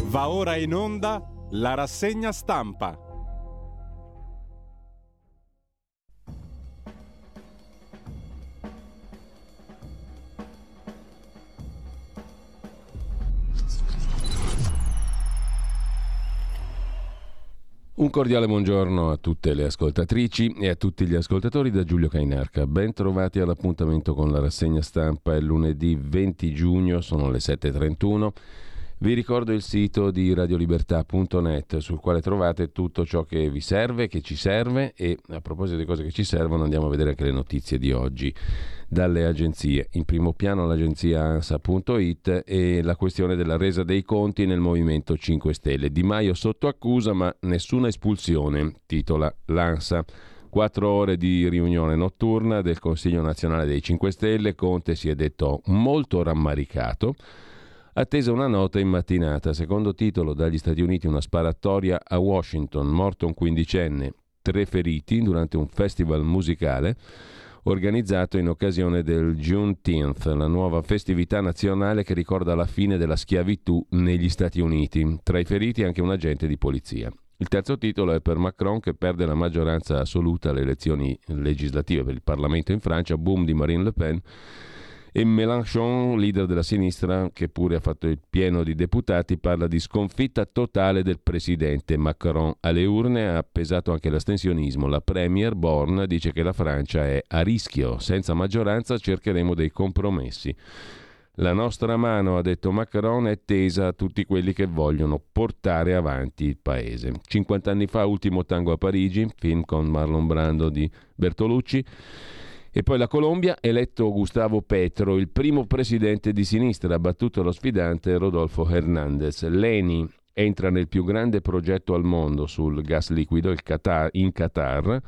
Va ora in onda la rassegna stampa. Un cordiale buongiorno a tutte le ascoltatrici e a tutti gli ascoltatori da Giulio Cainarca. Ben trovati all'appuntamento con la rassegna stampa. È lunedì 20 giugno, sono le 7:31. Vi ricordo il sito di radiolibertà.net sul quale trovate tutto ciò che vi serve, che ci serve, e a proposito di cose che ci servono andiamo a vedere anche le notizie di oggi dalle agenzie. In primo piano l'agenzia ANSA.it e la questione della resa dei conti nel Movimento 5 Stelle. Di Maio sotto accusa ma nessuna espulsione, titola l'ANSA. 4 ore di riunione notturna del Consiglio Nazionale dei 5 Stelle. Conte si è detto molto rammaricato. Attesa una nota in mattinata. Secondo titolo dagli Stati Uniti: una sparatoria a Washington, morto un quindicenne, 3 feriti durante un festival musicale organizzato in occasione del Juneteenth, la nuova festività nazionale che ricorda la fine della schiavitù negli Stati Uniti. Tra i feriti anche un agente di polizia. Il terzo titolo è per Macron che perde la maggioranza assoluta alle elezioni legislative per il Parlamento in Francia, boom di Marine Le Pen. E Mélenchon, leader della sinistra, che pure ha fatto il pieno di deputati, parla di sconfitta totale del presidente Macron. Alle urne ha pesato anche l'astensionismo. La premier Borne dice che la Francia è a rischio. Senza maggioranza cercheremo dei compromessi. La nostra mano, ha detto Macron, è tesa a tutti quelli che vogliono portare avanti il paese. 50 anni fa, Ultimo tango a Parigi, film con Marlon Brando di Bertolucci. E poi la Colombia, eletto Gustavo Petro, il primo presidente di sinistra, ha battuto lo sfidante Rodolfo Hernández. L'ENI entra nel più grande progetto al mondo sul gas liquido, in Qatar,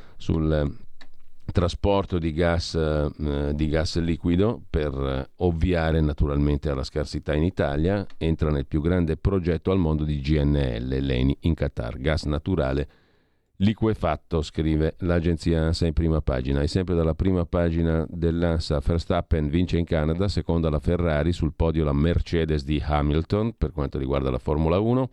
sul trasporto di gas liquido per ovviare naturalmente alla scarsità in Italia. Entra nel più grande progetto al mondo di GNL, l'ENI in Qatar, gas naturale liquefatto, scrive l'agenzia ANSA in prima pagina. E sempre dalla prima pagina dell'ANSA: Verstappen vince in Canada, seconda la Ferrari, sul podio la Mercedes di Hamilton per quanto riguarda la Formula 1.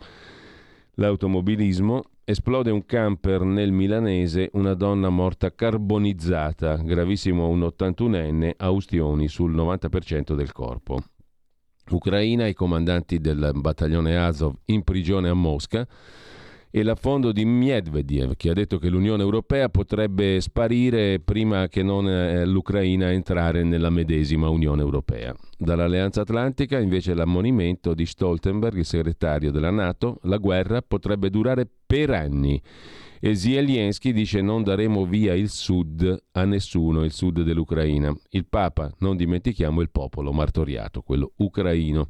L'automobilismo: esplode un camper nel milanese, una donna morta carbonizzata, gravissimo un 81enne a ustioni sul 90% del corpo. Ucraina: i comandanti del battaglione Azov in prigione a Mosca. E l'affondo di Medvedev, che ha detto che l'Unione Europea potrebbe sparire prima che non l'Ucraina entrare nella medesima Unione Europea. Dall'Alleanza Atlantica invece l'ammonimento di Stoltenberg, il segretario della NATO: la guerra potrebbe durare per anni. E Zelensky dice: non daremo via il sud a nessuno, il sud dell'Ucraina. Il Papa: non dimentichiamo il popolo martoriato, quello ucraino.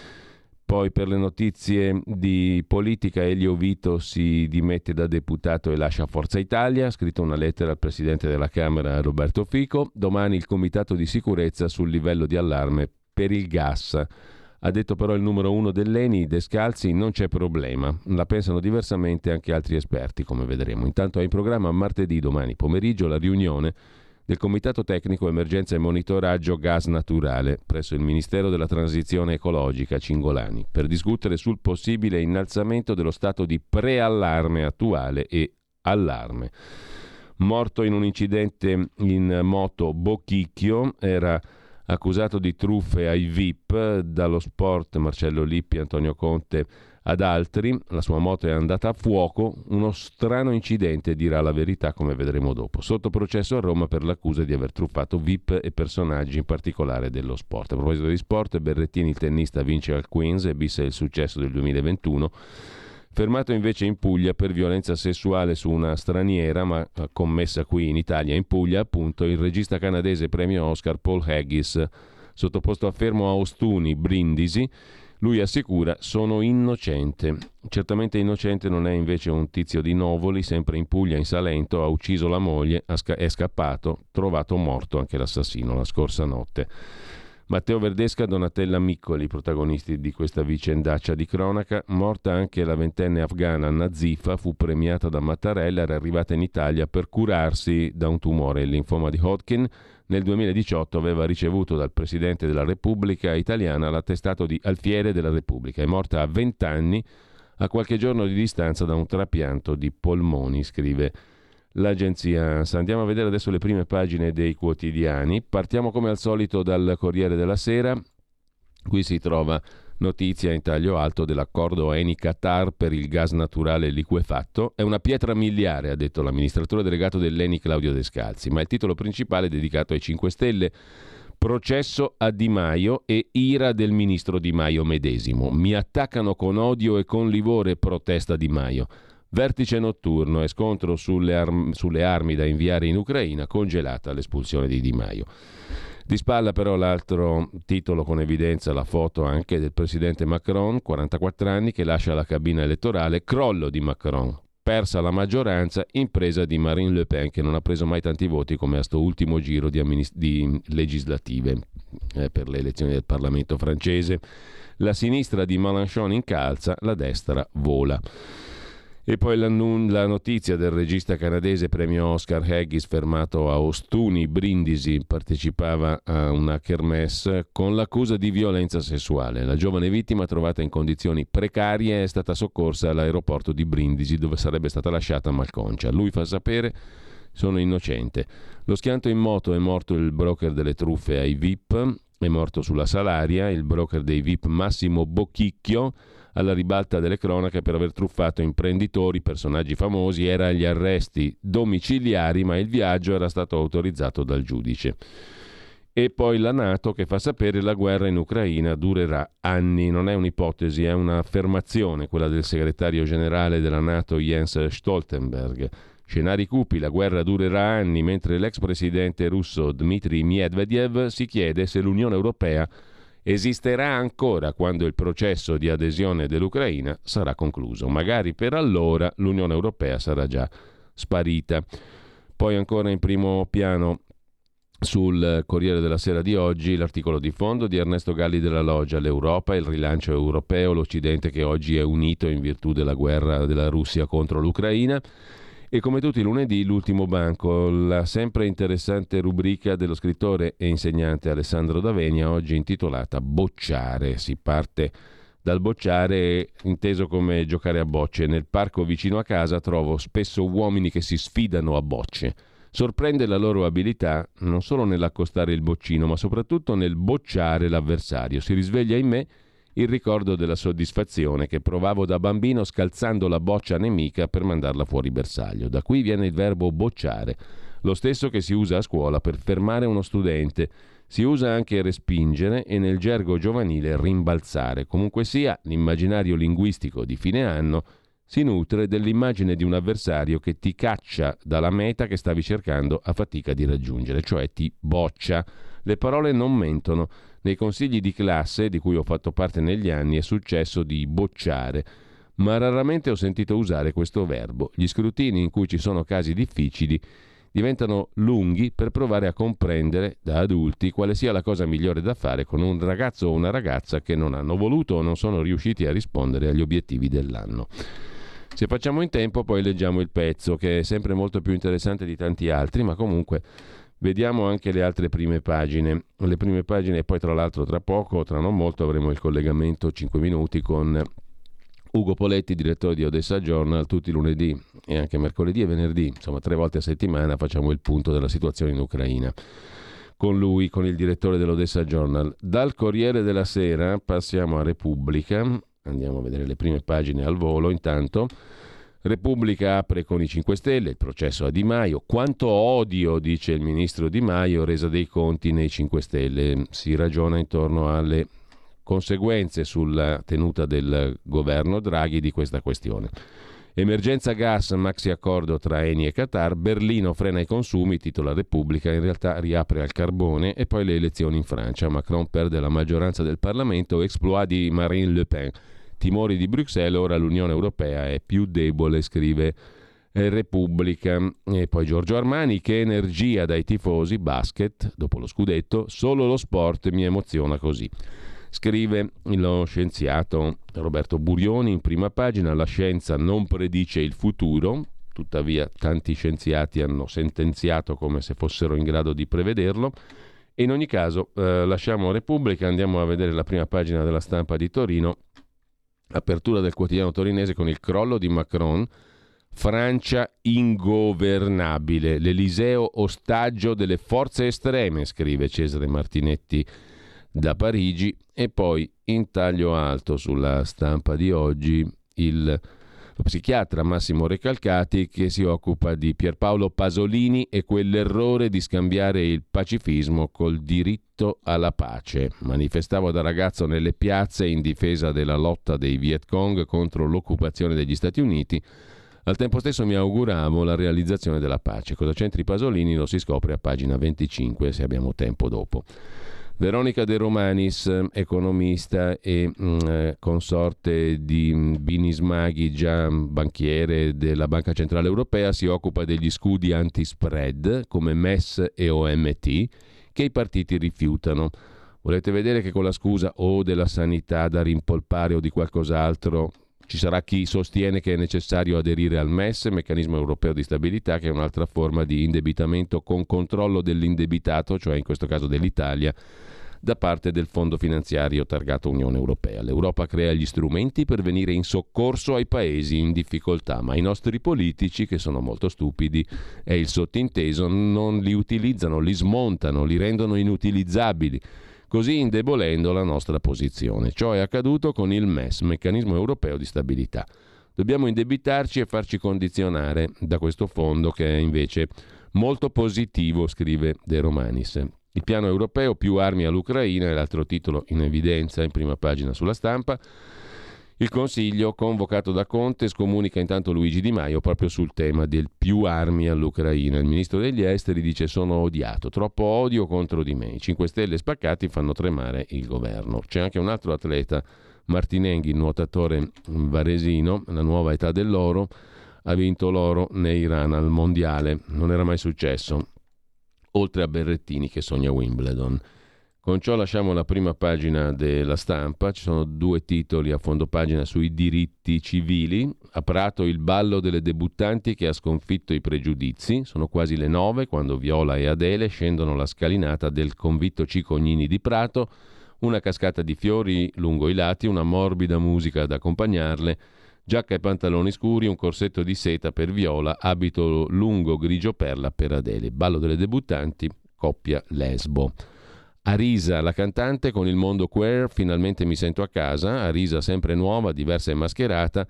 Poi per le notizie di politica, Elio Vito si dimette da deputato e lascia Forza Italia, ha scritto una lettera al presidente della Camera Roberto Fico. Domani il comitato di sicurezza sul livello di allarme per il gas. Ha detto però il numero 1 dell'ENI, Descalzi: non c'è problema. La pensano diversamente anche altri esperti, come vedremo. Intanto è in programma martedì, domani pomeriggio, la riunione del Comitato Tecnico Emergenza e Monitoraggio Gas Naturale presso il Ministero della Transizione Ecologica Cingolani per discutere sul possibile innalzamento dello stato di preallarme attuale e allarme. Morto in un incidente in moto Bochicchio, era accusato di truffe ai VIP, dallo sport Marcello Lippi, Antonio Conte ad altri. La sua moto è andata a fuoco, uno strano incidente, dirà la verità, come vedremo dopo. Sotto processo a Roma per l'accusa di aver truffato VIP e personaggi in particolare dello sport. A proposito di sport, Berrettini, il tennista, vince al Queens e bissa il successo del 2021. Fermato invece in Puglia per violenza sessuale su una straniera, ma commessa qui in Italia, in Puglia appunto, il regista canadese premio Oscar Paul Haggis, sottoposto a fermo a Ostuni, Brindisi. Lui assicura: sono innocente. Certamente innocente non è invece un tizio di Novoli, sempre in Puglia, in Salento. Ha ucciso la moglie, è scappato, trovato morto anche l'assassino la scorsa notte. Matteo Verdesca, Donatella Miccoli, protagonisti di questa vicendaccia di cronaca. Morta anche la ventenne afghana Nazifa, fu premiata da Mattarella, era arrivata in Italia per curarsi da un tumore, il linfoma di Hodgkin. Nel 2018 aveva ricevuto dal Presidente della Repubblica italiana l'attestato di Alfiere della Repubblica. È morta a 20 anni, a qualche giorno di distanza da un trapianto di polmoni, scrive l'agenzia ANSA. Andiamo a vedere adesso le prime pagine dei quotidiani. Partiamo come al solito dal Corriere della Sera. Qui si trova notizia in taglio alto dell'accordo Eni-Qatar per il gas naturale liquefatto. È una pietra miliare, ha detto l'amministratore delegato dell'Eni Claudio Descalzi, ma il titolo principale è dedicato ai 5 Stelle. Processo a Di Maio e ira del ministro Di Maio medesimo. Mi attaccano con odio e con livore, protesta Di Maio. Vertice notturno e scontro sulle armi da inviare in Ucraina, congelata l'espulsione di Di Maio. Di spalla però l'altro titolo con evidenza, la foto anche del presidente Macron, 44 anni, che lascia la cabina elettorale, crollo di Macron, persa la maggioranza, impresa di Marine Le Pen, che non ha preso mai tanti voti come a sto ultimo giro di legislative per le elezioni del Parlamento francese. La sinistra di Mélenchon incalza, la destra vola. E poi la notizia del regista canadese premio Oscar Haggis fermato a Ostuni, Brindisi, partecipava a una kermesse con l'accusa di violenza sessuale. La giovane vittima, trovata in condizioni precarie, è stata soccorsa all'aeroporto di Brindisi, dove sarebbe stata lasciata malconcia. Lui fa sapere: sono innocente. Lo schianto in moto: è morto il broker delle truffe ai VIP, è morto sulla Salaria il broker dei VIP Massimo Bocchicchio, alla ribalta delle cronache per aver truffato imprenditori, personaggi famosi. Era agli arresti domiciliari, ma il viaggio era stato autorizzato dal giudice. E poi la NATO che fa sapere: la guerra in Ucraina durerà anni. Non è un'ipotesi, è un'affermazione, quella del segretario generale della NATO Jens Stoltenberg. Scenari cupi: la guerra durerà anni, mentre l'ex presidente russo Dmitry Medvedev si chiede se l'Unione Europea esisterà ancora quando il processo di adesione dell'Ucraina sarà concluso. Magari per allora l'Unione Europea sarà già sparita. Poi ancora in primo piano sul Corriere della Sera di oggi l'articolo di fondo di Ernesto Galli della Loggia: l'Europa, il rilancio europeo, l'Occidente che oggi è unito in virtù della guerra della Russia contro l'Ucraina. E come tutti i lunedì l'ultimo banco, la sempre interessante rubrica dello scrittore e insegnante Alessandro D'Avenia, oggi intitolata Bocciare. Si parte dal bocciare inteso come giocare a bocce. Nel parco vicino a casa trovo spesso uomini che si sfidano a bocce. Sorprende la loro abilità non solo nell'accostare il boccino, ma soprattutto nel bocciare l'avversario. Si risveglia in me il ricordo della soddisfazione che provavo da bambino scalzando la boccia nemica per mandarla fuori bersaglio. Da qui viene il verbo bocciare, lo stesso che si usa a scuola per fermare uno studente. Si usa anche respingere e nel gergo giovanile rimbalzare. Comunque sia, l'immaginario linguistico di fine anno si nutre dell'immagine di un avversario che ti caccia dalla meta che stavi cercando a fatica di raggiungere, cioè ti boccia. Le parole non mentono. Nei consigli di classe di cui ho fatto parte negli anni è successo di bocciare, ma raramente ho sentito usare questo verbo. Gli scrutini in cui ci sono casi difficili diventano lunghi per provare a comprendere da adulti quale sia la cosa migliore da fare con un ragazzo o una ragazza che non hanno voluto o non sono riusciti a rispondere agli obiettivi dell'anno. Se facciamo in tempo poi leggiamo il pezzo, che è sempre molto più interessante di tanti altri, ma comunque vediamo anche le altre prime pagine. Le prime pagine, e poi tra l'altro tra poco, tra non molto, avremo il collegamento 5 minuti con Ugo Poletti, direttore di Odessa Journal. Tutti i lunedì e anche mercoledì e venerdì, insomma 3 volte a settimana, facciamo il punto della situazione in Ucraina. Con lui, con il direttore dell'Odessa Journal. Dal Corriere della Sera passiamo a Repubblica. Andiamo a vedere le prime pagine al volo intanto. Repubblica apre con i 5 Stelle, il processo a Di Maio. Quanto odio, dice il ministro Di Maio, resa dei conti nei 5 Stelle. Si ragiona intorno alle conseguenze sulla tenuta del governo Draghi di questa questione. Emergenza gas, maxi accordo tra Eni e Qatar, Berlino frena i consumi, titola Repubblica, in realtà riapre al carbone. E poi le elezioni in Francia, Macron perde la maggioranza del Parlamento, exploit di Marine Le Pen. Timori di Bruxelles, ora l'Unione Europea è più debole, scrive Repubblica. E poi Giorgio Armani: che energia dai tifosi, basket, dopo lo scudetto, solo lo sport mi emoziona così. Scrive lo scienziato Roberto Burioni in prima pagina: la scienza non predice il futuro, tuttavia tanti scienziati hanno sentenziato come se fossero in grado di prevederlo. E in ogni caso lasciamo Repubblica, andiamo a vedere la prima pagina della Stampa di Torino, apertura del quotidiano torinese con il crollo di Macron. Francia ingovernabile, l'Eliseo ostaggio delle forze estreme, scrive Cesare Martinetti da Parigi. E poi in taglio alto sulla Stampa di oggi lo psichiatra Massimo Recalcati, che si occupa di Pierpaolo Pasolini e quell'errore di scambiare il pacifismo col diritto alla pace. Manifestavo da ragazzo nelle piazze in difesa della lotta dei Viet Cong contro l'occupazione degli Stati Uniti. Al tempo stesso mi auguravo la realizzazione della pace. Cosa c'entri Pasolini lo si scopre a pagina 25, se abbiamo tempo dopo. Veronica De Romanis, economista e consorte di Bini Smaghi, già banchiere della Banca Centrale Europea, si occupa degli scudi anti-spread come MES e OMT che i partiti rifiutano. Volete vedere che con la scusa o della sanità da rimpolpare o di qualcos'altro ci sarà chi sostiene che è necessario aderire al MES, Meccanismo Europeo di Stabilità, che è un'altra forma di indebitamento con controllo dell'indebitato, cioè in questo caso dell'Italia, da parte del fondo finanziario targato Unione Europea. L'Europa crea gli strumenti per venire in soccorso ai paesi in difficoltà, ma i nostri politici, che sono molto stupidi, è il sottinteso, non li utilizzano, li smontano, li rendono inutilizzabili, così indebolendo la nostra posizione. Ciò è accaduto con il MES, Meccanismo Europeo di Stabilità. Dobbiamo indebitarci e farci condizionare da questo fondo, che è invece molto positivo, scrive De Romanis. Il piano europeo, più armi all'Ucraina, è l'altro titolo in evidenza in prima pagina sulla Stampa. Il Consiglio, convocato da Conte, scomunica intanto Luigi Di Maio proprio sul tema del più armi all'Ucraina. Il ministro degli esteri dice: sono odiato, troppo odio contro di me. I 5 Stelle spaccati fanno tremare il governo. C'è anche un altro atleta, Martinenghi, nuotatore varesino, la nuova età dell'oro, ha vinto l'oro nei run al mondiale. Non era mai successo, oltre a Berrettini che sogna Wimbledon. Con ciò lasciamo la prima pagina della Stampa. Ci sono 2 titoli a fondo pagina sui diritti civili. A Prato il ballo delle debuttanti che ha sconfitto i pregiudizi. Sono quasi le 9 quando Viola e Adele scendono la scalinata del convitto Cicognini di Prato. Una cascata di fiori lungo i lati, una morbida musica ad accompagnarle, giacca e pantaloni scuri, un corsetto di seta per Viola, abito lungo grigio perla per Adele. Ballo delle debuttanti, coppia lesbo. Arisa, la cantante, con il mondo queer, finalmente mi sento a casa. Arisa sempre nuova, diversa e mascherata.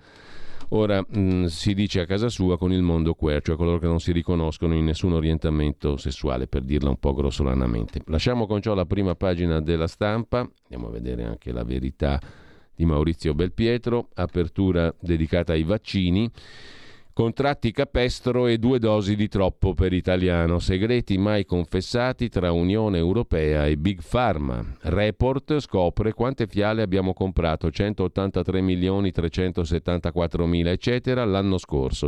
Ora si dice a casa sua con il mondo queer, cioè coloro che non si riconoscono in nessun orientamento sessuale, per dirla un po' grossolanamente. Lasciamo con ciò la prima pagina della Stampa. Andiamo a vedere anche La Verità di Maurizio Belpietro, apertura dedicata ai vaccini. Contratti capestro e 2 dosi di troppo per italiano, segreti mai confessati tra Unione Europea e Big Pharma. Report scopre quante fiale abbiamo comprato: 183.374.000 eccetera l'anno scorso,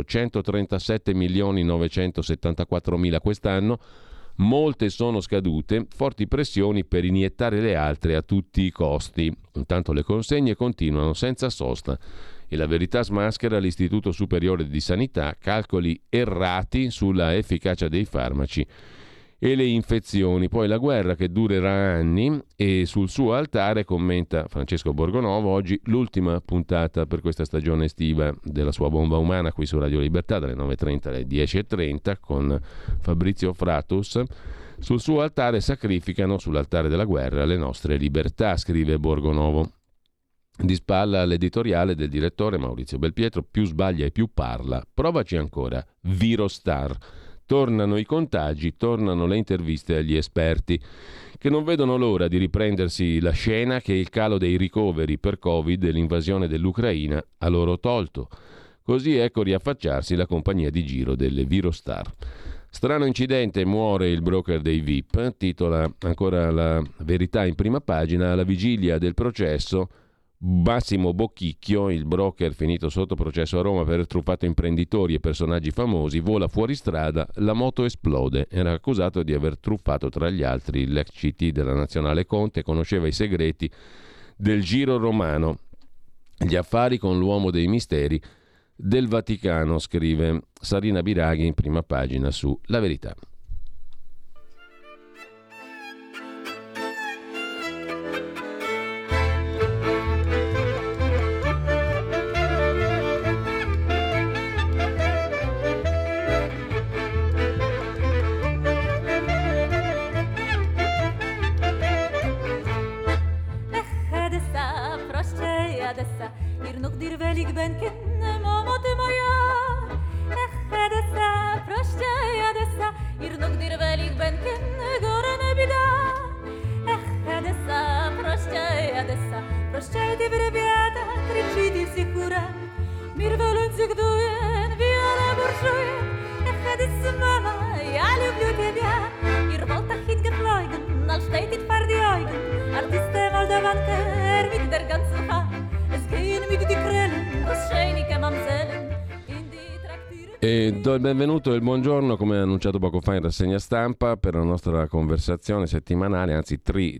137.974.000 quest'anno. Molte sono scadute, forti pressioni per iniettare le altre a tutti i costi. Intanto le consegne continuano senza sosta. E La Verità smaschera l'Istituto Superiore di Sanità, calcoli errati sulla efficacia dei farmaci e le infezioni. Poi la guerra che durerà anni, e sul suo altare, commenta Francesco Borgonovo, oggi l'ultima puntata per questa stagione estiva della sua bomba umana qui su Radio Libertà dalle 9.30 alle 10.30 con Fabrizio Fratus. Sul suo altare sacrificano, sull'altare della guerra, le nostre libertà, scrive Borgonovo. Di spalla l'editoriale del direttore Maurizio Belpietro: più sbaglia e più parla. Provaci ancora, Virostar. Tornano i contagi, tornano le interviste agli esperti, che non vedono l'ora di riprendersi la scena che il calo dei ricoveri per Covid e l'invasione dell'Ucraina ha loro tolto. Così ecco riaffacciarsi la compagnia di giro delle Virostar. Strano incidente, muore il broker dei VIP, titola ancora La Verità in prima pagina. Alla vigilia del processo, Massimo Bocchicchio, il broker finito sotto processo a Roma per aver truffato imprenditori e personaggi famosi, vola fuori strada, la moto esplode. Era accusato di aver truffato tra gli altri l'ex CT della Nazionale Conte, conosceva i segreti del giro romano. Gli affari con l'uomo dei misteri del Vaticano, scrive Sarina Biraghi in prima pagina su La Verità. E do il benvenuto e il buongiorno, come annunciato poco fa in rassegna stampa, per la nostra conversazione settimanale, anzi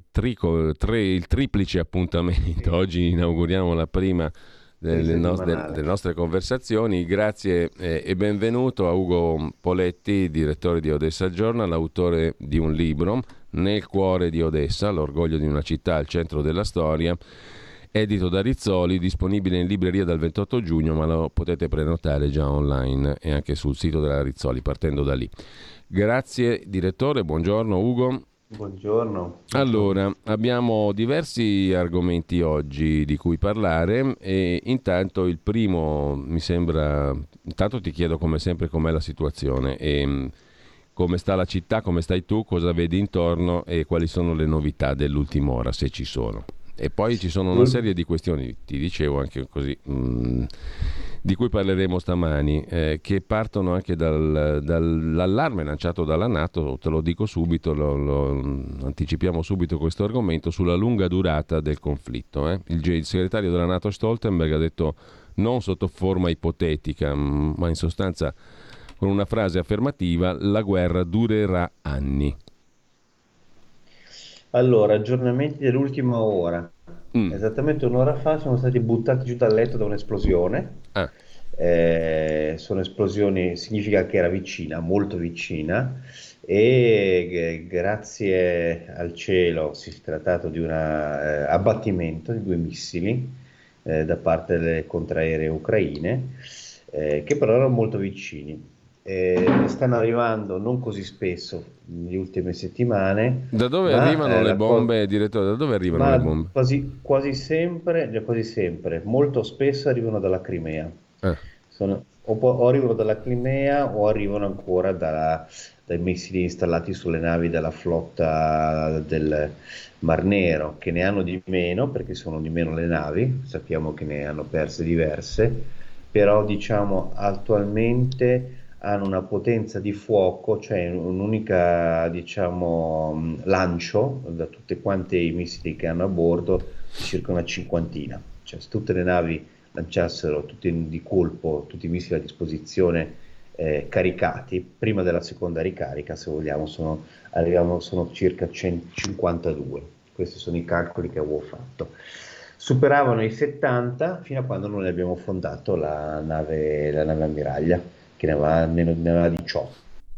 il triplice appuntamento. Oggi inauguriamo la prima delle nostre conversazioni. Grazie e benvenuto a Ugo Poletti, direttore di Odessa Journal, autore di un libro, Nel cuore di Odessa, l'orgoglio di una città al centro della storia, edito da Rizzoli, disponibile in libreria dal 28 giugno, ma lo potete prenotare già online e anche sul sito della Rizzoli, partendo da lì. Grazie direttore, buongiorno Ugo. Buongiorno. Allora, abbiamo diversi argomenti oggi di cui parlare e intanto il primo mi sembra, intanto ti chiedo come sempre com'è la situazione e come sta la città, come stai tu, cosa vedi intorno e quali sono le novità dell'ultima ora, se ci sono. E poi ci sono una serie di questioni, ti dicevo anche così, di cui parleremo stamani, che partono anche dall'allarme lanciato dalla NATO. Te lo dico subito, lo anticipiamo subito questo argomento, sulla lunga durata del conflitto. Il segretario della NATO Stoltenberg ha detto non sotto forma ipotetica, ma in sostanza con una frase affermativa: la guerra durerà anni. Allora, aggiornamenti dell'ultima ora. Esattamente un'ora fa siamo stati buttati giù dal letto da un'esplosione. Sono esplosioni, significa che era vicina, molto vicina, e grazie al cielo si è trattato di un abbattimento di 2 missili da parte delle contraeree ucraine, che però erano molto vicini. Stanno arrivando non così spesso nelle ultime settimane. Da dove arrivano le bombe, direttore? Da dove arrivano le bombe? Quasi sempre, molto spesso arrivano dalla Crimea. O arrivano dalla Crimea o arrivano ancora dai missili installati sulle navi della flotta del Mar Nero, che ne hanno di meno perché sono di meno le navi, sappiamo che ne hanno perse diverse, però diciamo attualmente hanno una potenza di fuoco, cioè un'unica lancio da tutte quante i missili che hanno a bordo, circa una cinquantina. Cioè se tutte le navi lanciassero tutti di colpo tutti i missili a disposizione caricati, prima della seconda ricarica, se vogliamo, sono circa 152. Questi sono i calcoli che avevo fatto. Superavano i 70 fino a quando non ne abbiamo fondato la nave ammiraglia, che ne aveva 18.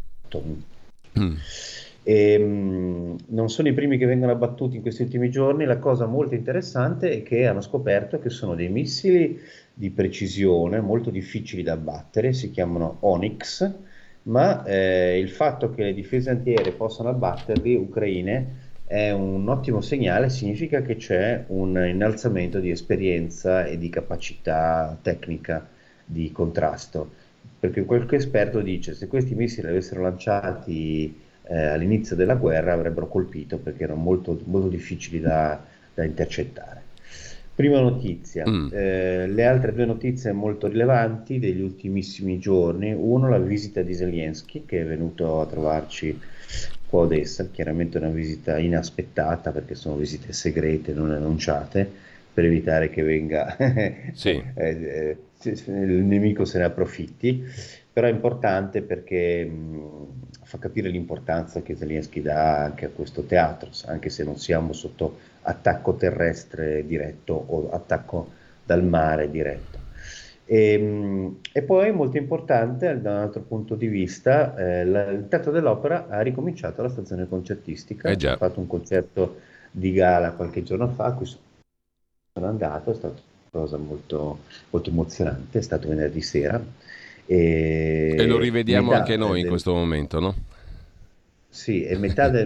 Non sono i primi che vengono abbattuti in questi ultimi giorni. La cosa molto interessante è che hanno scoperto che sono dei missili di precisione molto difficili da abbattere, si chiamano Onyx, ma il fatto che le difese antiaeree possano abbatterli ucraine è un ottimo segnale, significa che c'è un innalzamento di esperienza e di capacità tecnica di contrasto. Perché qualche esperto dice se questi missili avessero lanciati all'inizio della guerra avrebbero colpito, perché erano molto, molto difficili da intercettare. Prima notizia. Le altre 2 notizie molto rilevanti degli ultimissimi giorni: uno, la visita di Zelensky, che è venuto a trovarci qua a Odessa, chiaramente una visita inaspettata perché sono visite segrete non annunciate, per evitare che venga Sì. il nemico se ne approfitti, però è importante perché fa capire l'importanza che Zelensky dà anche a questo teatro, anche se non siamo sotto attacco terrestre diretto o attacco dal mare diretto. E poi molto importante da un altro punto di vista, il Teatro dell'Opera ha ricominciato la stagione concertistica, Eh ha già. fatto un concerto di gala qualche giorno fa, a cui sono andato, è stata una cosa molto, molto emozionante, è stato venerdì sera E lo e rivediamo anche metà noi in questo momento, no? sì, e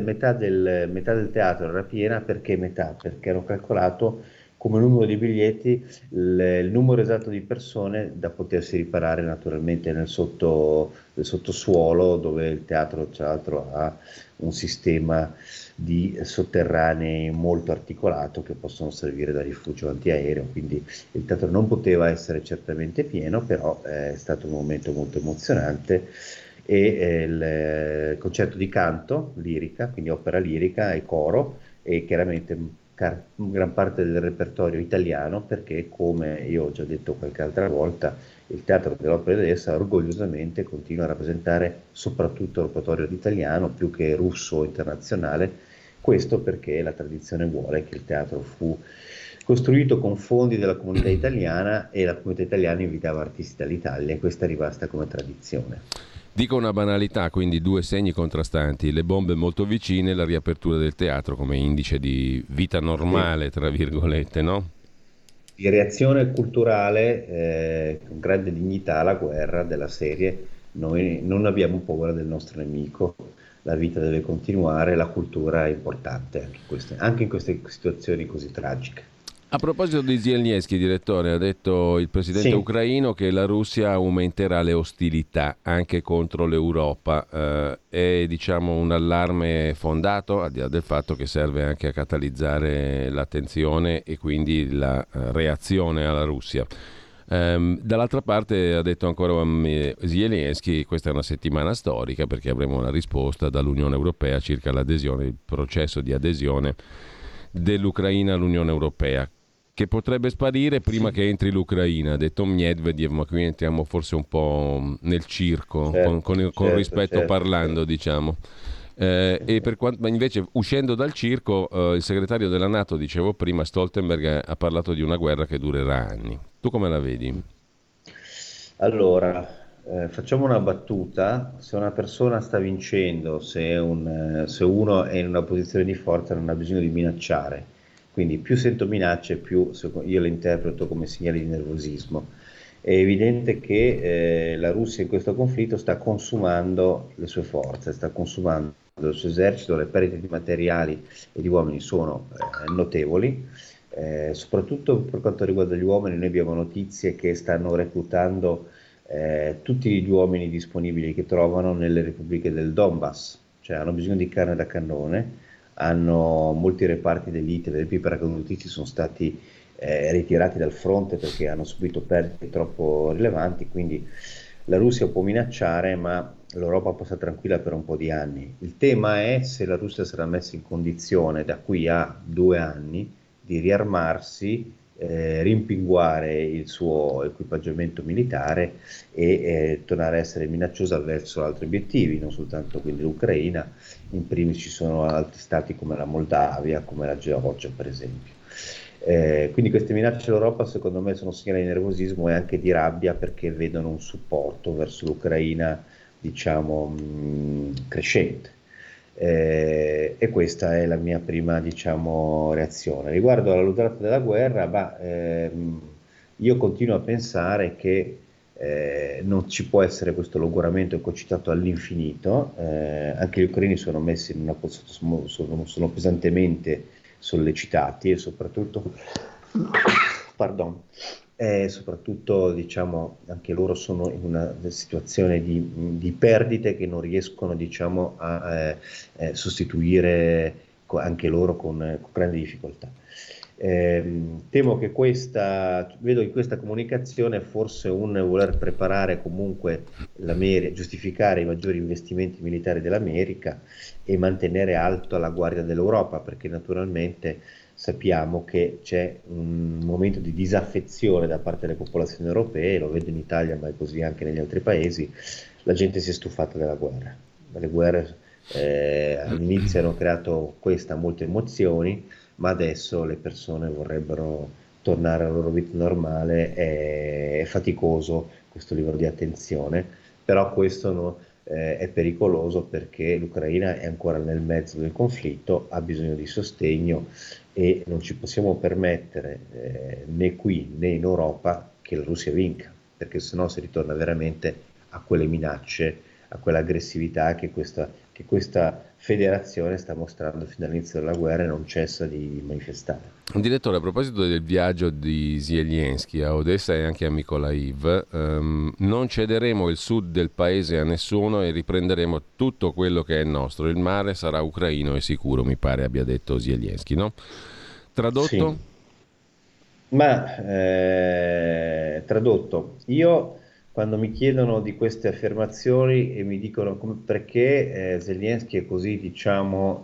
metà del teatro era piena, perché metà? Perché hanno calcolato come numero di biglietti il numero esatto di persone da potersi riparare naturalmente nel sottosuolo, dove il teatro tra l'altro ha un sistema di sotterranei molto articolato che possono servire da rifugio antiaereo, quindi il teatro non poteva essere certamente pieno, però è stato un momento molto emozionante e il concerto di canto, lirica, quindi opera lirica e coro e chiaramente gran parte del repertorio italiano, perché come io ho già detto qualche altra volta, il Teatro dell'Opera di Odessa orgogliosamente continua a rappresentare soprattutto il repertorio italiano più che russo o internazionale, questo perché la tradizione vuole che il teatro fu costruito con fondi della comunità italiana e la comunità italiana invitava artisti dall'Italia e questa è rimasta come tradizione. Dico una banalità, quindi due segni contrastanti, le bombe molto vicine e la riapertura del teatro come indice di vita Sì. normale, tra virgolette, no? Di reazione culturale con grande dignità alla guerra della serie, noi non abbiamo paura del nostro nemico, la vita deve continuare, la cultura è importante anche in queste situazioni così tragiche. A proposito di Zelensky, direttore, ha detto il presidente Sì, ucraino che la Russia aumenterà le ostilità anche contro l'Europa. È diciamo un allarme fondato, al di là del fatto che serve anche a catalizzare l'attenzione e quindi la reazione alla Russia. Dall'altra parte ha detto ancora Zelensky, questa è una settimana storica perché avremo una risposta dall'Unione Europea circa l'adesione, il processo di adesione dell'Ucraina all'Unione Europea, che potrebbe sparire prima sì, che entri l'Ucraina, ha detto Medvedev, ma qui entriamo forse un po' nel circo, certo, con certo, rispetto certo, parlando, certo. diciamo. Sì, E sì. per quanto, ma invece uscendo dal circo, il segretario della NATO, dicevo prima, Stoltenberg, ha parlato di una guerra che durerà anni. Tu come la vedi? Allora, facciamo una battuta. Se una persona sta vincendo, se uno è in una posizione di forza, non ha bisogno di minacciare. Quindi più sento minacce, più io le interpreto come segnali di nervosismo. È evidente che la Russia in questo conflitto sta consumando le sue forze, sta consumando il suo esercito, le perdite di materiali e di uomini sono notevoli. Soprattutto per quanto riguarda gli uomini, noi abbiamo notizie che stanno reclutando tutti gli uomini disponibili che trovano nelle repubbliche del Donbass, cioè hanno bisogno di carne da cannone, hanno molti reparti d'elite, per esempio i paracadutisti sono stati ritirati dal fronte perché hanno subito perdite troppo rilevanti, quindi la Russia può minacciare, ma l'Europa può stare tranquilla per un po' di anni. Il tema è se la Russia sarà messa in condizione da qui a 2 anni di riarmarsi, rimpinguare il suo equipaggiamento militare e tornare a essere minacciosa verso altri obiettivi, non soltanto quindi l'Ucraina, in primis ci sono altri stati come la Moldavia, come la Georgia per esempio. Quindi queste minacce all'Europa secondo me sono segnali di nervosismo e anche di rabbia perché vedono un supporto verso l'Ucraina, diciamo, crescente. E questa è la mia prima, diciamo, reazione. Riguardo alla durata della guerra, io continuo a pensare che non ci può essere questo logoramento concitato all'infinito, anche gli ucraini sono messi in una posizione, sono pesantemente sollecitati e soprattutto, pardon, soprattutto diciamo, anche loro sono in una situazione di perdite che non riescono diciamo, a sostituire anche loro con grandi difficoltà. Temo che vedo in questa comunicazione forse un voler preparare comunque l'America, giustificare i maggiori investimenti militari dell'America e mantenere alto la guardia dell'Europa, perché naturalmente sappiamo che c'è un momento di disaffezione da parte delle popolazioni europee, lo vedo in Italia ma è così anche negli altri paesi, la gente si è stufata della guerra. Le guerre all'inizio hanno creato molte emozioni, ma adesso le persone vorrebbero tornare alla loro vita normale, è faticoso questo livello di attenzione, però questo è pericoloso perché l'Ucraina è ancora nel mezzo del conflitto, ha bisogno di sostegno e non ci possiamo permettere né qui né in Europa che la Russia vinca, perché sennò si ritorna veramente a quelle minacce, a quell'aggressività che questa federazione sta mostrando fin dall'inizio della guerra e non cessa di manifestare. Direttore, a proposito del viaggio di Zelensky a Odessa e anche a Mykolaiv, non cederemo il sud del paese a nessuno e riprenderemo tutto quello che è nostro. Il mare sarà ucraino e sicuro, mi pare abbia detto Zelensky, no? Tradotto? Sì. Ma tradotto, io quando mi chiedono di queste affermazioni e mi dicono perché Zelensky è così, diciamo,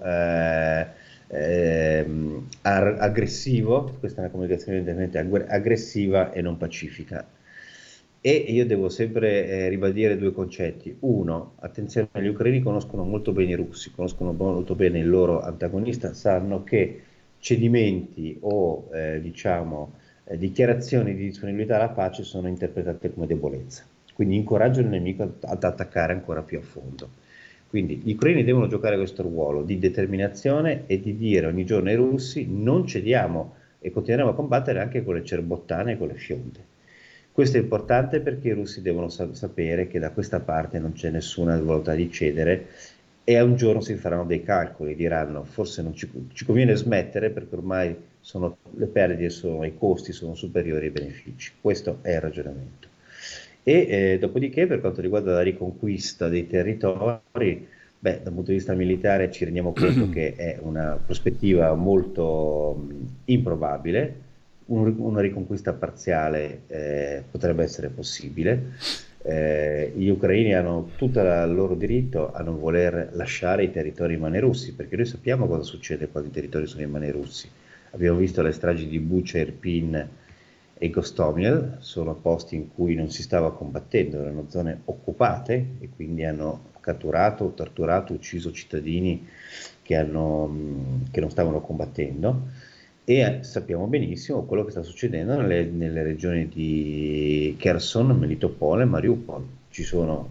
aggressivo, questa è una comunicazione evidentemente aggressiva e non pacifica. E io devo sempre ribadire due concetti. Uno, attenzione, gli ucraini conoscono molto bene i russi, conoscono molto bene il loro antagonista, sanno che cedimenti o dichiarazioni di disponibilità alla pace sono interpretate come debolezza, quindi incoraggia il nemico ad attaccare ancora più a fondo. Quindi gli ucraini devono giocare questo ruolo di determinazione e di dire ogni giorno ai russi non cediamo e continueremo a combattere anche con le cerbottane e con le fionde. Questo è importante perché i russi devono sapere che da questa parte non c'è nessuna volontà di cedere e a un giorno si faranno dei calcoli, diranno forse non ci conviene smettere perché ormai le perdite, i costi sono superiori ai benefici. Questo è il ragionamento. E dopodiché, per quanto riguarda la riconquista dei territori, dal punto di vista militare ci rendiamo conto che è una prospettiva molto improbabile. Una riconquista parziale potrebbe essere possibile. Gli ucraini hanno tutto il loro diritto a non voler lasciare i territori in mano ai russi, perché noi sappiamo cosa succede quando i territori sono in mano ai russi. Abbiamo visto le stragi di Bucha, Irpin e Gostomel, sono posti in cui non si stava combattendo, erano zone occupate e quindi hanno catturato, torturato, ucciso cittadini che non stavano combattendo. E sappiamo benissimo quello che sta succedendo nelle regioni di Kherson, Melitopol e Mariupol. Ci sono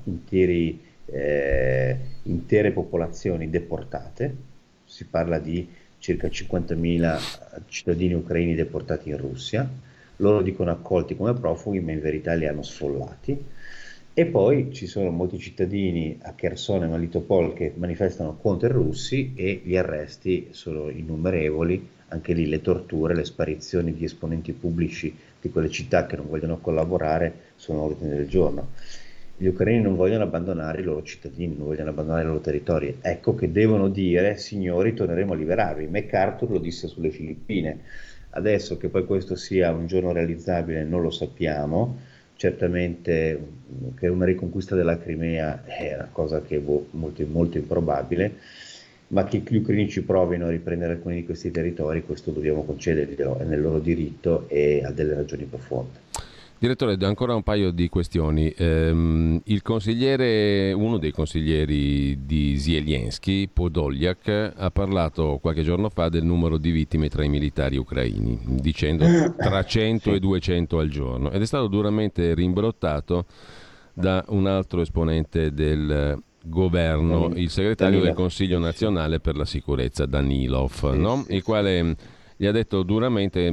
intere popolazioni deportate, si parla di circa 50.000 cittadini ucraini deportati in Russia, loro dicono accolti come profughi, ma in verità li hanno sfollati. E poi ci sono molti cittadini a Kherson e Melitopol che manifestano contro i russi e gli arresti sono innumerevoli. Anche lì le torture, le sparizioni di esponenti pubblici di quelle città che non vogliono collaborare sono ordine del giorno. Gli ucraini non vogliono abbandonare i loro cittadini, non vogliono abbandonare i loro territori. Ecco che devono dire, signori, torneremo a liberarvi. MacArthur lo disse sulle Filippine. Adesso che poi questo sia un giorno realizzabile non lo sappiamo. Certamente che una riconquista della Crimea è una cosa che è molto, molto improbabile. Ma che gli ucraini ci provino a riprendere alcuni di questi territori, questo dobbiamo concederglielo, è nel loro diritto e ha delle ragioni profonde. Direttore, ancora un paio di questioni. Il consigliere, uno dei consiglieri di Zelensky, Podolyak, ha parlato qualche giorno fa del numero di vittime tra i militari ucraini, dicendo tra 100 e 200 al giorno, ed è stato duramente rimbrottato da un altro esponente del governo, il segretario del Consiglio nazionale per la sicurezza Danilov, no? Il quale gli ha detto duramente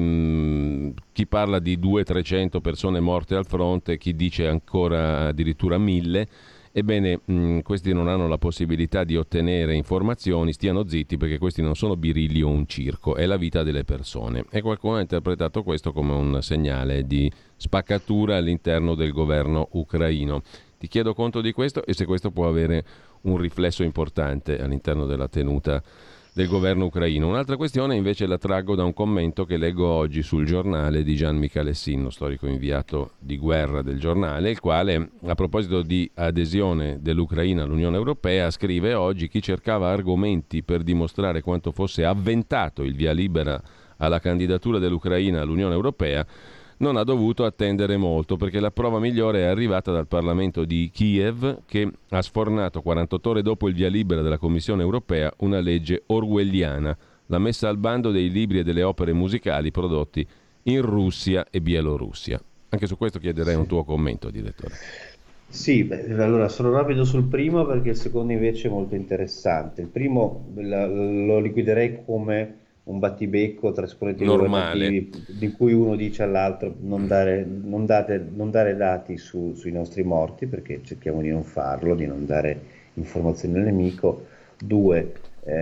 chi parla di 200-300 persone morte al fronte, chi dice ancora addirittura 1000. Ebbene, questi non hanno la possibilità di ottenere informazioni, stiano zitti perché questi non sono birilli o un circo, è la vita delle persone. E qualcuno ha interpretato questo come un segnale di spaccatura all'interno del governo ucraino. Ti chiedo conto di questo e se questo può avere un riflesso importante all'interno della tenuta del governo ucraino. Un'altra questione invece la traggo da un commento che leggo oggi sul giornale di Gian Michalessin, storico inviato di guerra del giornale, il quale a proposito di adesione dell'Ucraina all'Unione Europea scrive oggi: chi cercava argomenti per dimostrare quanto fosse avventato il via libera alla candidatura dell'Ucraina all'Unione Europea, non ha dovuto attendere molto, perché la prova migliore è arrivata dal Parlamento di Kiev, che ha sfornato 48 ore dopo il via libera della Commissione Europea una legge orwelliana, la messa al bando dei libri e delle opere musicali prodotti in Russia e Bielorussia. Anche su questo chiederei un tuo commento, direttore. Sì, allora sono rapido sul primo perché il secondo invece è molto interessante. Il primo lo liquiderei come un battibecco tra esponenti Normale. governativi di cui uno dice all'altro non dare dati sui nostri morti, perché cerchiamo di non farlo, di non dare informazioni al nemico. Due,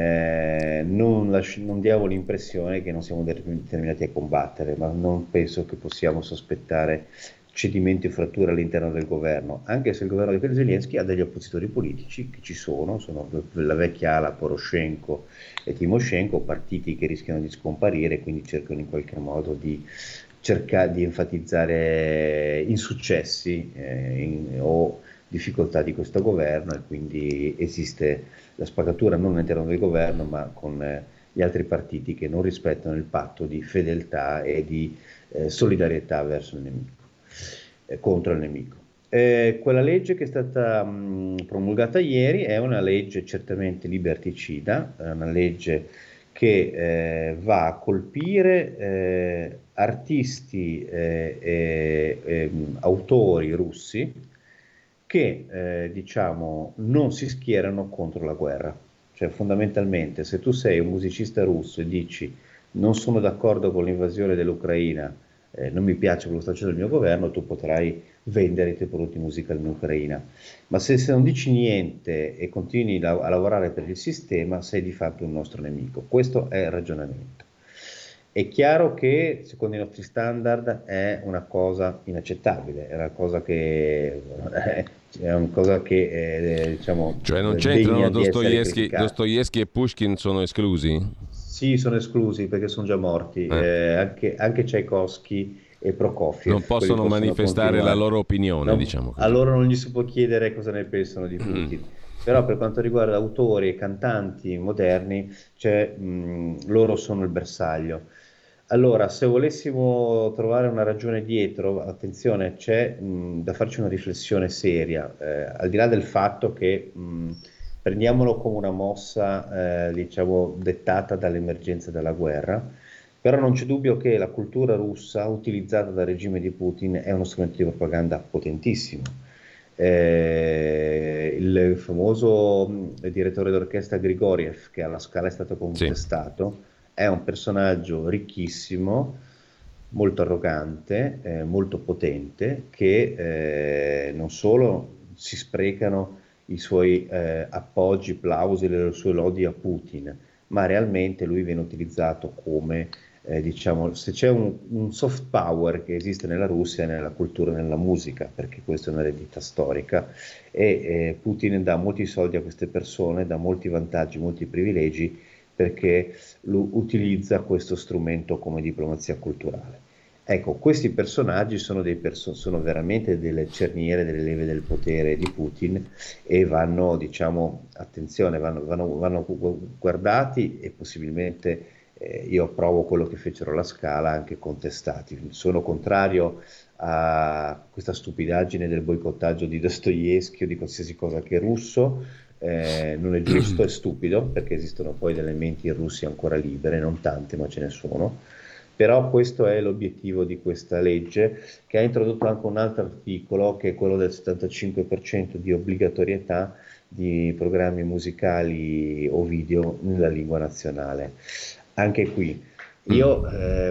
non diamo l'impressione che non siamo determinati a combattere, ma non penso che possiamo sospettare cedimenti e fratture all'interno del governo, anche se il governo di Zelensky ha degli oppositori politici che ci sono la vecchia ala Poroshenko e Timoshenko, partiti che rischiano di scomparire, quindi cercano in qualche modo di cercare di enfatizzare insuccessi o difficoltà di questo governo, e quindi esiste la spaccatura non all'interno del governo ma con gli altri partiti che non rispettano il patto di fedeltà e di solidarietà verso il nemico, contro il nemico. Quella legge che è stata promulgata ieri è una legge certamente liberticida, è una legge che va a colpire artisti e autori russi che diciamo non si schierano contro la guerra. Cioè fondamentalmente se tu sei un musicista russo e dici non sono d'accordo con l'invasione dell'Ucraina, non mi piace quello che sta facendo il mio governo, tu potrai vendere i tuoi prodotti musicali in Ucraina. Ma se non dici niente e continui a lavorare per il sistema, sei di fatto un nostro nemico. Questo è il ragionamento. È chiaro che secondo i nostri standard è una cosa inaccettabile, è una cosa che diciamo, cioè non c'entrano degna di essere criticata. Dostoevsky e Pushkin sono esclusi? Sì, sono esclusi perché sono già morti, anche Tchaikovsky e Prokofiev. Non possono manifestare la loro opinione, diciamo così. A loro non gli si può chiedere cosa ne pensano di Putin. Però per quanto riguarda autori e cantanti moderni, loro sono il bersaglio. Allora, se volessimo trovare una ragione dietro, attenzione, c'è da farci una riflessione seria, al di là del fatto che prendiamolo come una mossa, diciamo, dettata dall'emergenza della guerra, però non c'è dubbio che la cultura russa utilizzata dal regime di Putin è uno strumento di propaganda potentissimo. Il famoso direttore d'orchestra Grigoriev, che alla Scala è stato contestato, è un personaggio ricchissimo, molto arrogante, molto potente, che non solo si sprecano i suoi appoggi, plausi, le sue lodi a Putin, ma realmente lui viene utilizzato come, diciamo, se c'è un soft power che esiste nella Russia, nella cultura e nella musica, perché questa è un'eredità storica, e Putin dà molti soldi a queste persone, dà molti vantaggi, molti privilegi, perché utilizza questo strumento come diplomazia culturale. Ecco, questi personaggi sono veramente delle cerniere, delle leve del potere di Putin, e vanno, diciamo, attenzione, vanno guardati e possibilmente, io approvo quello che fecero alla Scala, anche contestati. Sono contrario a questa stupidaggine del boicottaggio di Dostoevsky o di qualsiasi cosa che è russo. Non è giusto, è stupido, perché esistono poi delle menti in Russia ancora libere, non tante ma ce ne sono, però questo è l'obiettivo di questa legge, che ha introdotto anche un altro articolo, che è quello del 75% di obbligatorietà di programmi musicali o video nella lingua nazionale. Anche qui io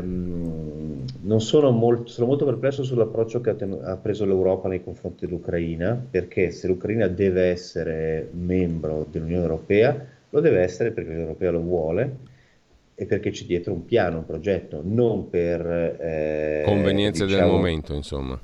non sono molto perplesso sull'approccio che ha preso l'Europa nei confronti dell'Ucraina, perché se l'Ucraina deve essere membro dell'Unione Europea, lo deve essere perché l'Unione Europea lo vuole e perché c'è dietro un piano, un progetto, non per convenienze del diciamo, momento, insomma.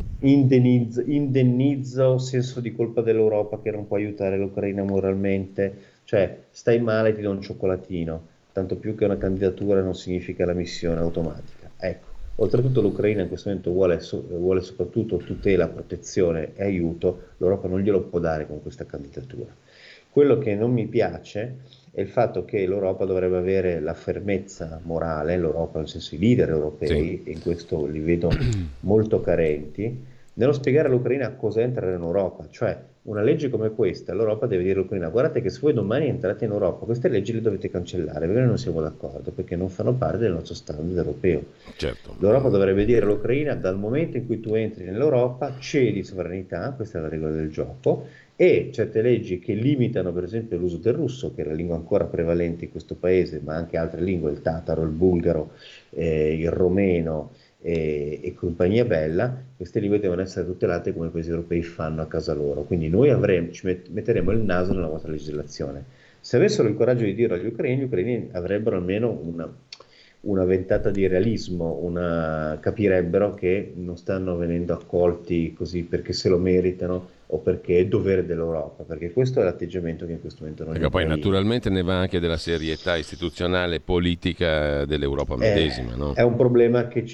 Indennizzo, senso di colpa dell'Europa che non può aiutare l'Ucraina moralmente, cioè stai male, ti do un cioccolatino. Tanto più che una candidatura non significa la missione automatica. Ecco, oltretutto l'Ucraina in questo momento vuole soprattutto tutela, protezione e aiuto, l'Europa non glielo può dare con questa candidatura. Quello che non mi piace è il fatto che l'Europa dovrebbe avere la fermezza morale, l'Europa nel senso i leader europei, e in questo li vedo molto carenti, nello spiegare all'Ucraina cosa entrare in Europa, cioè una legge come questa, l'Europa deve dire all'Ucraina: guardate che se voi domani entrate in Europa, queste leggi le dovete cancellare, perché noi non siamo d'accordo, perché non fanno parte del nostro standard europeo. Certo. L'Europa dovrebbe dire all'Ucraina: dal momento in cui tu entri nell'Europa, cedi sovranità, questa è la regola del gioco, e certe leggi che limitano per esempio l'uso del russo, che è la lingua ancora prevalente in questo paese, ma anche altre lingue, il tataro, il bulgaro, il romeno, e compagnia bella, queste lingue devono essere tutelate come i paesi europei fanno a casa loro. Quindi noi metteremo il naso nella vostra legislazione. Se avessero il coraggio di dirlo agli ucraini, gli ucraini avrebbero almeno una ventata di realismo, capirebbero che non stanno venendo accolti così perché se lo meritano o perché è dovere dell'Europa, perché questo è l'atteggiamento che in questo momento non Perché poi naturalmente ne va anche della serietà istituzionale e politica dell'Europa medesima, no? È un problema che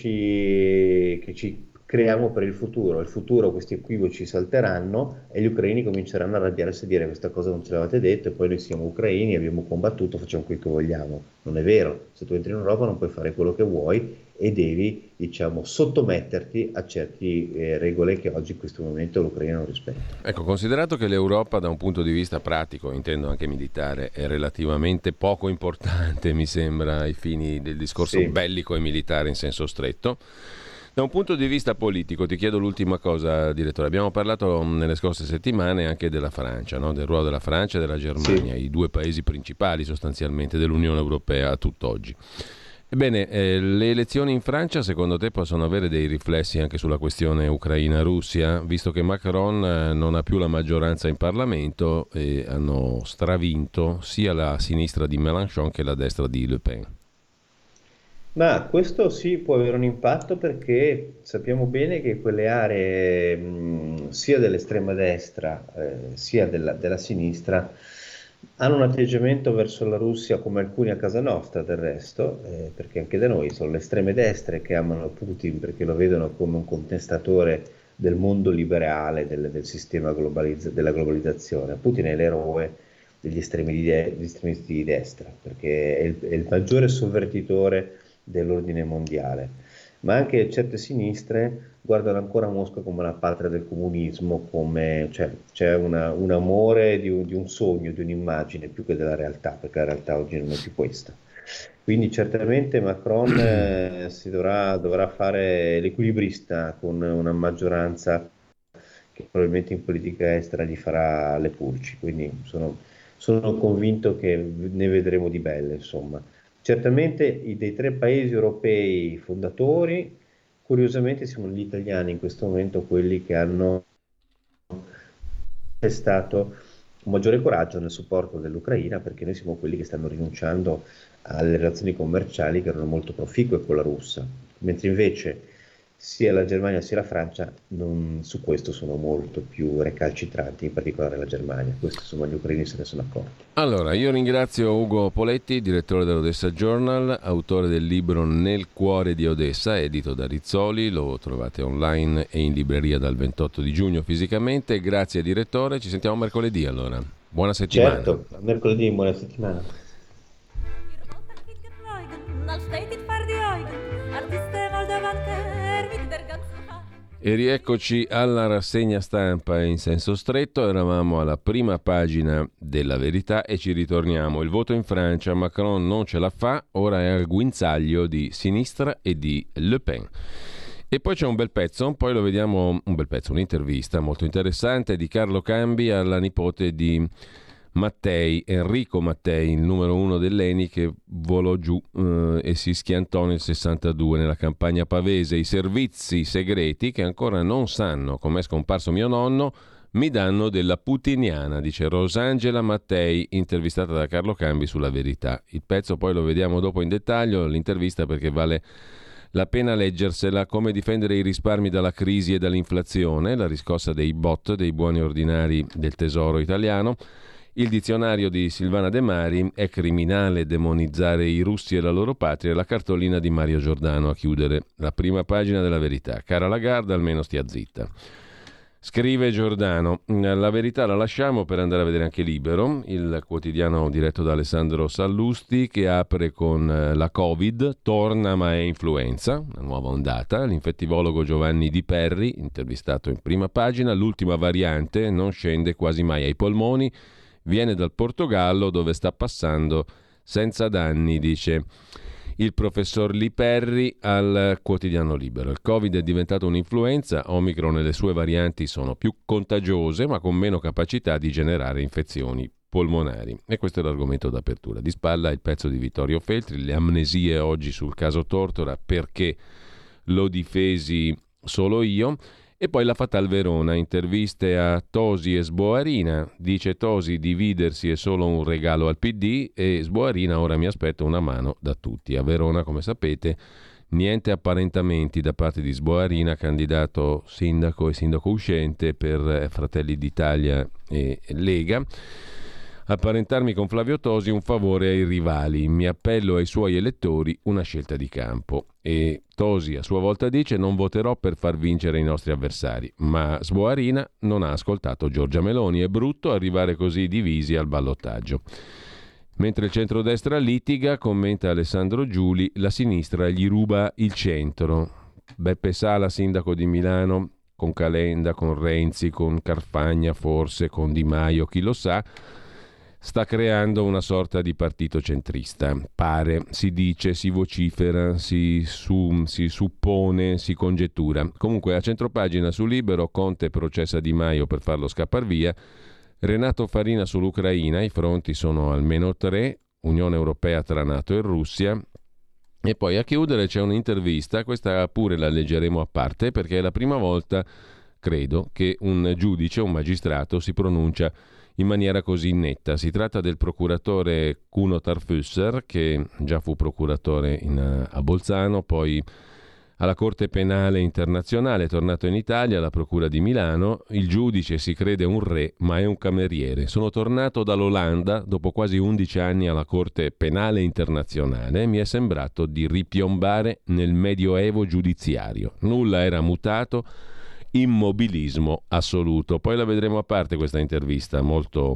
ci creiamo per il futuro. Il futuro, questi equivoci salteranno e gli ucraini cominceranno a arrabbiarsi e dire: questa cosa non ce l'avete detto, e poi noi siamo ucraini, abbiamo combattuto, facciamo quel che vogliamo. Non è vero, se tu entri in Europa non puoi fare quello che vuoi e devi, diciamo, sottometterti a certe regole che oggi in questo momento l'Ucraina non rispetta. Ecco, considerato che l'Europa da un punto di vista pratico, intendo anche militare, è relativamente poco importante, mi sembra, ai fini del discorso bellico e militare in senso stretto, da un punto di vista politico, ti chiedo l'ultima cosa, direttore. Abbiamo parlato nelle scorse settimane anche della Francia, no? Del ruolo della Francia e della Germania, i due paesi principali sostanzialmente dell'Unione Europea a tutt'oggi. Ebbene, le elezioni in Francia secondo te possono avere dei riflessi anche sulla questione Ucraina-Russia, visto che Macron non ha più la maggioranza in Parlamento e hanno stravinto sia la sinistra di Mélenchon che la destra di Le Pen? Ma questo sì può avere un impatto, perché sappiamo bene che quelle aree sia dell'estrema destra sia della sinistra hanno un atteggiamento verso la Russia come alcuni a casa nostra del resto, perché anche da noi sono le estreme destre che amano Putin perché lo vedono come un contestatore del mondo liberale, del sistema della globalizzazione. Putin è l'eroe degli estremisti di destra, perché è il maggiore sovvertitore dell'ordine mondiale, ma anche certe sinistre guardano ancora Mosca come la patria del comunismo, cioè, c'è un amore di un sogno, di un'immagine più che della realtà, perché la realtà oggi non è più questa. Quindi certamente Macron dovrà fare l'equilibrista con una maggioranza che probabilmente in politica estera gli farà le pulci, quindi sono convinto che ne vedremo di belle, insomma. Certamente dei tre paesi europei fondatori, curiosamente siamo gli italiani in questo momento quelli che hanno manifestato un maggiore coraggio nel supporto dell'Ucraina, perché noi siamo quelli che stanno rinunciando alle relazioni commerciali che erano molto proficue con la Russia, mentre invece sia la Germania sia la Francia su questo sono molto più recalcitranti, in particolare la Germania. Questo insomma gli ucraini se ne sono accorti. Allora, io ringrazio Ugo Poletti, direttore dell'Odessa Journal, autore del libro Nel cuore di Odessa, edito da Rizzoli, lo trovate online e in libreria dal 28 di giugno fisicamente. Grazie direttore, ci sentiamo mercoledì allora. Buona settimana. Certo, mercoledì, buona settimana. E rieccoci alla rassegna stampa in senso stretto. Eravamo alla prima pagina della Verità e ci ritorniamo. Il voto in Francia, Macron non ce la fa, ora è al guinzaglio di sinistra e di Le Pen. E poi c'è un bel pezzo, poi lo vediamo, un'intervista molto interessante di Carlo Cambi alla nipote di Mattei, Enrico Mattei, il numero 1 dell'ENI, che volò giù e si schiantò nel 62 nella campagna pavese. I servizi segreti, che ancora non sanno com'è scomparso mio nonno, mi danno della putiniana, dice Rosangela Mattei, intervistata da Carlo Cambi sulla Verità. Il pezzo poi lo vediamo dopo in dettaglio, l'intervista, perché vale la pena leggersela. Come difendere i risparmi dalla crisi e dall'inflazione, la riscossa dei bot, dei buoni ordinari del tesoro italiano. Il dizionario di Silvana De Mari, è criminale demonizzare i russi e la loro patria, la cartolina di Mario Giordano a chiudere la prima pagina della Verità. Cara Lagarde, almeno stia zitta. Scrive Giordano, la verità la lasciamo per andare a vedere anche Libero, il quotidiano diretto da Alessandro Sallusti, che apre con la Covid, torna ma è influenza, una nuova ondata, l'infettivologo Giovanni Di Perri, intervistato in prima pagina, l'ultima variante non scende quasi mai ai polmoni, viene dal Portogallo dove sta passando senza danni, dice il professor Liperri al quotidiano Libero. Il Covid è diventato un'influenza, Omicron e le sue varianti sono più contagiose ma con meno capacità di generare infezioni polmonari. E questo è l'argomento d'apertura. Di spalla il pezzo di Vittorio Feltri, le amnesie oggi sul caso Tortora, perché l'ho difesi solo io. E poi la Fatal Verona, interviste a Tosi e Sboarina. Dice Tosi dividersi è solo un regalo al PD e Sboarina ora mi aspetto una mano da tutti. A Verona, come sapete, niente apparentamenti da parte di Sboarina, candidato sindaco e sindaco uscente per Fratelli d'Italia e Lega. Apparentarmi con Flavio Tosi un favore ai rivali, mi appello ai suoi elettori, una scelta di campo. E Tosi a sua volta dice non voterò per far vincere i nostri avversari, ma Sboarina non ha ascoltato Giorgia Meloni, è brutto arrivare così divisi al ballottaggio. Mentre il centrodestra litiga, commenta Alessandro Giuli, la sinistra gli ruba il centro. Beppe Sala, sindaco di Milano, con Calenda, con Renzi, con Carfagna forse, con Di Maio, chi lo sa, sta creando una sorta di partito centrista. Pare, si dice, si vocifera, si suppone, si congettura. Comunque a centropagina su Libero, Conte processa Di Maio per farlo scappar via, Renato Farina sull'Ucraina, i fronti sono almeno 3, Unione Europea tra NATO e Russia. E poi a chiudere c'è un'intervista, questa pure la leggeremo a parte perché è la prima volta, credo, che un giudice, un magistrato si pronuncia in maniera così netta. Si tratta del procuratore Kuno Tarfusser, che già fu procuratore a Bolzano, poi alla Corte Penale Internazionale, è tornato in Italia, alla Procura di Milano. Il giudice si crede un re, ma è un cameriere. Sono tornato dall'Olanda dopo quasi 11 anni alla Corte Penale Internazionale e mi è sembrato di ripiombare nel medioevo giudiziario. Nulla era mutato, immobilismo assoluto. Poi la vedremo a parte questa intervista molto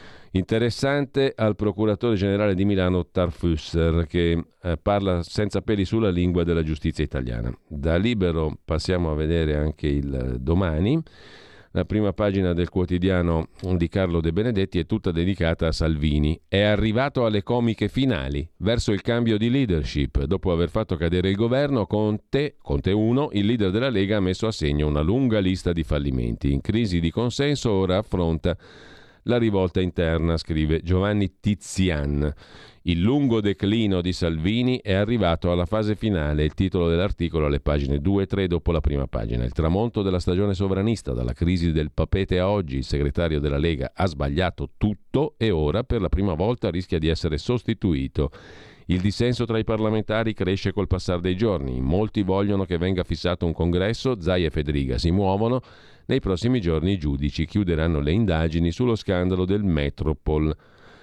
interessante al procuratore generale di Milano Tarfusser, che parla senza peli sulla lingua della giustizia italiana. Da Libero passiamo a vedere anche il Domani. La prima pagina del quotidiano di Carlo De Benedetti è tutta dedicata a Salvini. È arrivato alle comiche finali verso il cambio di leadership. Dopo aver fatto cadere il governo, Conte 1, il leader della Lega, ha messo a segno una lunga lista di fallimenti. In crisi di consenso ora affronta la rivolta interna, scrive Giovanni Tizian. Il lungo declino di Salvini è arrivato alla fase finale, il titolo dell'articolo alle pagine 2 e 3 dopo la prima pagina. Il tramonto della stagione sovranista, dalla crisi del Papete a oggi, il segretario della Lega ha sbagliato tutto e ora per la prima volta rischia di essere sostituito. Il dissenso tra i parlamentari cresce col passare dei giorni, molti vogliono che venga fissato un congresso, Zai e Fedriga si muovono, nei prossimi giorni i giudici chiuderanno le indagini sullo scandalo del Metropol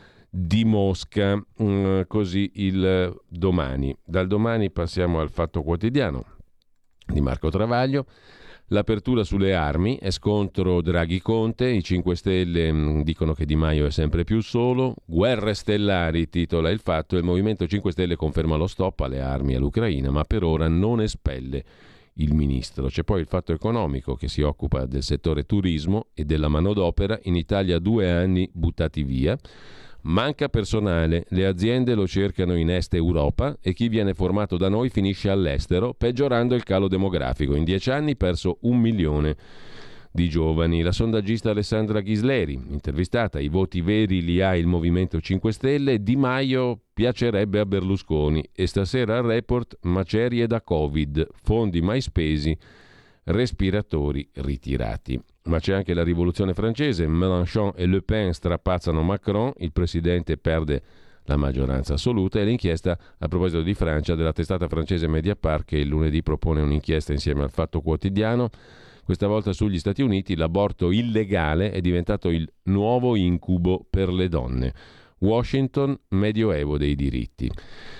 di Mosca. Così il Domani. Dal Domani passiamo al Fatto Quotidiano di Marco Travaglio. L'apertura sulle armi è scontro Draghi-Conte, i 5 Stelle dicono che Di Maio è sempre più solo, guerre stellari titola il Fatto, e il Movimento 5 Stelle conferma lo stop alle armi all'Ucraina ma per ora non espelle il ministro. C'è poi il Fatto Economico che si occupa del settore turismo e della manodopera, in Italia 2 anni buttati via. Manca personale, le aziende lo cercano in Est Europa e chi viene formato da noi finisce all'estero, peggiorando il calo demografico. In 10 anni perso 1 milione di giovani. La sondaggista Alessandra Ghisleri, intervistata, i voti veri li ha il Movimento 5 Stelle, Di Maio piacerebbe a Berlusconi e stasera al Report macerie da Covid, fondi mai spesi, respiratori ritirati. Ma c'è anche la rivoluzione francese, Mélenchon e Le Pen strapazzano Macron, il presidente perde la maggioranza assoluta, e l'inchiesta a proposito di Francia della testata francese Mediapart, che il lunedì propone un'inchiesta insieme al Fatto Quotidiano, questa volta sugli Stati Uniti. L'aborto illegale è diventato il nuovo incubo per le donne. Washington, medioevo dei diritti.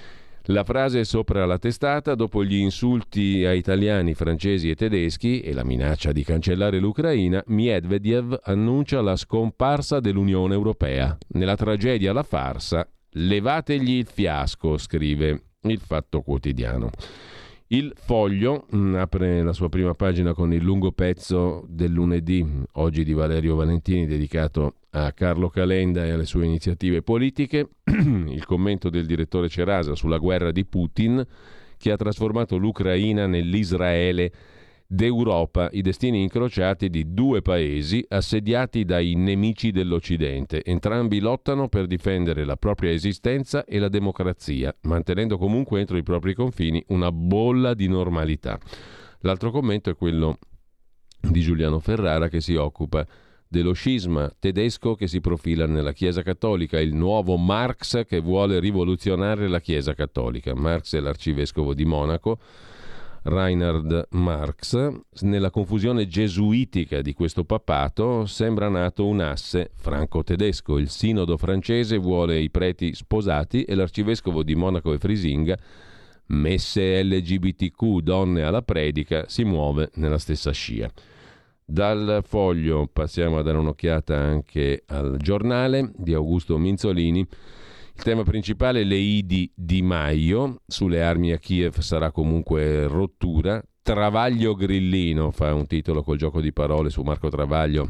La frase sopra la testata: dopo gli insulti a italiani, francesi e tedeschi e la minaccia di cancellare l'Ucraina, Medvedev annuncia la scomparsa dell'Unione Europea. Nella tragedia la farsa, levategli il fiasco, scrive il Fatto Quotidiano. Il Foglio apre la sua prima pagina con il lungo pezzo del lunedì, oggi di Valerio Valentini, dedicato a Carlo Calenda e alle sue iniziative politiche. Il commento del direttore Cerasa sulla guerra di Putin, che ha trasformato l'Ucraina nell'Israele d'Europa, i destini incrociati di due paesi assediati dai nemici dell'Occidente. Entrambi lottano per difendere la propria esistenza e la democrazia, mantenendo comunque entro i propri confini una bolla di normalità. L'altro commento è quello di Giuliano Ferrara, che si occupa dello scisma tedesco che si profila nella Chiesa Cattolica, il nuovo Marx che vuole rivoluzionare la Chiesa Cattolica. Marx è l'arcivescovo di Monaco, Reinhard Marx. Nella confusione gesuitica di questo papato sembra nato un asse franco-tedesco. Il sinodo francese vuole i preti sposati e l'arcivescovo di Monaco e Frisinga, messe LGBTQ, donne alla predica, si muove nella stessa scia. Dal Foglio passiamo a dare un'occhiata anche al Giornale di Augusto Minzolini. Il tema principale: le Idi Di Maio, sulle armi a Kiev sarà comunque rottura. Travaglio grillino, fa un titolo col gioco di parole su Marco Travaglio.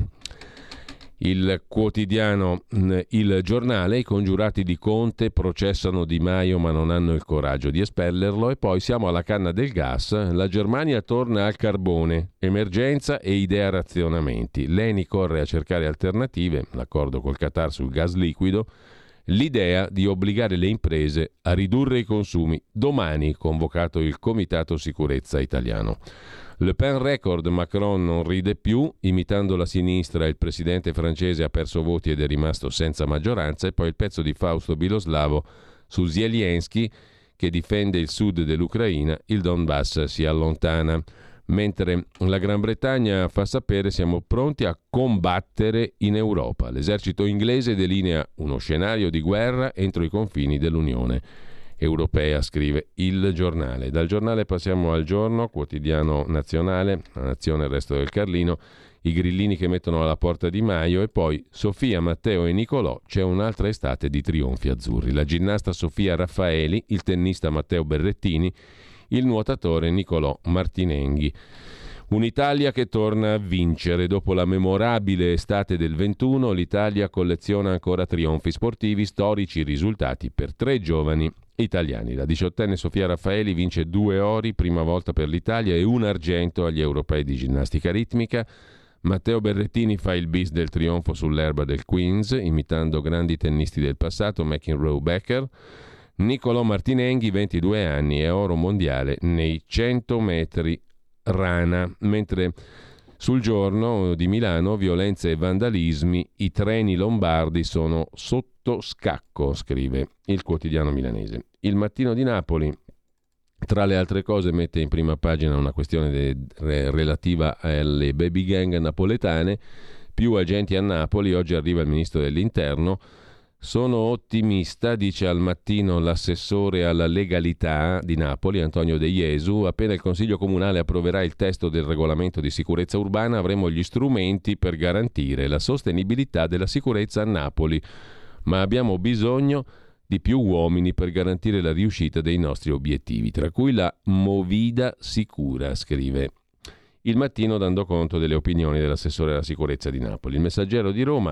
Il quotidiano Il Giornale: i congiurati di Conte processano Di Maio ma non hanno il coraggio di espellerlo. E poi siamo alla canna del gas, la Germania torna al carbone, emergenza e idea razionamenti. L'ENI corre a cercare alternative, l'accordo col Qatar sul gas liquido, l'idea di obbligare le imprese a ridurre i consumi. Domani convocato il Comitato Sicurezza italiano. Le Pen record: Macron non ride più, imitando la sinistra il presidente francese ha perso voti ed è rimasto senza maggioranza. E poi il pezzo di Fausto Biloslavo su Zelensky che difende il sud dell'Ucraina, il Donbass si allontana. Mentre la Gran Bretagna fa sapere: siamo pronti a combattere in Europa. L'esercito inglese delinea uno scenario di guerra entro i confini dell'Unione Europea, scrive il Giornale. Dal Giornale passiamo al Giorno, quotidiano nazionale, La Nazione e il Resto del Carlino. I grillini che mettono alla porta Di Maio. E poi Sofia, Matteo e Nicolò, c'è un'altra estate di trionfi azzurri. La ginnasta Sofia Raffaeli, il tennista Matteo Berrettini, il nuotatore Nicolò Martinenghi. Un'Italia che torna a vincere. Dopo la memorabile estate del 21, l'Italia colleziona ancora trionfi sportivi, storici risultati per 3 giovani italiani. La 18enne Sofia Raffaeli vince 2 ori, prima volta per l'Italia, e 1 argento agli europei di ginnastica ritmica. Matteo Berrettini fa il bis del trionfo sull'erba del Queens, imitando grandi tennisti del passato, McEnroe, Becker. Nicolò Martinenghi, 22 anni, è oro mondiale nei 100 metri rana. Mentre sul Giorno di Milano: violenze e vandalismi, i treni lombardi sono sotto scacco, scrive il quotidiano milanese. Il Mattino di Napoli, tra le altre cose, mette in prima pagina una questione relativa alle baby gang napoletane. Più agenti a Napoli, oggi arriva il ministro dell'Interno. Sono ottimista, dice al Mattino l'assessore alla legalità di Napoli, Antonio De Jesu. Appena il Consiglio Comunale approverà il testo del regolamento di sicurezza urbana, avremo gli strumenti per garantire la sostenibilità della sicurezza a Napoli. Ma abbiamo bisogno di più uomini per garantire la riuscita dei nostri obiettivi, tra cui la Movida Sicura, scrive il Mattino, dando conto delle opinioni dell'assessore alla sicurezza di Napoli. Il Messaggero di Roma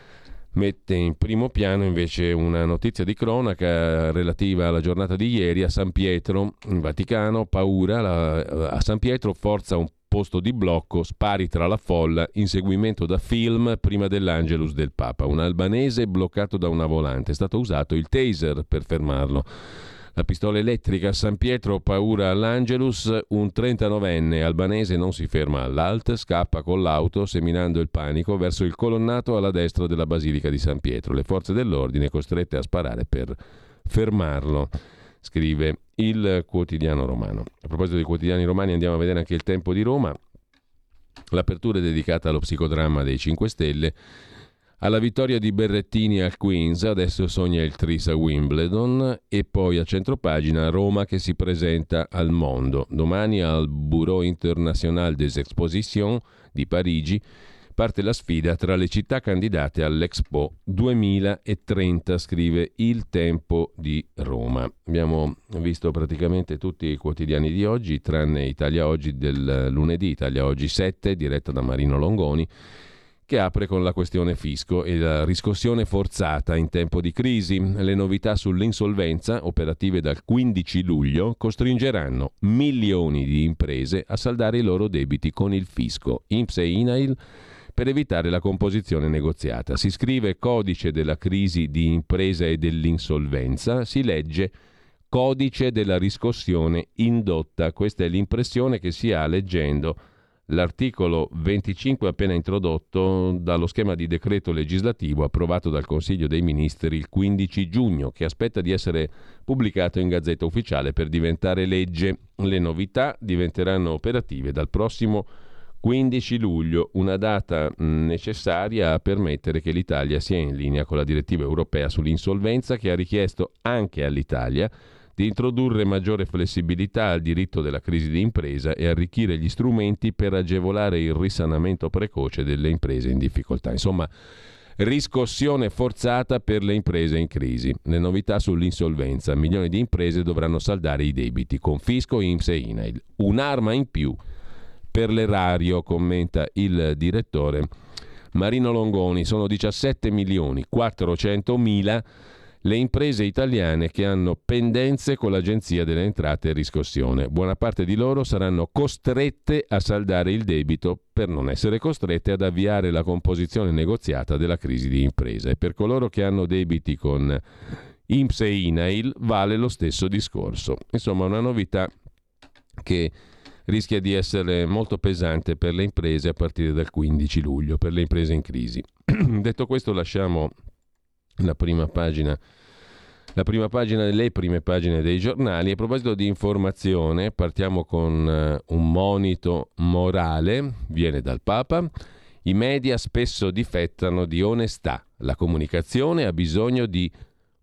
mette in primo piano invece una notizia di cronaca relativa alla giornata di ieri a San Pietro, in Vaticano. Paura, a San Pietro forza un posto di blocco, spari tra la folla, inseguimento da film prima dell'Angelus del Papa. Un albanese bloccato da una volante, è stato usato il taser per fermarlo. La pistola elettrica a San Pietro, paura all'Angelus. Un 39enne albanese non si ferma all'alt, scappa con l'auto seminando il panico verso il colonnato alla destra della Basilica di San Pietro. Le forze dell'ordine costrette a sparare per fermarlo, scrive il quotidiano romano. A proposito dei quotidiani romani, andiamo a vedere anche il Tempo di Roma. L'apertura è dedicata allo psicodramma dei 5 Stelle. Alla vittoria di Berrettini al Queens, adesso sogna il tris a Wimbledon, e poi a centropagina Roma che si presenta al mondo. Domani al Bureau International des Expositions di Parigi parte la sfida tra le città candidate all'Expo 2030, scrive Il Tempo di Roma. Abbiamo visto praticamente tutti i quotidiani di oggi, tranne Italia Oggi del lunedì, Italia Oggi 7, diretta da Marino Longoni, che apre con la questione fisco e la riscossione forzata in tempo di crisi. Le novità sull'insolvenza, operative dal 15 luglio, costringeranno milioni di imprese a saldare i loro debiti con il fisco, INPS e INAIL, per evitare la composizione negoziata. Si scrive codice della crisi di impresa e dell'insolvenza, si legge codice della riscossione indotta. Questa è l'impressione che si ha leggendo l'articolo 25 appena introdotto dallo schema di decreto legislativo approvato dal Consiglio dei Ministri il 15 giugno, che aspetta di essere pubblicato in Gazzetta Ufficiale per diventare legge. Le novità diventeranno operative dal prossimo 15 luglio, una data necessaria a permettere che l'Italia sia in linea con la direttiva europea sull'insolvenza, che ha richiesto anche all'Italia di introdurre maggiore flessibilità al diritto della crisi di impresa e arricchire gli strumenti per agevolare il risanamento precoce delle imprese in difficoltà. Insomma, riscossione forzata per le imprese in crisi. Le novità sull'insolvenza: milioni di imprese dovranno saldare i debiti con fisco, INPS e INAIL. Un'arma in più per l'erario, commenta il direttore Marino Longoni. Sono 17.400.000 le imprese italiane che hanno pendenze con l'Agenzia delle Entrate e Riscossione. Buona parte di loro saranno costrette a saldare il debito per non essere costrette ad avviare la composizione negoziata della crisi di impresa. E per coloro che hanno debiti con INPS e INAIL vale lo stesso discorso. Insomma, una novità che rischia di essere molto pesante per le imprese a partire dal 15 luglio, per le imprese in crisi. Detto questo, lasciamo le prime pagine dei giornali. A proposito di informazione, partiamo con un monito morale, viene dal Papa. I media spesso difettano di onestà, la comunicazione ha bisogno di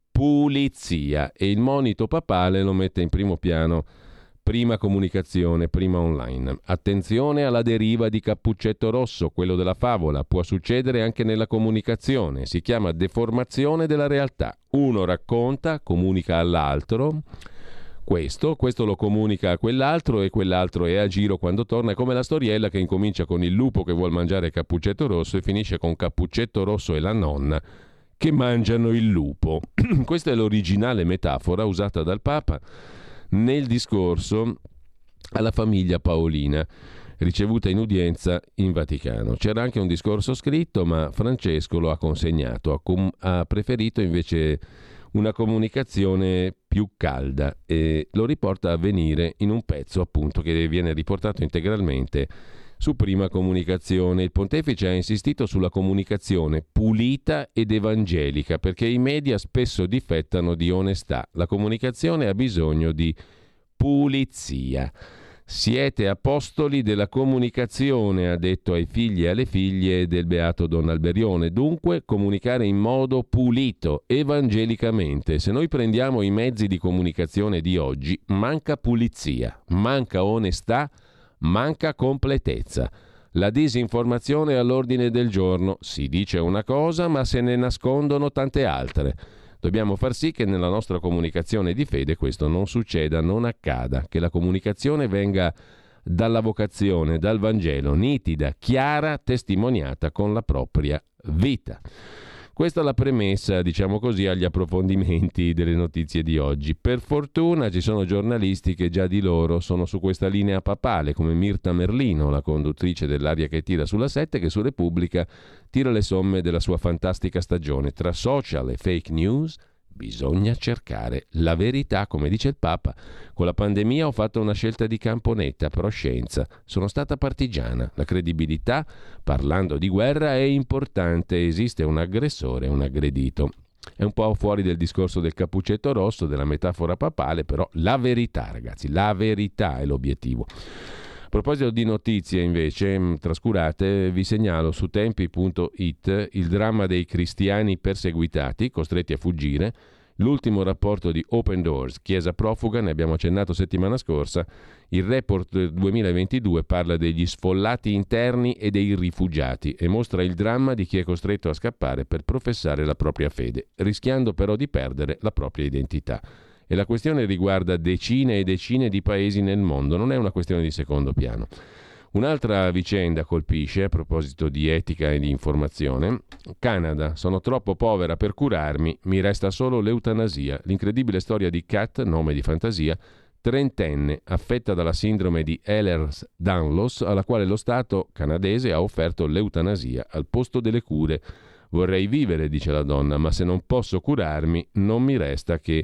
pulizia e il monito papale lo mette in primo piano. Prima comunicazione, prima online. Attenzione alla deriva di Cappuccetto Rosso, quello della favola. Può succedere anche nella comunicazione. Si chiama deformazione della realtà. Uno racconta, comunica all'altro questo lo comunica a quell'altro e quell'altro è a giro quando torna. È come la storiella che incomincia con il lupo che vuol mangiare Cappuccetto Rosso e finisce con Cappuccetto Rosso e la nonna che mangiano il lupo. Questa è l'originale metafora usata dal Papa nel discorso alla famiglia Paolina ricevuta in udienza in Vaticano. C'era anche un discorso scritto, ma Francesco lo ha consegnato, ha preferito invece una comunicazione più calda e lo riporta a venire in un pezzo appunto che viene riportato integralmente su Prima Comunicazione. Il pontefice ha insistito sulla comunicazione pulita ed evangelica perché i media spesso difettano di onestà. La comunicazione ha bisogno di pulizia. Siete apostoli della comunicazione, ha detto ai figli e alle figlie del beato Don Alberione. Dunque comunicare in modo pulito, evangelicamente. Se noi prendiamo i mezzi di comunicazione di oggi, manca pulizia, manca onestà, manca completezza. La disinformazione è all'ordine del giorno. Si dice una cosa, ma se ne nascondono tante altre. Dobbiamo far sì che nella nostra comunicazione di fede questo non succeda, non accada, che la comunicazione venga dalla vocazione, dal Vangelo, nitida, chiara, testimoniata con la propria vita. Questa è la premessa, diciamo così, agli approfondimenti delle notizie di oggi. Per fortuna ci sono giornalisti che già di loro sono su questa linea papale, come Mirta Merlino, la conduttrice dell'Aria che tira sulla 7, che su Repubblica tira le somme della sua fantastica stagione. Tra social e fake news bisogna cercare la verità, come dice il Papa. Con la pandemia ho fatto una scelta di campo netta, pro scienza. Sono stata partigiana. La credibilità, parlando di guerra, è importante. Esiste un aggressore e un aggredito. È un po' fuori del discorso del Cappuccetto Rosso, della metafora papale, però la verità, ragazzi, la verità è l'obiettivo. A proposito di notizie invece trascurate, vi segnalo su tempi.it il dramma dei cristiani perseguitati, costretti a fuggire, l'ultimo rapporto di Open Doors, Chiesa profuga, ne abbiamo accennato settimana scorsa. Il report 2022 parla degli sfollati interni e dei rifugiati e mostra il dramma di chi è costretto a scappare per professare la propria fede, rischiando però di perdere la propria identità. E la questione riguarda decine e decine di paesi nel mondo, non è una questione di secondo piano. Un'altra vicenda colpisce, a proposito di etica e di informazione. Canada, sono troppo povera per curarmi, mi resta solo l'eutanasia. L'incredibile storia di Kat, nome di fantasia, trentenne, affetta dalla sindrome di Ehlers-Danlos, alla quale lo Stato canadese ha offerto l'eutanasia al posto delle cure. Vorrei vivere, dice la donna, ma se non posso curarmi, non mi resta che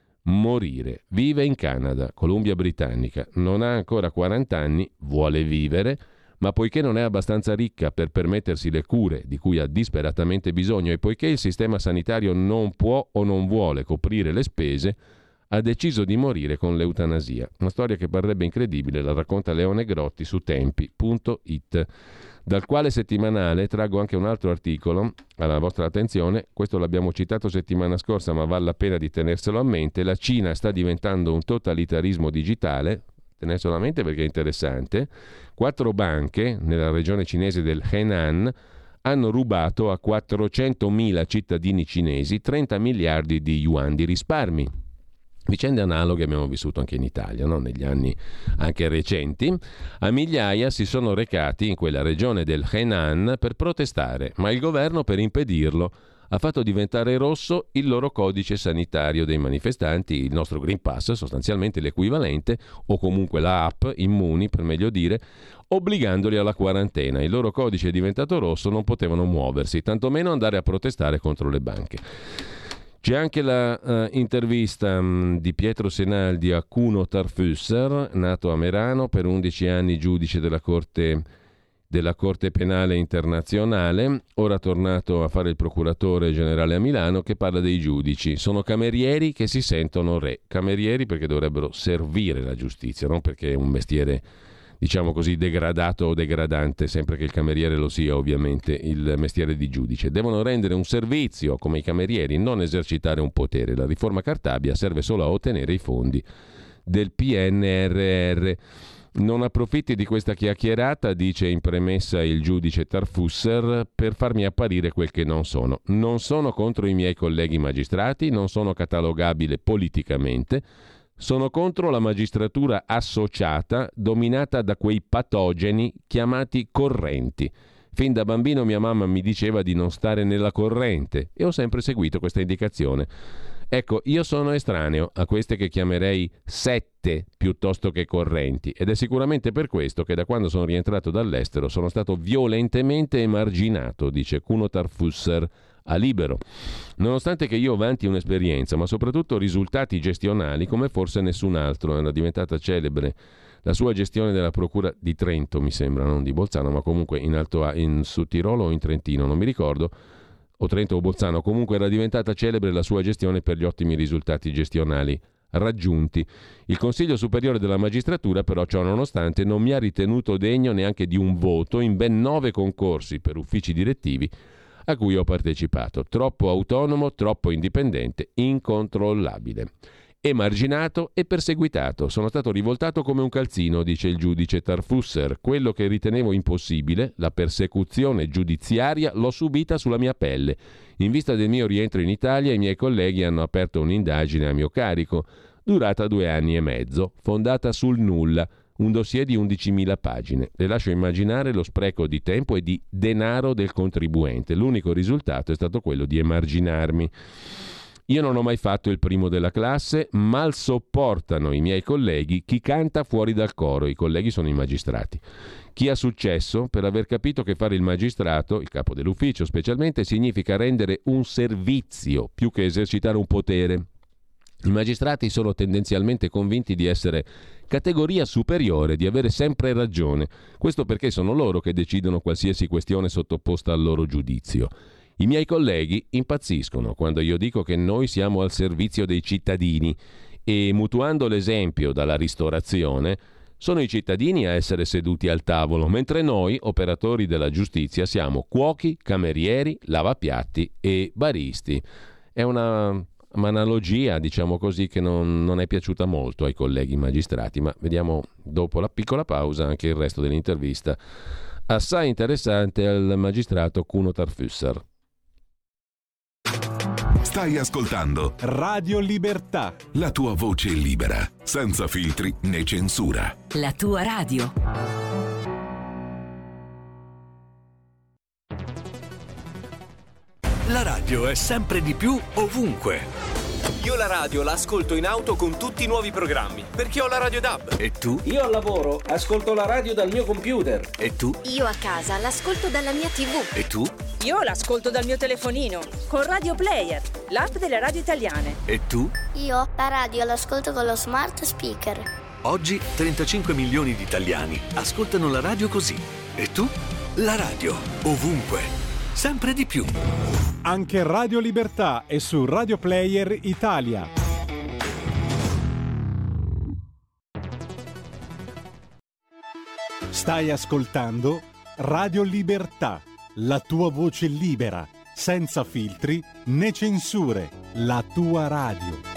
morire. Vive in Canada, Columbia Britannica, non ha ancora 40 anni, vuole vivere, ma poiché non è abbastanza ricca per permettersi le cure di cui ha disperatamente bisogno e poiché il sistema sanitario non può o non vuole coprire le spese, ha deciso di morire con l'eutanasia. Una storia che parrebbe incredibile, la racconta Leone Grotti su tempi.it, dal quale settimanale traggo anche un altro articolo alla vostra attenzione. Questo l'abbiamo citato settimana scorsa, ma vale la pena di tenerselo a mente. La Cina sta diventando un totalitarismo digitale, tenerselo a mente perché è interessante. 4 banche nella regione cinese del Henan hanno rubato a 400.000 cittadini cinesi 30 miliardi di yuan di risparmi. Vicende analoghe abbiamo vissuto anche in Italia, no? Negli anni anche recenti. A migliaia si sono recati in quella regione del Henan per protestare, ma il governo, per impedirlo, ha fatto diventare rosso il loro codice sanitario dei manifestanti, il nostro Green Pass, sostanzialmente l'equivalente, o comunque la app Immuni per meglio dire, obbligandoli alla quarantena. Il loro codice è diventato rosso, non potevano muoversi, tantomeno andare a protestare contro le banche. C'è anche la intervista di Pietro Senaldi a Kuno Tarfusser, nato a Merano, per 11 anni giudice della Corte Penale Internazionale, ora tornato a fare il procuratore generale a Milano, che parla dei giudici. Sono camerieri che si sentono re. Camerieri perché dovrebbero servire la giustizia, non perché è un mestiere, diciamo così, degradato o degradante, sempre che il cameriere lo sia ovviamente, il mestiere di giudice. Devono rendere un servizio come i camerieri, non esercitare un potere. La riforma Cartabia serve solo a ottenere i fondi del PNRR. Non approfitti di questa chiacchierata, dice in premessa il giudice Tarfusser, per farmi apparire quel che non sono. Non sono contro i miei colleghi magistrati, non sono catalogabile politicamente. Sono contro la magistratura associata, dominata da quei patogeni chiamati correnti. Fin da bambino mia mamma mi diceva di non stare nella corrente e ho sempre seguito questa indicazione. Ecco, io sono estraneo a queste che chiamerei sette piuttosto che correnti, ed è sicuramente per questo che da quando sono rientrato dall'estero sono stato violentemente emarginato, dice Kuno Tarfusser a Libero. Nonostante che io vanti un'esperienza, ma soprattutto risultati gestionali come forse nessun altro, era diventata celebre la sua gestione della procura di Trento, mi sembra, non di Bolzano, ma comunque in Sud Tirolo o in Trentino, non mi ricordo, o Trento o Bolzano, comunque era diventata celebre la sua gestione per gli ottimi risultati gestionali raggiunti. Il Consiglio Superiore della Magistratura, però, ciò nonostante, non mi ha ritenuto degno neanche di un voto in ben 9 concorsi per uffici direttivi a cui ho partecipato. Troppo autonomo, troppo indipendente, incontrollabile. Emarginato e perseguitato. Sono stato rivoltato come un calzino, dice il giudice Tarfusser. Quello che ritenevo impossibile, la persecuzione giudiziaria, l'ho subita sulla mia pelle. In vista del mio rientro in Italia, i miei colleghi hanno aperto un'indagine a mio carico, durata 2 anni e mezzo, fondata sul nulla, un dossier di 11.000 pagine. Le lascio immaginare lo spreco di tempo e di denaro del contribuente. L'unico risultato è stato quello di emarginarmi. Io non ho mai fatto il primo della classe, mal sopportano i miei colleghi chi canta fuori dal coro. I colleghi sono i magistrati. Chi ha successo per aver capito che fare il magistrato, il capo dell'ufficio specialmente, significa rendere un servizio più che esercitare un potere. I magistrati sono tendenzialmente convinti di essere categoria superiore, di avere sempre ragione. Questo perché sono loro che decidono qualsiasi questione sottoposta al loro giudizio. I miei colleghi impazziscono quando io dico che noi siamo al servizio dei cittadini e, mutuando l'esempio dalla ristorazione, Sono i cittadini a essere seduti al tavolo, mentre noi, operatori della giustizia, siamo cuochi, camerieri, lavapiatti e baristi. È un'analogia, diciamo così, che non è piaciuta molto ai colleghi magistrati, ma vediamo dopo la piccola pausa anche il resto dell'intervista assai interessante al magistrato Kuno Tarfusser. Stai ascoltando Radio Libertà. la tua voce libera, senza filtri né censura. La tua radio. La radio è sempre di più ovunque. Io la radio la ascolto in auto con tutti i nuovi programmi, perché ho la radio DAB. E tu? Io al lavoro ascolto la radio dal mio computer. E tu? Io a casa l'ascolto dalla mia TV. E tu? Io l'ascolto dal mio telefonino, con Radio Player, l'app delle radio italiane. E tu? Io la radio l'ascolto con lo smart speaker. Oggi 35 milioni di italiani ascoltano la radio così. E tu? La radio, ovunque, sempre di più. Anche Radio Libertà è su Radio Player Italia. Stai ascoltando Radio Libertà, la tua voce libera, senza filtri né censure, la tua radio.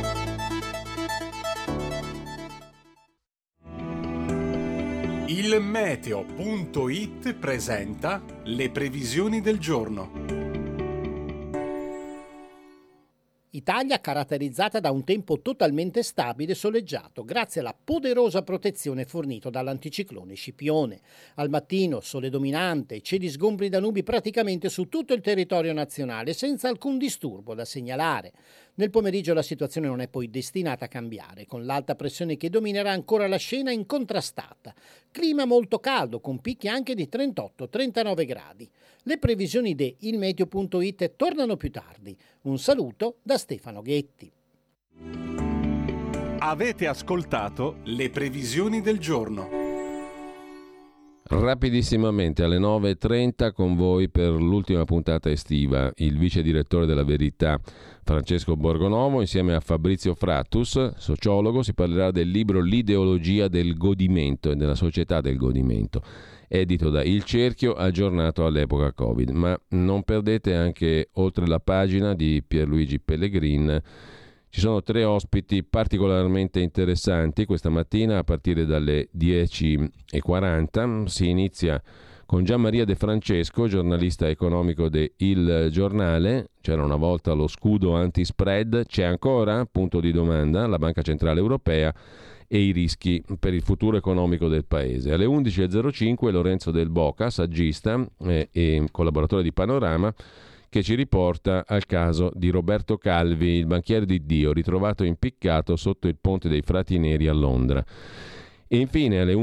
Il meteo.it presenta le previsioni del giorno. Italia caratterizzata da un tempo totalmente stabile e soleggiato, grazie alla poderosa protezione fornita dall'anticiclone Scipione. Al mattino sole dominante, cieli sgombri da nubi praticamente su tutto il territorio nazionale, senza alcun disturbo da segnalare. Nel pomeriggio la situazione non è poi destinata a cambiare, con l'alta pressione che dominerà ancora la scena incontrastata. Clima molto caldo, con picchi anche di 38-39 gradi. Le previsioni di ilmeteo.it tornano più tardi. Un saluto da Stefano Ghetti. Avete ascoltato le previsioni del giorno. Rapidissimamente alle 9.30 con voi per l'ultima puntata estiva il vice direttore della Verità Francesco Borgonovo insieme a Fabrizio Frattus, sociologo. Si parlerà del libro L'ideologia del godimento e della società del godimento, edito da Il Cerchio, aggiornato all'epoca Covid. Ma non perdete anche oltre la pagina di Pierluigi Pellegrin. Ci sono 3 ospiti particolarmente interessanti questa mattina a partire dalle 10.40. Si inizia con Gianmaria De Francesco, giornalista economico de Il Giornale. C'era una volta lo scudo anti-spread, c'è ancora? Punto di domanda. La Banca Centrale Europea e i rischi per il futuro economico del paese. Alle 11.05 Lorenzo Del Boca, saggista e collaboratore di Panorama, che ci riporta al caso di Roberto Calvi, il banchiere di Dio, ritrovato impiccato sotto il ponte dei Frati Neri a Londra. E infine alle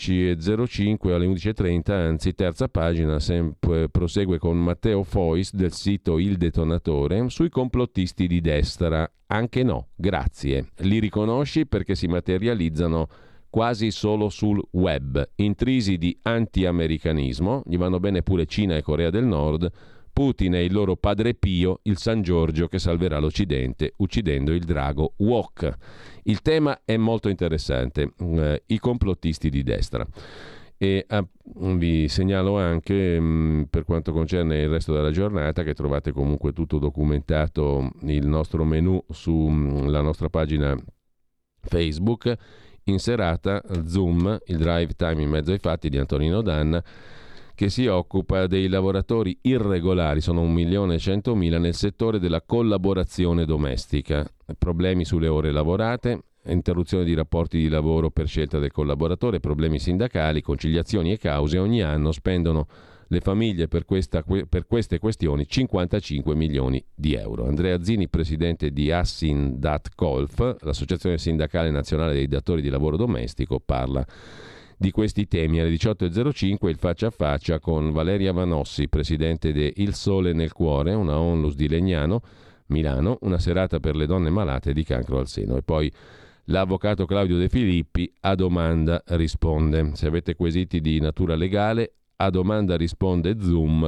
11.05, alle 11.30, anzi terza pagina, sempre prosegue con Matteo Fois del sito Il Detonatore sui complottisti di destra. Anche no, grazie. Li riconosci perché si materializzano quasi solo sul web, intrisi di anti-americanismo, gli vanno bene pure Cina e Corea del Nord. Putin è il loro padre Pio, il San Giorgio che salverà l'Occidente uccidendo il drago Wok. Il tema è molto interessante, i complottisti di destra. E vi segnalo anche per quanto concerne il resto della giornata che trovate comunque tutto documentato, il nostro menu sulla nostra pagina Facebook. In serata Zoom, il drive time in mezzo ai fatti di Antonino Danna, che si occupa dei lavoratori irregolari, sono 1.100.000 nel settore della collaborazione domestica, problemi sulle ore lavorate, interruzione di rapporti di lavoro per scelta del collaboratore, problemi sindacali, conciliazioni e cause. Ogni anno spendono le famiglie per queste questioni 55 milioni di euro. Andrea Zini, presidente di Assin.Colf, l'associazione sindacale nazionale dei datori di lavoro domestico, parla di questi temi. Alle 18.05 il faccia a faccia con Valeria Vanossi, presidente di Il Sole nel Cuore, una onlus di Legnano, Milano, una serata per le donne malate di cancro al seno. E poi l'avvocato Claudio De Filippi a domanda risponde. Se avete quesiti di natura legale, a domanda risponde Zoom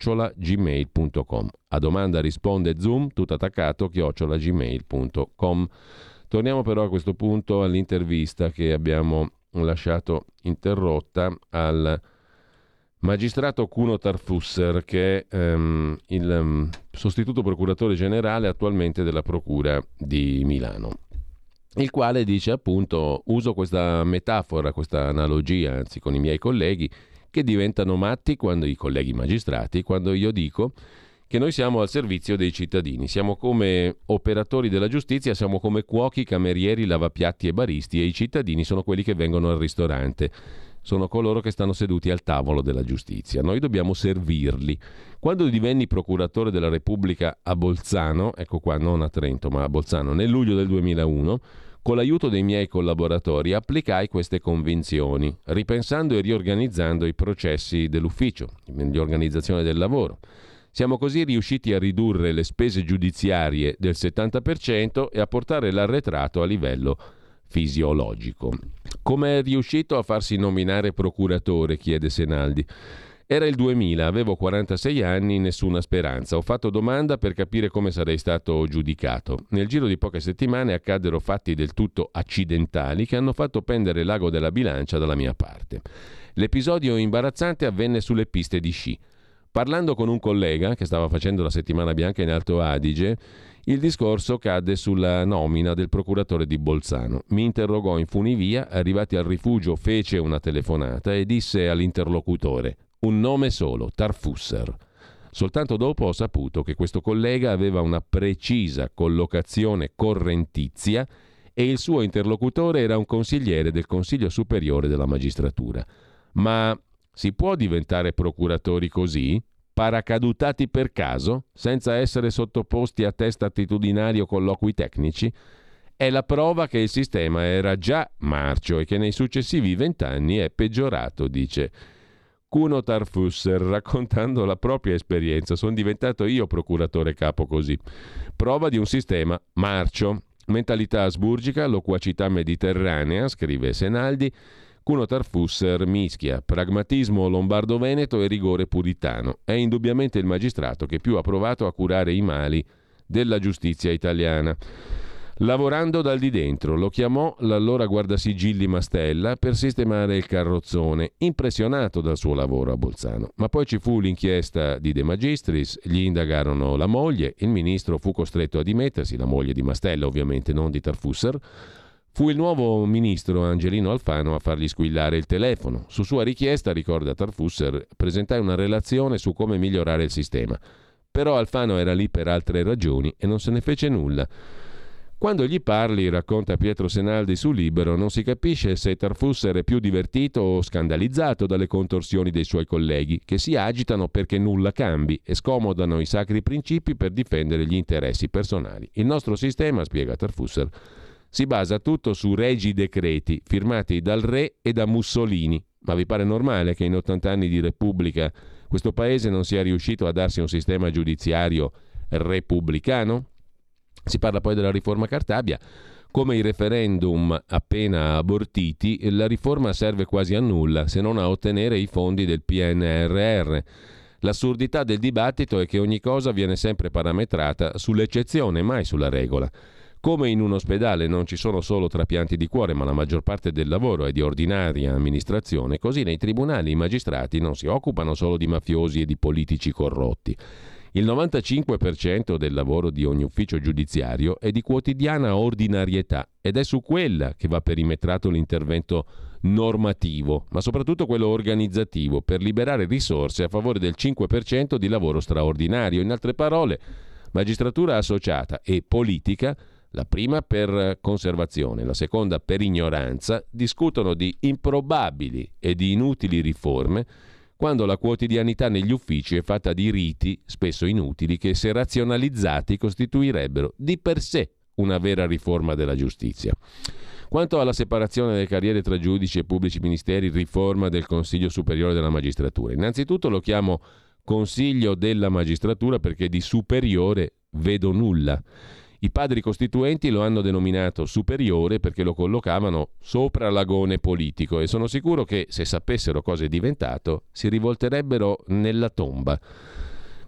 @gmail.com. A domanda risponde Zoom, tutto attaccato, @gmail.com. Torniamo però a questo punto all'intervista che abbiamo lasciato interrotta al magistrato Kuno Tarfusser, che è il sostituto procuratore generale attualmente della Procura di Milano, il quale dice appunto, uso questa metafora, questa analogia, anzi con i miei colleghi, che diventano matti quando i colleghi magistrati, quando io dico che noi siamo al servizio dei cittadini, siamo come operatori della giustizia, siamo come cuochi, camerieri, lavapiatti e baristi, e i cittadini sono quelli che vengono al ristorante, sono coloro che stanno seduti al tavolo della giustizia. Noi dobbiamo servirli. Quando divenni procuratore della Repubblica a Bolzano, ecco qua, non a Trento ma a Bolzano, nel luglio del 2001, con l'aiuto dei miei collaboratori applicai queste convinzioni, ripensando e riorganizzando i processi dell'ufficio, di organizzazione del lavoro. Siamo così riusciti a ridurre le spese giudiziarie del 70% e a portare l'arretrato a livello fisiologico. Come è riuscito a farsi nominare procuratore? Chiede Senaldi. Era il 2000, avevo 46 anni, nessuna speranza. Ho fatto domanda per capire come sarei stato giudicato. Nel giro di poche settimane accaddero fatti del tutto accidentali che hanno fatto pendere l'ago della bilancia dalla mia parte. L'episodio imbarazzante avvenne sulle piste di sci. Parlando con un collega che stava facendo la settimana bianca in Alto Adige, il discorso cadde sulla nomina del procuratore di Bolzano. Mi interrogò in funivia, arrivati al rifugio fece una telefonata e disse all'interlocutore: un nome solo, Tarfusser. Soltanto dopo ho saputo che questo collega aveva una precisa collocazione correntizia e il suo interlocutore era un consigliere del Consiglio Superiore della Magistratura. Ma si può diventare procuratori così? Paracadutati per caso, senza essere sottoposti a test attitudinali o colloqui tecnici? È la prova che il sistema era già marcio e che nei successivi 20 anni è peggiorato, dice Kuno Tarfusser, raccontando la propria esperienza. Sono diventato io procuratore capo così. Prova di un sistema marcio. Mentalità asburgica, loquacità mediterranea, scrive Senaldi. Kuno Tarfusser mischia pragmatismo lombardo-veneto e rigore puritano. È indubbiamente il magistrato che più ha provato a curare i mali della giustizia italiana. Lavorando dal di dentro, lo chiamò l'allora guardasigilli Mastella per sistemare il carrozzone, impressionato dal suo lavoro a Bolzano. Ma poi ci fu l'inchiesta di De Magistris, gli indagarono la moglie, il ministro fu costretto a dimettersi, la moglie di Mastella ovviamente, non di Tarfusser. Fu il nuovo ministro Angelino Alfano a fargli squillare il telefono. Su sua richiesta, ricorda Tarfusser, presentai una relazione su come migliorare il sistema. Però Alfano era lì per altre ragioni e non se ne fece nulla. Quando gli parli, racconta Pietro Senaldi su Libero, non si capisce se Tarfusser è più divertito o scandalizzato dalle contorsioni dei suoi colleghi, che si agitano perché nulla cambi e scomodano i sacri principi per difendere gli interessi personali. Il nostro sistema, spiega Tarfusser, si basa tutto su regi decreti firmati dal re e da Mussolini. Ma vi pare normale che in 80 anni di Repubblica questo paese non sia riuscito a darsi un sistema giudiziario repubblicano? Si parla poi della riforma Cartabia. Come i referendum appena abortiti, la riforma serve quasi a nulla se non a ottenere i fondi del PNRR. L'assurdità del dibattito è che ogni cosa viene sempre parametrata sull'eccezione, mai sulla regola. Come in un ospedale non ci sono solo trapianti di cuore, ma la maggior parte del lavoro è di ordinaria amministrazione, così nei tribunali i magistrati non si occupano solo di mafiosi e di politici corrotti. Il 95% del lavoro di ogni ufficio giudiziario è di quotidiana ordinarietà ed è su quella che va perimetrato l'intervento normativo, ma soprattutto quello organizzativo, per liberare risorse a favore del 5% di lavoro straordinario. In altre parole, magistratura associata e politica, la prima per conservazione, la seconda per ignoranza, discutono di improbabili e di inutili riforme quando la quotidianità negli uffici è fatta di riti, spesso inutili, che se razionalizzati costituirebbero di per sé una vera riforma della giustizia. Quanto alla separazione delle carriere tra giudici e pubblici ministeri, riforma del Consiglio Superiore della Magistratura. Innanzitutto lo chiamo Consiglio della Magistratura perché di superiore vedo nulla. I padri costituenti lo hanno denominato superiore perché lo collocavano sopra l'agone politico e sono sicuro che se sapessero cosa è diventato si rivolterebbero nella tomba.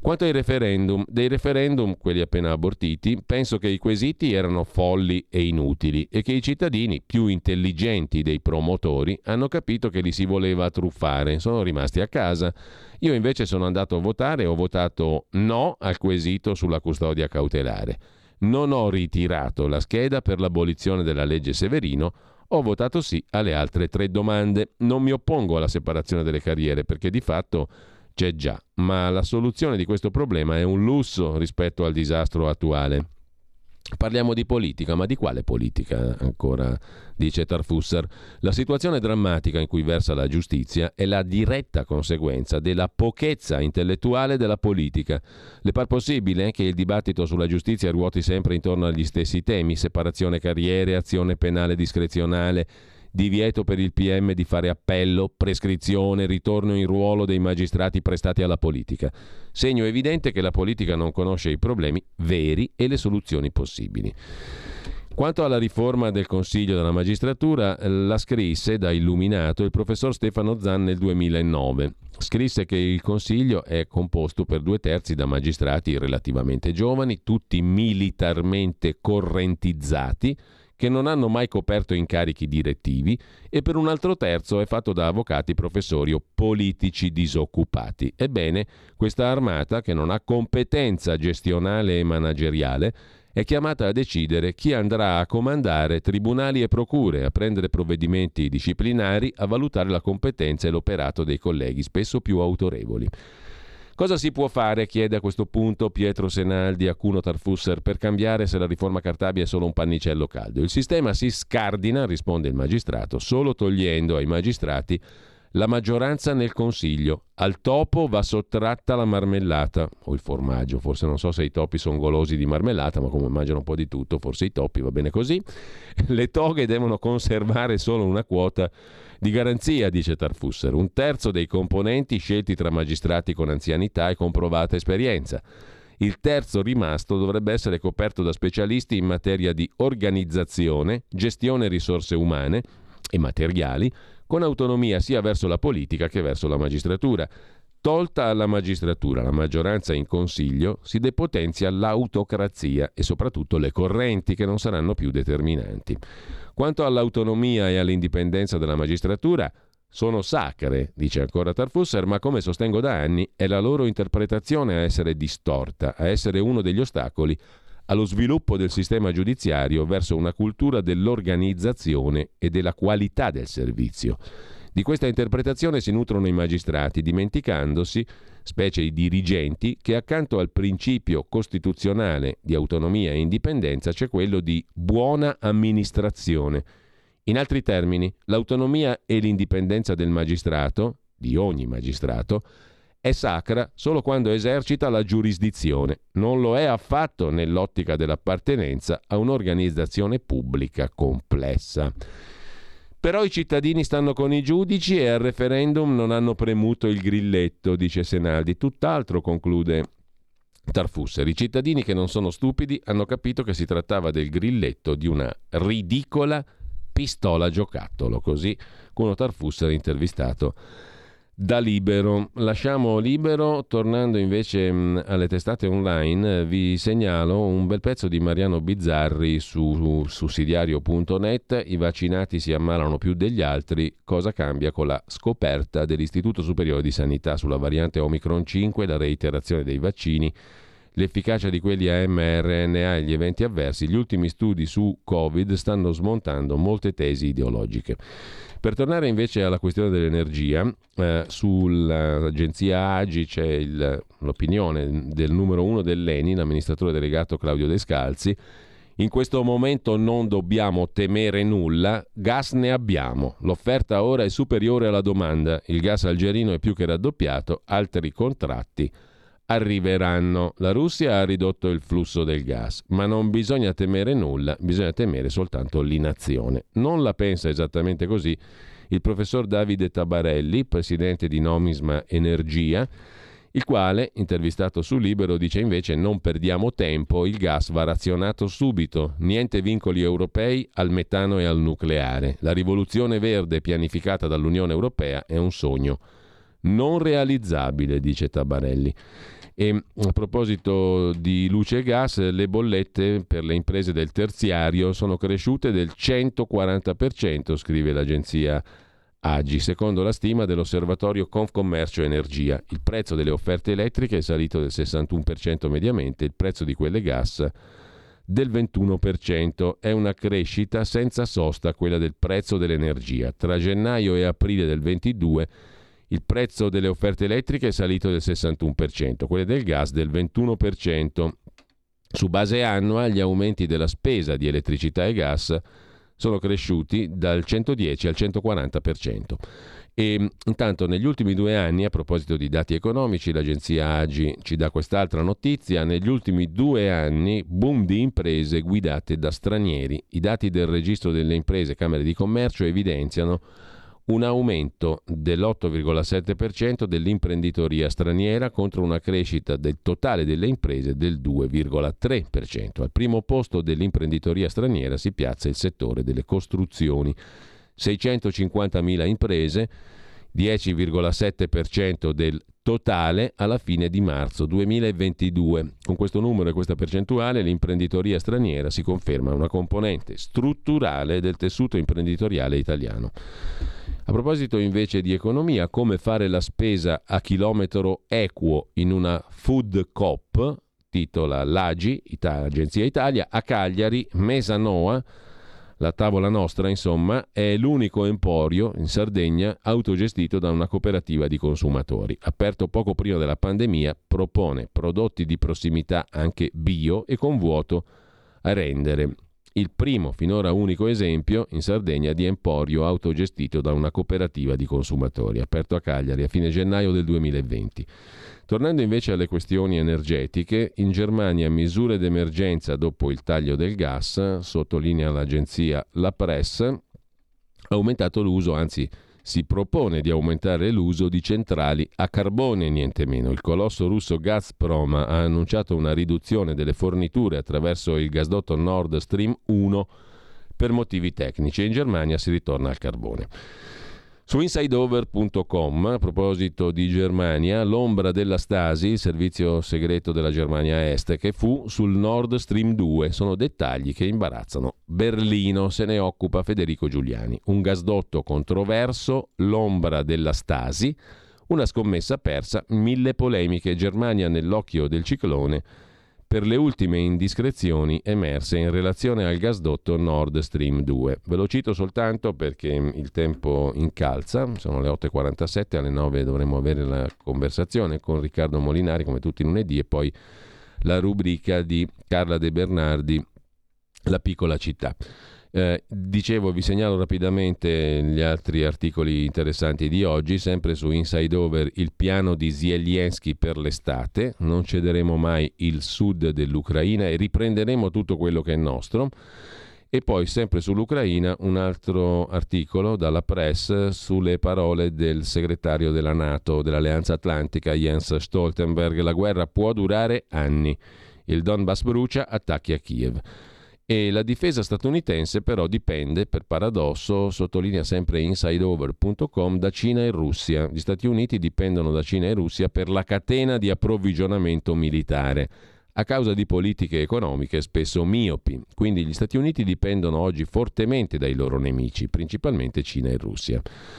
Quanto ai dei referendum, quelli appena abortiti, penso che i quesiti erano folli e inutili e che i cittadini più intelligenti dei promotori hanno capito che li si voleva truffare, sono rimasti a casa. Io invece sono andato a votare e ho votato no al quesito sulla custodia cautelare. Non ho ritirato la scheda per l'abolizione della legge Severino, ho votato sì alle altre 3 domande. Non mi oppongo alla separazione delle carriere perché di fatto c'è già, ma la soluzione di questo problema è un lusso rispetto al disastro attuale. Parliamo di politica, ma di quale politica ancora, dice Tarfusser? La situazione drammatica in cui versa la giustizia è la diretta conseguenza della pochezza intellettuale della politica. Le par possibile che il dibattito sulla giustizia ruoti sempre intorno agli stessi temi: separazione carriere, azione penale discrezionale, divieto per il PM di fare appello, prescrizione, ritorno in ruolo dei magistrati prestati alla politica. Segno evidente che la politica non conosce i problemi veri e le soluzioni possibili. Quanto alla riforma del Consiglio della Magistratura, la scrisse da illuminato il professor Stefano Zan nel 2009. Scrisse che il Consiglio è composto per 2/3 da magistrati relativamente giovani, tutti militarmente correntizzati, che non hanno mai coperto incarichi direttivi, e per un altro terzo è fatto da avvocati, professori o politici disoccupati. Ebbene, questa armata, che non ha competenza gestionale e manageriale, è chiamata a decidere chi andrà a comandare tribunali e procure, a prendere provvedimenti disciplinari, a valutare la competenza e l'operato dei colleghi, spesso più autorevoli. Cosa si può fare, chiede a questo punto Pietro Senaldi a Cuno Tarfusser, per cambiare se la riforma Cartabia è solo un pannicello caldo? Il sistema si scardina, risponde il magistrato, solo togliendo ai magistrati la maggioranza nel Consiglio. Al topo va sottratta la marmellata o il formaggio, forse non so se i topi sono golosi di marmellata, ma come mangiano un po' di tutto, forse i topi, va bene così. Le toghe devono conservare solo una quota di garanzia, dice Tarfusser, 1/3 dei componenti scelti tra magistrati con anzianità e comprovata esperienza. Il terzo rimasto dovrebbe essere coperto da specialisti in materia di organizzazione, gestione risorse umane e materiali, con autonomia sia verso la politica che verso la magistratura. Tolta alla magistratura la maggioranza in Consiglio, si depotenzia l'autocrazia e soprattutto le correnti, che non saranno più determinanti. Quanto all'autonomia e all'indipendenza della magistratura, sono sacre, dice ancora Tarfusser, ma come sostengo da anni è la loro interpretazione a essere distorta, a essere uno degli ostacoli allo sviluppo del sistema giudiziario verso una cultura dell'organizzazione e della qualità del servizio. Di questa interpretazione si nutrono i magistrati, dimenticandosi, specie i dirigenti, che accanto al principio costituzionale di autonomia e indipendenza c'è quello di buona amministrazione. In altri termini, l'autonomia e l'indipendenza del magistrato, di ogni magistrato, è sacra solo quando esercita la giurisdizione. Non lo è affatto nell'ottica dell'appartenenza a un'organizzazione pubblica complessa. Però i cittadini stanno con i giudici e al referendum non hanno premuto il grilletto, dice Senaldi. Tutt'altro, conclude Tarfusser. I cittadini, che non sono stupidi, hanno capito che si trattava del grilletto di una ridicola pistola giocattolo. Così Cuno Tarfusser intervistato da Libero. Lasciamo Libero, tornando invece alle testate online, vi segnalo un bel pezzo di Mariano Bizzarri su sussidiario.net. I vaccinati si ammalano più degli altri, cosa cambia con la scoperta dell'Istituto Superiore di Sanità sulla variante Omicron 5, la reiterazione dei vaccini, l'efficacia di quelli a mRNA e gli eventi avversi. Gli ultimi studi su Covid stanno smontando molte tesi ideologiche. Per tornare invece alla questione dell'energia, sull'agenzia AGI c'è l'opinione del numero 1 dell'ENI, l'amministratore delegato Claudio Descalzi. In questo momento non dobbiamo temere nulla, gas ne abbiamo, l'offerta ora è superiore alla domanda, il gas algerino è più che raddoppiato, altri contratti arriveranno. La Russia ha ridotto il flusso del gas, ma non bisogna temere nulla, bisogna temere soltanto l'inazione. Non la pensa esattamente così il professor Davide Tabarelli, presidente di Nomisma Energia, il quale, intervistato su Libero, dice invece: non perdiamo tempo, il gas va razionato subito, niente vincoli europei al metano e al nucleare. La rivoluzione verde pianificata dall'Unione Europea è un sogno non realizzabile, dice Tabarelli. E a proposito di luce e gas, le bollette per le imprese del terziario sono cresciute del 140%, scrive l'agenzia AGI, secondo la stima dell'osservatorio Confcommercio Energia. Il prezzo delle offerte elettriche è salito del 61% mediamente, il prezzo di quelle gas del 21%. È una crescita senza sosta quella del prezzo dell'energia. Tra gennaio e aprile del 22 il prezzo delle offerte elettriche è salito del 61%, quelle del gas del 21%. Su base annua gli aumenti della spesa di elettricità e gas sono cresciuti dal 110 al 140%. E intanto negli ultimi 2 anni, a proposito di dati economici, l'agenzia AGI ci dà quest'altra notizia: negli ultimi 2 anni boom di imprese guidate da stranieri. I dati del registro delle imprese Camere di Commercio evidenziano un aumento dell'8,7% dell'imprenditoria straniera contro una crescita del totale delle imprese del 2,3%. Al primo posto dell'imprenditoria straniera si piazza il settore delle costruzioni. 650.000 imprese, 10,7% del totale alla fine di marzo 2022. Con questo numero e questa percentuale l'imprenditoria straniera si conferma una componente strutturale del tessuto imprenditoriale italiano. A proposito invece di economia, come fare la spesa a chilometro equo in una food coop, titola l'AGI, Agenzia Italia, a Cagliari, Mesa Noa, la tavola nostra, insomma, è l'unico emporio in Sardegna autogestito da una cooperativa di consumatori. Aperto poco prima della pandemia, propone prodotti di prossimità anche bio e con vuoto a rendere. Il primo, finora unico esempio in Sardegna di emporio autogestito da una cooperativa di consumatori, aperto a Cagliari a fine gennaio del 2020. Tornando invece alle questioni energetiche, in Germania misure d'emergenza dopo il taglio del gas, sottolinea l'agenzia La Presse, ha aumentato l'uso, anzi si propone di aumentare l'uso di centrali a carbone, niente meno. Il colosso russo Gazprom ha annunciato una riduzione delle forniture attraverso il gasdotto Nord Stream 1 per motivi tecnici e in Germania si ritorna al carbone. Su insideover.com, a proposito di Germania, l'ombra della Stasi, il servizio segreto della Germania Est, che fu sul Nord Stream 2. Sono dettagli che imbarazzano Berlino, se ne occupa Federico Giuliani. Un gasdotto controverso, l'ombra della Stasi, una scommessa persa, 1000 polemiche, Germania nell'occhio del ciclone per le ultime indiscrezioni emerse in relazione al gasdotto Nord Stream 2. Ve lo cito soltanto perché il tempo incalza, sono le 8.47, alle 9 dovremo avere la conversazione con Riccardo Molinari come tutti i lunedì e poi la rubrica di Carla De Bernardi, La piccola città. Dicevo, vi segnalo rapidamente gli altri articoli interessanti di oggi, sempre su Inside Over, il piano di Zelensky per l'estate, non cederemo mai il sud dell'Ucraina e riprenderemo tutto quello che è nostro. E poi sempre sull'Ucraina un altro articolo dalla Press sulle parole del segretario della NATO, dell'Alleanza Atlantica, Jens Stoltenberg: la guerra può durare anni, il Donbass brucia, attacchi a Kiev. E la difesa statunitense però dipende, per paradosso, sottolinea sempre insideover.com, da Cina e Russia. Gli Stati Uniti dipendono da Cina e Russia per la catena di approvvigionamento militare, a causa di politiche economiche spesso miopi. Quindi gli Stati Uniti dipendono oggi fortemente dai loro nemici, principalmente Cina e Russia.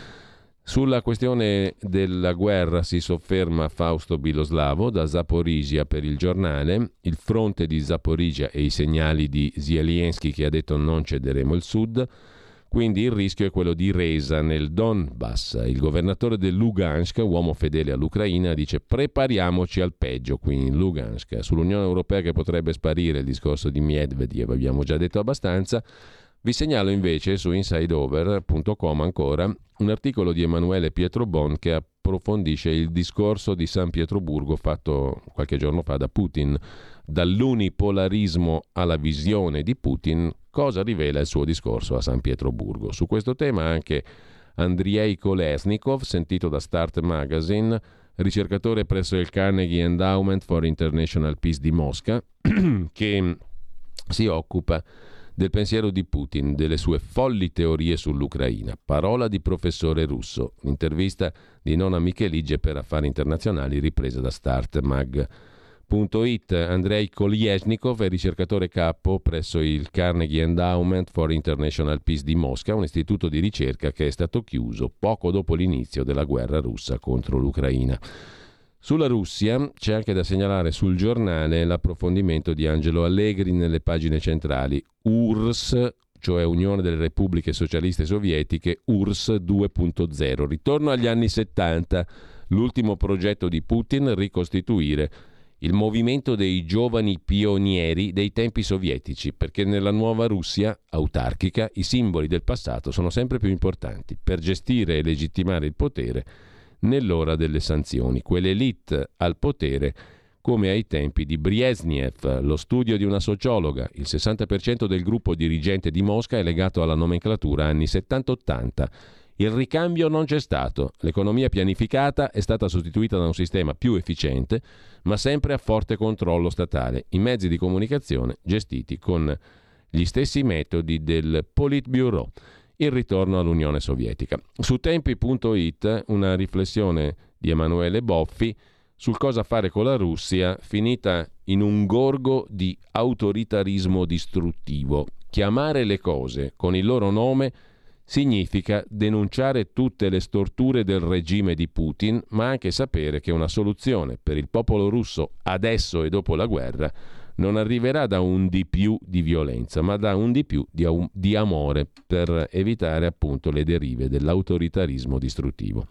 Sulla questione della guerra si sofferma Fausto Biloslavo da Zaporizia per il Giornale, il fronte di Zaporizia e i segnali di Zelensky che ha detto non cederemo il sud, quindi il rischio è quello di resa nel Donbass. Il governatore del Lugansk, uomo fedele all'Ucraina, dice prepariamoci al peggio qui in Lugansk. Sull'Unione Europea che potrebbe sparire, il discorso di Medvedev abbiamo già detto abbastanza. Vi segnalo invece su insideover.com ancora un articolo di Emanuele Pietrobon che approfondisce il discorso di San Pietroburgo fatto qualche giorno fa da Putin. Dall'unipolarismo alla visione di Putin, cosa rivela il suo discorso a San Pietroburgo. Su questo tema anche Andrei Kolesnikov, sentito da Start Magazine, ricercatore presso il Carnegie Endowment for International Peace di Mosca, che si occupa del pensiero di Putin, delle sue folli teorie sull'Ucraina. Parola di professore russo. L'intervista di Nona Michelige per Affari Internazionali, ripresa da StartMag.it. Andrei Kolyesnikov è ricercatore capo presso il Carnegie Endowment for International Peace di Mosca, un istituto di ricerca che è stato chiuso poco dopo l'inizio della guerra russa contro l'Ucraina. Sulla Russia c'è anche da segnalare sul giornale l'approfondimento di Angelo Allegri nelle pagine centrali. URSS, cioè Unione delle Repubbliche Socialiste Sovietiche, URSS 2.0. Ritorno agli anni 70, l'ultimo progetto di Putin, ricostituire il movimento dei giovani pionieri dei tempi sovietici, perché nella nuova Russia autarchica i simboli del passato sono sempre più importanti per gestire e legittimare il potere nell'ora delle sanzioni, quelle elite al potere come ai tempi di Brezhnev. Lo studio di una sociologa: il 60% del gruppo dirigente di Mosca è legato alla nomenclatura anni 70-80. Il ricambio non c'è stato, l'economia pianificata è stata sostituita da un sistema più efficiente, ma sempre a forte controllo statale, i mezzi di comunicazione gestiti con gli stessi metodi del Politburo. Il ritorno all'Unione Sovietica. Su Tempi.it una riflessione di Emanuele Boffi sul cosa fare con la Russia finita in un gorgo di autoritarismo distruttivo. Chiamare le cose con il loro nome significa denunciare tutte le storture del regime di Putin, ma anche sapere che una soluzione per il popolo russo adesso e dopo la guerra non arriverà da un di più di violenza, ma da un di più di amore, per evitare appunto le derive dell'autoritarismo distruttivo.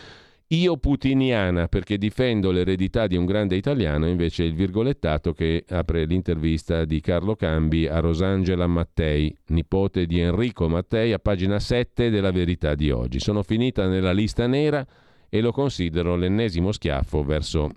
Io putiniana perché difendo l'eredità di un grande italiano, invece il virgolettato che apre l'intervista di Carlo Cambi a Rosangela Mattei, nipote di Enrico Mattei, a pagina 7 della Verità di oggi. Sono finita nella lista nera e lo considero l'ennesimo schiaffo verso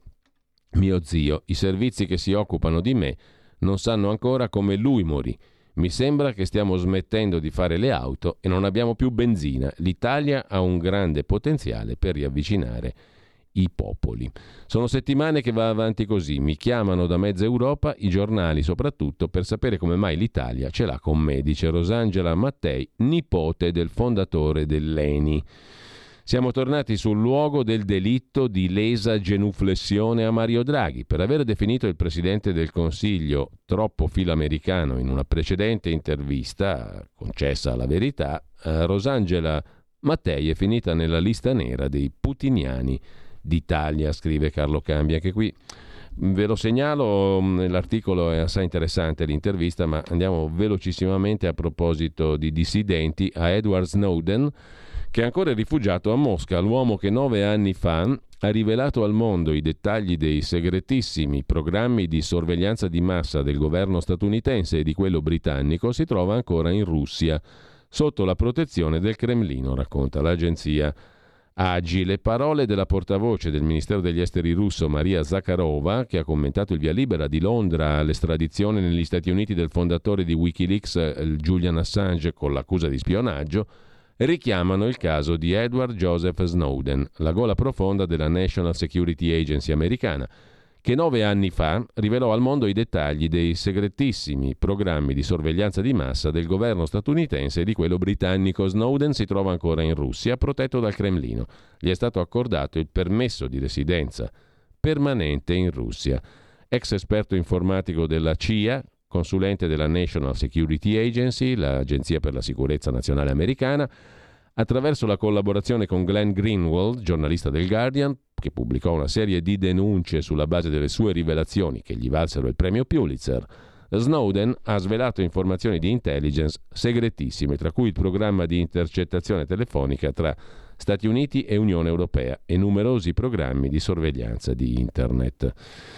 mio zio. I servizi che si occupano di me non sanno ancora come lui morì. Mi sembra che stiamo smettendo di fare le auto e non abbiamo più benzina. L'Italia ha un grande potenziale per riavvicinare i popoli. Sono settimane che va avanti così. Mi chiamano da mezza Europa, i giornali soprattutto, per sapere come mai l'Italia ce l'ha con me, dice Rosangela Mattei, nipote del fondatore dell'ENI. Siamo tornati sul luogo del delitto di lesa genuflessione a Mario Draghi. Per aver definito il Presidente del Consiglio troppo filamericano in una precedente intervista concessa alla Verità, Rosangela Mattei è finita nella lista nera dei putiniani d'Italia, scrive Carlo Cambi. Anche qui ve lo segnalo, l'articolo è assai interessante, l'intervista, ma andiamo velocissimamente a proposito di dissidenti a Edward Snowden, che è ancora rifugiato a Mosca, l'uomo che 9 anni fa ha rivelato al mondo i dettagli dei segretissimi programmi di sorveglianza di massa del governo statunitense e di quello britannico, si trova ancora in Russia, sotto la protezione del Cremlino, racconta l'agenzia AGI. Le parole della portavoce del Ministero degli Esteri russo Maria Zakharova, che ha commentato il via libera di Londra all'estradizione negli Stati Uniti del fondatore di Wikileaks, Julian Assange, con l'accusa di spionaggio, richiamano il caso di Edward Joseph Snowden, la gola profonda della National Security Agency americana, che 9 anni fa rivelò al mondo i dettagli dei segretissimi programmi di sorveglianza di massa del governo statunitense e di quello britannico. Snowden si trova ancora in Russia, protetto dal Cremlino. Gli è stato accordato il permesso di residenza permanente in Russia. Ex esperto informatico della CIA, consulente della National Security Agency, l'agenzia per la sicurezza nazionale americana, attraverso la collaborazione con Glenn Greenwald, giornalista del Guardian, che pubblicò una serie di denunce sulla base delle sue rivelazioni che gli valsero il premio Pulitzer, Snowden ha svelato informazioni di intelligence segretissime, tra cui il programma di intercettazione telefonica tra Stati Uniti e Unione Europea e numerosi programmi di sorveglianza di Internet.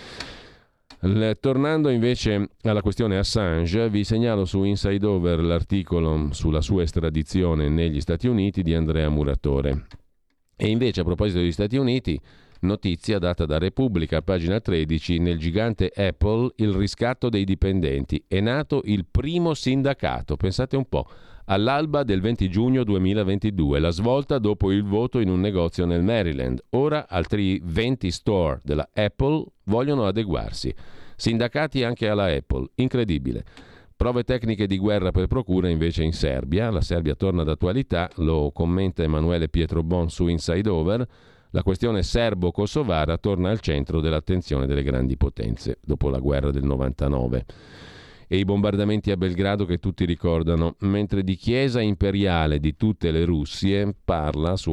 Tornando invece alla questione Assange, vi segnalo su Inside Over l'articolo sulla sua estradizione negli Stati Uniti di Andrea Muratore. E invece, a proposito degli Stati Uniti, notizia data da Repubblica, pagina 13, nel gigante Apple il riscatto dei dipendenti. È nato il primo sindacato, pensate un po', all'alba del 20 giugno 2022, la svolta dopo il voto in un negozio nel Maryland. Ora altri 20 store della Apple vogliono adeguarsi. Sindacati anche alla Apple, incredibile. Prove tecniche di guerra per procura invece in Serbia. La Serbia torna d'attualità, lo commenta Emanuele Pietrobon su Inside Over. La questione serbo-kosovara torna al centro dell'attenzione delle grandi potenze dopo la guerra del 99 e i bombardamenti a Belgrado che tutti ricordano, mentre di Chiesa imperiale di tutte le Russie parla su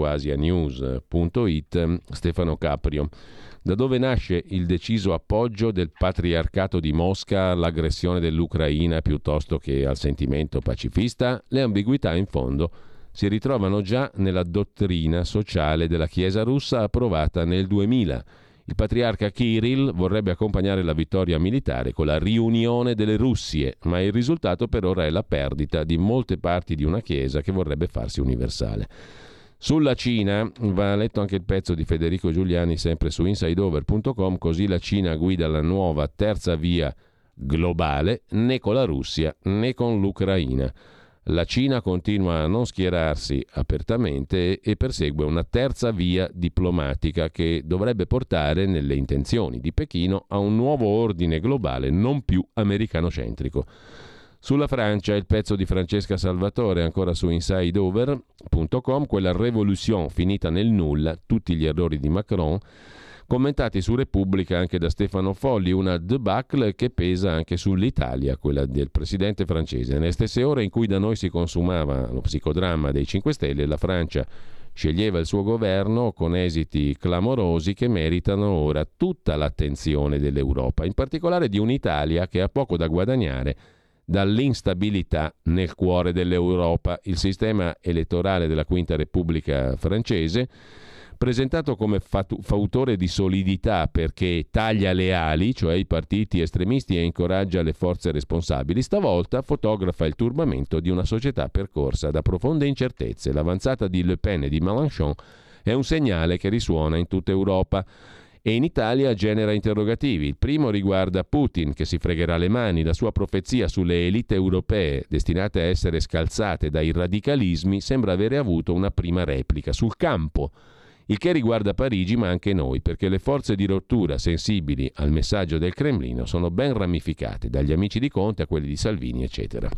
asianews.it Stefano Caprio. Da dove nasce il deciso appoggio del patriarcato di Mosca all'aggressione dell'Ucraina piuttosto che al sentimento pacifista? Le ambiguità in fondo si ritrovano già nella dottrina sociale della Chiesa russa approvata nel 2000. Il patriarca Kirill vorrebbe accompagnare la vittoria militare con la riunione delle Russie, ma il risultato per ora è la perdita di molte parti di una Chiesa che vorrebbe farsi universale. Sulla Cina va letto anche il pezzo di Federico Giuliani sempre su insideover.com, così la Cina guida la nuova terza via globale, né con la Russia né con l'Ucraina. La Cina continua a non schierarsi apertamente e persegue una terza via diplomatica che dovrebbe portare, nelle intenzioni di Pechino, a un nuovo ordine globale non più americanocentrico. Sulla Francia il pezzo di Francesca Salvatore, ancora su insideover.com, quella révolution finita nel nulla, tutti gli errori di Macron, commentati su Repubblica anche da Stefano Folli, una debacle che pesa anche sull'Italia, quella del presidente francese. Nelle stesse ore in cui da noi si consumava lo psicodramma dei 5 Stelle, la Francia sceglieva il suo governo con esiti clamorosi che meritano ora tutta l'attenzione dell'Europa, in particolare di un'Italia che ha poco da guadagnare dall'instabilità nel cuore dell'Europa. Il sistema elettorale della Quinta Repubblica francese, presentato come fautore di solidità perché taglia le ali, cioè i partiti estremisti, e incoraggia le forze responsabili, stavolta fotografa il turbamento di una società percorsa da profonde incertezze. L'avanzata di Le Pen e di Mélenchon è un segnale che risuona in tutta Europa e in Italia genera interrogativi. Il primo riguarda Putin, che si fregherà le mani. La sua profezia sulle elite europee destinate a essere scalzate dai radicalismi sembra avere avuto una prima replica sul campo. Il che riguarda Parigi ma anche noi, perché le forze di rottura sensibili al messaggio del Cremlino sono ben ramificate, dagli amici di Conte a quelli di Salvini, eccetera.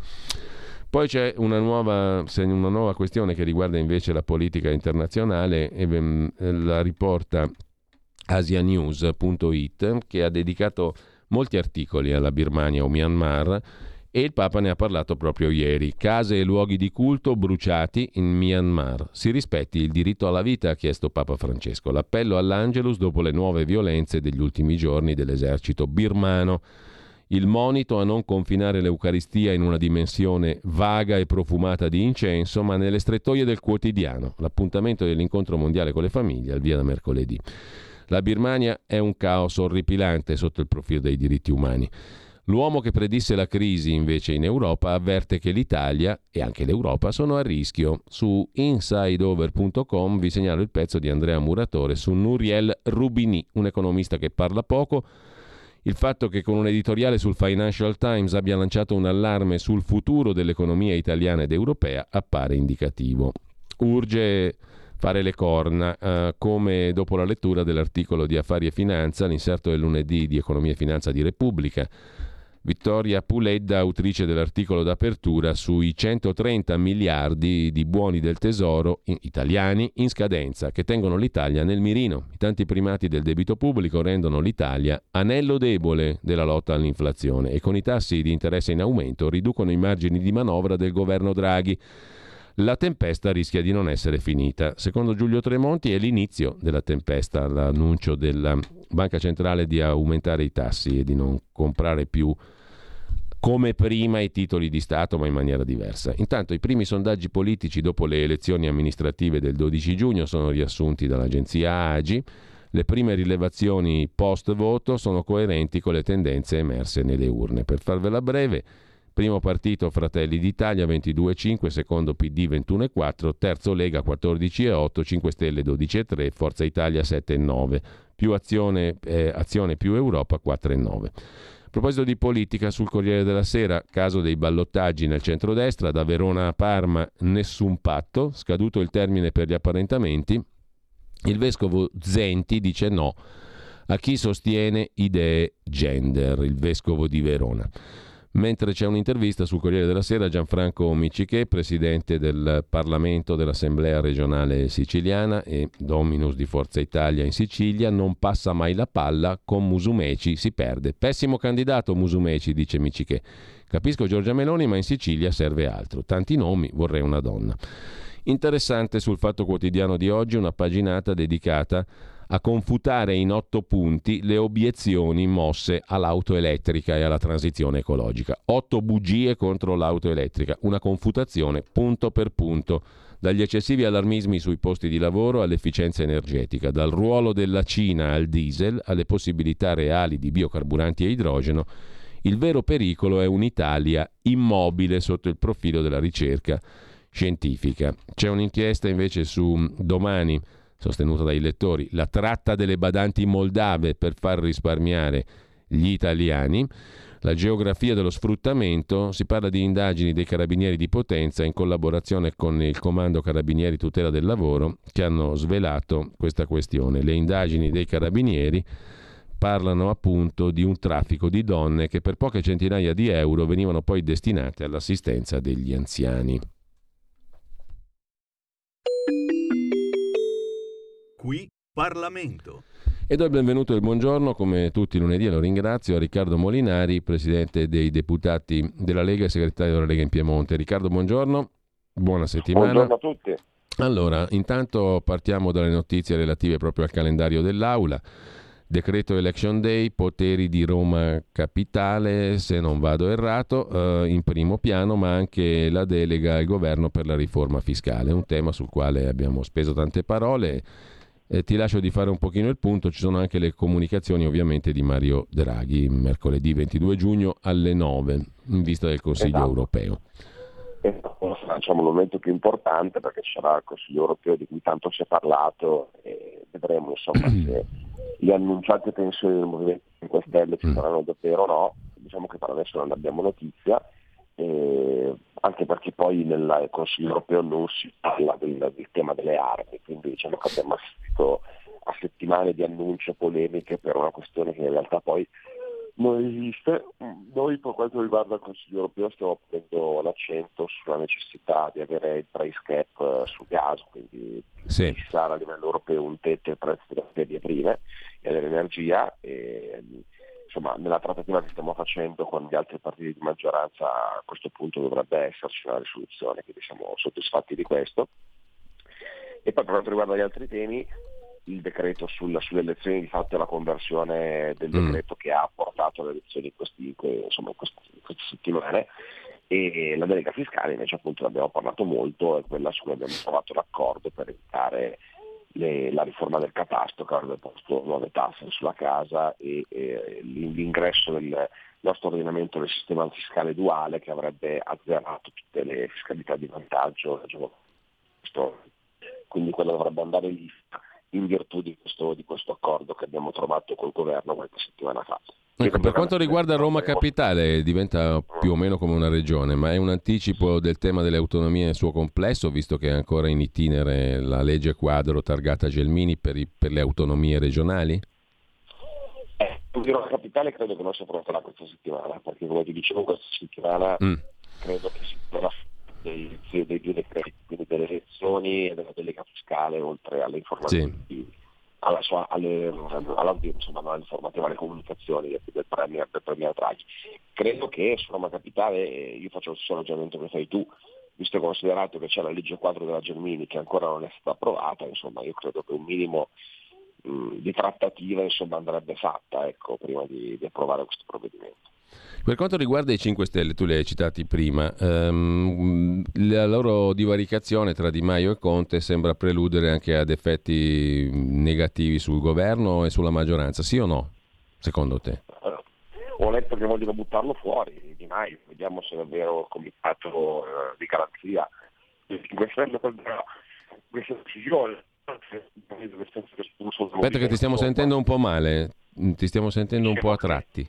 Poi c'è una nuova questione che riguarda invece la politica internazionale, la riporta asianews.it, che ha dedicato molti articoli alla Birmania o Myanmar, e il Papa ne ha parlato proprio ieri. Case e luoghi di culto bruciati in Myanmar. Si rispetti il diritto alla vita, ha chiesto Papa Francesco. L'appello all'Angelus dopo le nuove violenze degli ultimi giorni dell'esercito birmano. Il monito a non confinare l'Eucaristia in una dimensione vaga e profumata di incenso, ma nelle strettoie del quotidiano. L'appuntamento dell'incontro mondiale con le famiglie al via da mercoledì. La Birmania è un caos orripilante sotto il profilo dei diritti umani. L'uomo che predisse la crisi invece in Europa avverte che l'Italia e anche l'Europa sono a rischio. Su insideover.com vi segnalo il pezzo di Andrea Muratore su Nouriel Roubini, un economista che parla poco. Il fatto che con un editoriale sul Financial Times abbia lanciato un allarme sul futuro dell'economia italiana ed europea appare indicativo. Urge fare le corna, come dopo la lettura dell'articolo di Affari e Finanza, l'inserto del lunedì di Economia e Finanza di Repubblica. Vittoria Puledda, autrice dell'articolo d'apertura sui 130 miliardi di buoni del tesoro italiani in scadenza che tengono l'Italia nel mirino. I tanti primati del debito pubblico rendono l'Italia anello debole della lotta all'inflazione e con i tassi di interesse in aumento riducono i margini di manovra del governo Draghi. La tempesta rischia di non essere finita. Secondo Giulio Tremonti è l'inizio della tempesta, l'annuncio della Banca Centrale di aumentare i tassi e di non comprare più come prima i titoli di Stato, ma in maniera diversa. Intanto i primi sondaggi politici dopo le elezioni amministrative del 12 giugno sono riassunti dall'agenzia AGI. Le prime rilevazioni post-voto sono coerenti con le tendenze emerse nelle urne. Per farvela breve, primo partito Fratelli d'Italia 22,5, secondo PD 21,4, terzo Lega 14,8, 5 Stelle 12,3, Forza Italia 7,9, più azione più Europa 4,9. A proposito di politica, sul Corriere della Sera, caso dei ballottaggi nel centrodestra, da Verona a Parma nessun patto, scaduto il termine per gli apparentamenti, il vescovo Zenti dice no a chi sostiene idee gender, il vescovo di Verona. Mentre c'è un'intervista sul Corriere della Sera a Gianfranco Miccichè, presidente del Parlamento dell'Assemblea regionale siciliana e dominus di Forza Italia in Sicilia: non passa mai la palla, con Musumeci si perde. Pessimo candidato Musumeci, dice Miccichè. Capisco Giorgia Meloni, ma in Sicilia serve altro. Tanti nomi, vorrei una donna. Interessante sul Fatto Quotidiano di oggi una paginata dedicata a confutare in 8 punti le obiezioni mosse all'auto elettrica e alla transizione ecologica. 8 bugie contro l'auto elettrica, una confutazione punto per punto, dagli eccessivi allarmismi sui posti di lavoro all'efficienza energetica, dal ruolo della Cina al diesel alle possibilità reali di biocarburanti e idrogeno. Il vero pericolo è un'Italia immobile sotto il profilo della ricerca scientifica. C'è un'inchiesta invece su Domani, sostenuta dai lettori, la tratta delle badanti moldave per far risparmiare gli italiani, la geografia dello sfruttamento. Si parla di indagini dei carabinieri di Potenza in collaborazione con il Comando Carabinieri Tutela del Lavoro, che hanno svelato questa questione. Le indagini dei carabinieri parlano appunto di un traffico di donne che per poche centinaia di euro venivano poi destinate all'assistenza degli anziani. Qui Parlamento. E do il benvenuto e il buongiorno, come tutti i lunedì, e lo ringrazio, a Riccardo Molinari, presidente dei deputati della Lega e segretario della Lega in Piemonte. Riccardo, buongiorno, buona settimana. Buongiorno a tutti. Allora, intanto partiamo dalle notizie relative proprio al calendario dell'Aula. Decreto Election Day, poteri di Roma Capitale, se non vado errato, in primo piano, ma anche la delega al governo per la riforma fiscale, un tema sul quale abbiamo speso tante parole. Ti lascio di fare un pochino il punto. Ci sono anche le comunicazioni ovviamente di Mario Draghi, mercoledì 22 giugno alle 9, in vista del Consiglio europeo. Facciamo il momento più importante, perché ci sarà il Consiglio europeo di cui tanto si è parlato e vedremo insomma se le annunciate tensioni del Movimento 5 Stelle ci saranno davvero o no. Diciamo che per adesso non abbiamo notizia, anche perché poi nel Consiglio europeo non si parla del tema delle armi, quindi diciamo che abbiamo assistito a settimane di annunci e polemiche per una questione che in realtà poi non esiste. Noi, per quanto riguarda il Consiglio europeo, stiamo ponendo l'accento sulla necessità di avere il price cap sul gas, quindi fissare a livello europeo un tetto ai prezzi delle materie prime e dell'energia. E, insomma, nella trattativa che stiamo facendo con gli altri partiti di maggioranza, a questo punto dovrebbe esserci una risoluzione, quindi siamo soddisfatti di questo. E poi per quanto riguarda gli altri temi, il decreto sulle elezioni, di fatto è la conversione del decreto che ha portato alle elezioni in queste settimane, e la delega fiscale invece appunto ne abbiamo parlato molto, è quella su cui abbiamo trovato l'accordo per evitare la riforma del catasto, che avrebbe posto nuove tasse sulla casa e l'ingresso del nostro ordinamento nel sistema fiscale duale, che avrebbe azzerato tutte le fiscalità di vantaggio. Quindi quello dovrebbe andare lì in virtù di questo accordo che abbiamo trovato col governo qualche settimana fa. Ecco, per quanto riguarda Roma Capitale, diventa più o meno come una regione, ma è un anticipo del tema delle autonomie nel suo complesso, visto che è ancora in itinere la legge quadro targata Gelmini per le autonomie regionali? Roma Capitale credo che non si affronterà questa settimana, perché come ti dicevo questa settimana credo che si potrà dei due decreti, quindi delle elezioni e della delega fiscale, oltre alle informazioni, all'informativa, alle comunicazioni del Premier Draghi. Credo che su Roma Capitale, io faccio lo stesso ragionamento che fai tu, visto e considerato che c'è la legge quadro della Gelmini che ancora non è stata approvata, insomma io credo che un minimo di trattativa andrebbe fatta, ecco, prima di approvare questo provvedimento. Per quanto riguarda i 5 Stelle, tu li hai citati prima, la loro divaricazione tra Di Maio e Conte sembra preludere anche ad effetti negativi sul governo e sulla maggioranza, sì o no, secondo te? Ho letto che vogliono buttarlo fuori, Di Maio, vediamo se è davvero comitato di garanzia. I 5 Stelle prenderà questa decisione. Aspetta che ti stiamo sentendo un po' male, ti stiamo sentendo un po' a tratti.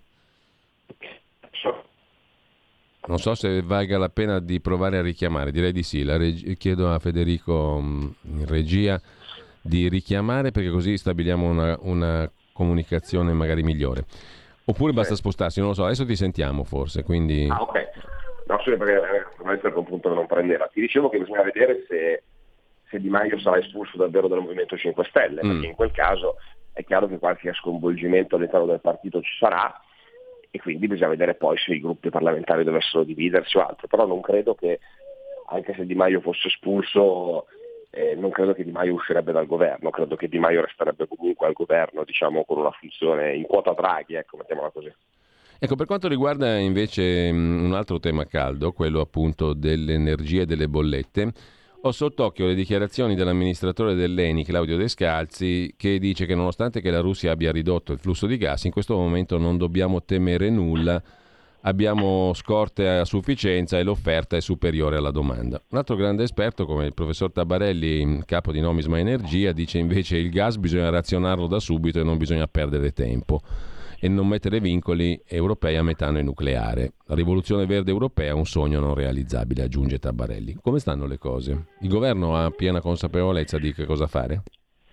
Non so se valga la pena di provare a richiamare, direi di sì. Chiedo a Federico in regia di richiamare, perché così stabiliamo una comunicazione magari migliore. Oppure basta spostarsi, non lo so, adesso ti sentiamo forse, quindi... Ah, ok. No, sì, perché è un punto che non prendeva. Ti dicevo che bisogna vedere se Di Maio sarà espulso davvero dal Movimento 5 Stelle, perché in quel caso è chiaro che qualche sconvolgimento all'interno del partito ci sarà, e quindi bisogna vedere poi se i gruppi parlamentari dovessero dividersi o altro. Però non credo che, anche se Di Maio fosse espulso, non credo che Di Maio uscirebbe dal governo, credo che Di Maio resterebbe comunque al governo, diciamo, con una funzione in quota Draghi, ecco, mettiamola così. Ecco, per quanto riguarda invece un altro tema caldo, quello appunto dell'energia e delle bollette, ho sott'occhio le dichiarazioni dell'amministratore dell'ENI, Claudio Descalzi, che dice che nonostante che la Russia abbia ridotto il flusso di gas, in questo momento non dobbiamo temere nulla, abbiamo scorte a sufficienza e l'offerta è superiore alla domanda. Un altro grande esperto, come il professor Tabarelli, capo di Nomisma Energia, dice invece che il gas bisogna razionarlo da subito e non bisogna perdere tempo e non mettere vincoli europei a metano e nucleare. La rivoluzione verde europea è un sogno non realizzabile, aggiunge Tabarelli. Come stanno le cose? Il governo ha piena consapevolezza di che cosa fare?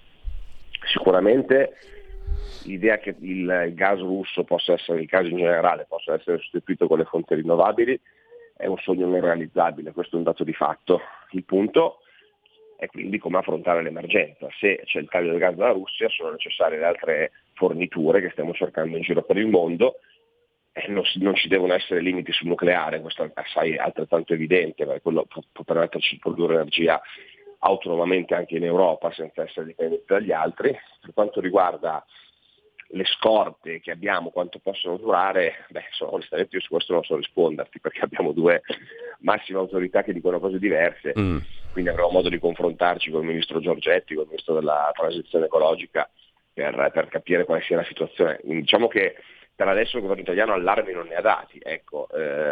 Sicuramente l'idea che il gas russo possa essere, il gas in generale, possa essere sostituito con le fonti rinnovabili è un sogno non realizzabile, questo è un dato di fatto. Il punto è quindi come affrontare l'emergenza. Se c'è il taglio del gas dalla Russia, sono necessarie le altre forniture che stiamo cercando in giro per il mondo, e non ci devono essere limiti sul nucleare, questo è assai altrettanto evidente, perché quello può permetterci di produrre energia autonomamente anche in Europa senza essere dipendenti dagli altri. Per quanto riguarda le scorte che abbiamo, quanto possono durare, onestamente io su questo non so risponderti, perché abbiamo due massime autorità che dicono cose diverse, quindi avremo modo di confrontarci con il ministro Giorgetti, con il ministro della transizione ecologica, per capire quale sia la situazione. Diciamo che per adesso il governo italiano allarmi non ne ha dati, ecco.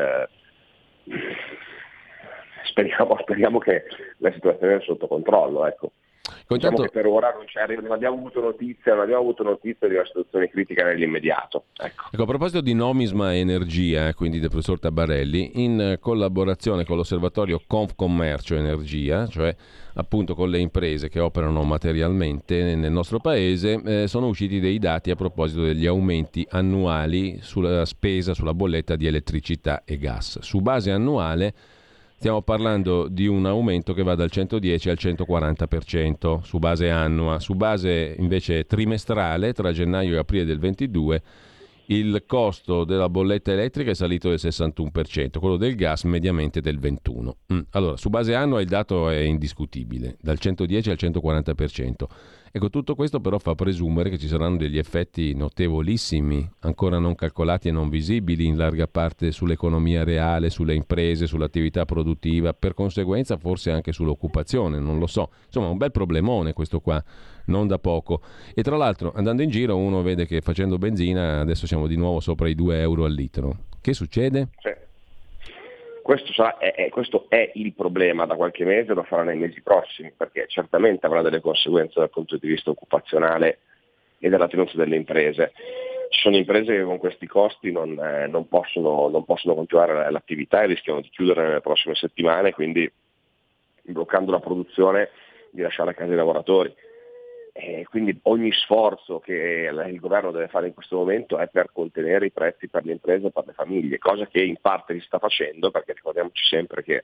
Speriamo che la situazione sia sotto controllo, ecco. Diciamo che per ora non abbiamo avuto notizie di una situazione critica nell'immediato. Ecco, a proposito di Nomisma Energia, quindi del professor Tabarelli, in collaborazione con l'osservatorio Confcommercio Energia, cioè appunto con le imprese che operano materialmente nel nostro paese, sono usciti dei dati a proposito degli aumenti annuali sulla spesa, sulla bolletta di elettricità e gas. Su base annuale stiamo parlando di un aumento che va dal 110 al 140% su base annua. Su base invece trimestrale, tra gennaio e aprile del 22, il costo della bolletta elettrica è salito del 61%, quello del gas mediamente del 21%. Allora, su base annua il dato è indiscutibile, dal 110 al 140%. Ecco, tutto questo però fa presumere che ci saranno degli effetti notevolissimi, ancora non calcolati e non visibili in larga parte sull'economia reale, sulle imprese, sull'attività produttiva, per conseguenza forse anche sull'occupazione, non lo so. Insomma, un bel problemone questo qua, non da poco. E tra l'altro, andando in giro, uno vede che facendo benzina adesso siamo di nuovo sopra i 2 euro al litro. Che succede? Sì. Questo è il problema da qualche mese, lo farà nei mesi prossimi, perché certamente avrà delle conseguenze dal punto di vista occupazionale e della tenuta delle imprese. Ci sono imprese che con questi costi non possono continuare l'attività e rischiano di chiudere nelle prossime settimane, quindi bloccando la produzione, di lasciare a casa i lavoratori. Quindi ogni sforzo che il governo deve fare in questo momento è per contenere i prezzi per le imprese e per le famiglie, cosa che in parte si sta facendo, perché ricordiamoci sempre che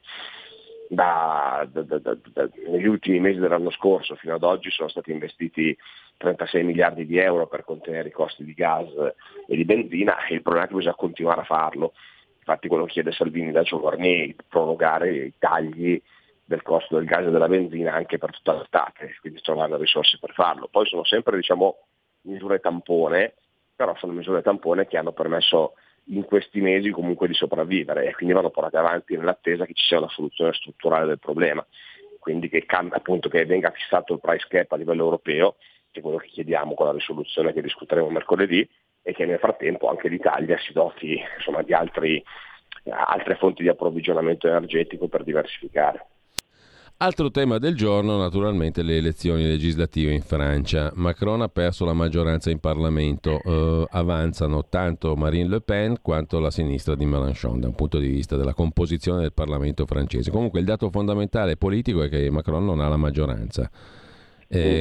negli ultimi mesi dell'anno scorso fino ad oggi sono stati investiti 36 miliardi di euro per contenere i costi di gas e di benzina, e il problema è che bisogna continuare a farlo. Infatti quello che chiede Salvini da giorni è prorogare i tagli del costo del gas e della benzina anche per tutta l'estate, quindi trovare le risorse per farlo. Poi sono sempre misure tampone, però sono misure tampone che hanno permesso in questi mesi comunque di sopravvivere, e quindi vanno portate avanti nell'attesa che ci sia una soluzione strutturale del problema, quindi che venga fissato il price cap a livello europeo, che è quello che chiediamo con la risoluzione che discuteremo mercoledì, e che nel frattempo anche l'Italia si doti di altre fonti di approvvigionamento energetico per diversificare. Altro tema del giorno, naturalmente, le elezioni legislative in Francia. Macron ha perso la maggioranza in Parlamento, avanzano tanto Marine Le Pen quanto la sinistra di Mélenchon da un punto di vista della composizione del Parlamento francese. Comunque il dato fondamentale politico è che Macron non ha la maggioranza.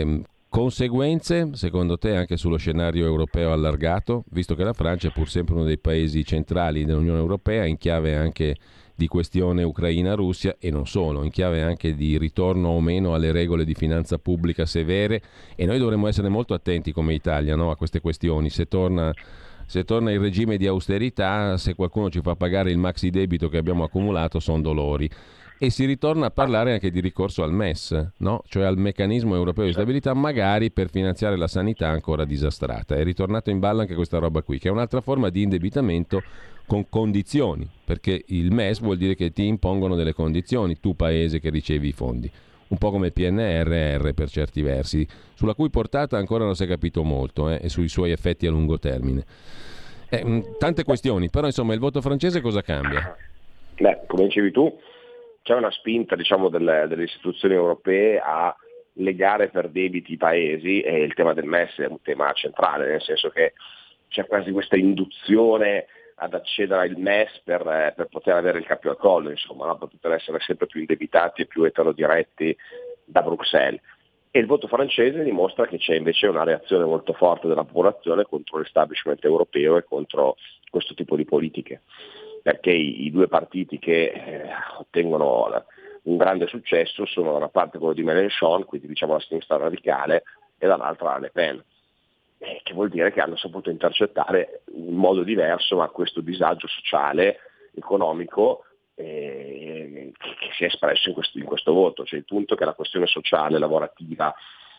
Conseguenze, secondo te, anche sullo scenario europeo allargato, visto che la Francia è pur sempre uno dei paesi centrali dell'Unione Europea, in chiave anche di questione Ucraina-Russia e non solo, in chiave anche di ritorno o meno alle regole di finanza pubblica severe, e noi dovremmo essere molto attenti come Italia, no, a queste questioni. Se torna il regime di austerità, se qualcuno ci fa pagare il maxi debito che abbiamo accumulato, sono dolori. E si ritorna a parlare anche di ricorso al MES, no? Cioè al meccanismo europeo di stabilità, magari per finanziare la sanità ancora disastrata. È ritornato in ballo anche questa roba qui, che è un'altra forma di indebitamento con condizioni, perché il MES vuol dire che ti impongono delle condizioni, tu paese che ricevi i fondi. Un po' come il PNRR per certi versi, sulla cui portata ancora non si è capito molto e sui suoi effetti a lungo termine. Tante questioni, però insomma il voto francese cosa cambia? Beh, come dicevi tu, c'è una spinta, diciamo, delle istituzioni europee a legare per debiti i paesi, e il tema del MES è un tema centrale, nel senso che c'è quasi questa induzione ad accedere al MES per poter avere il cappio al collo, insomma, no? Per poter essere sempre più indebitati e più eterodiretti da Bruxelles. E il voto francese dimostra che c'è invece una reazione molto forte della popolazione contro l'establishment europeo e contro questo tipo di politiche, perché i due partiti che ottengono un grande successo sono da una parte quello di Mélenchon, quindi diciamo la sinistra radicale, e dall'altra Le Pen, che vuol dire che hanno saputo intercettare in modo diverso ma questo disagio sociale, economico, che si è espresso in questo voto. Cioè il punto è che la questione sociale, lavorativa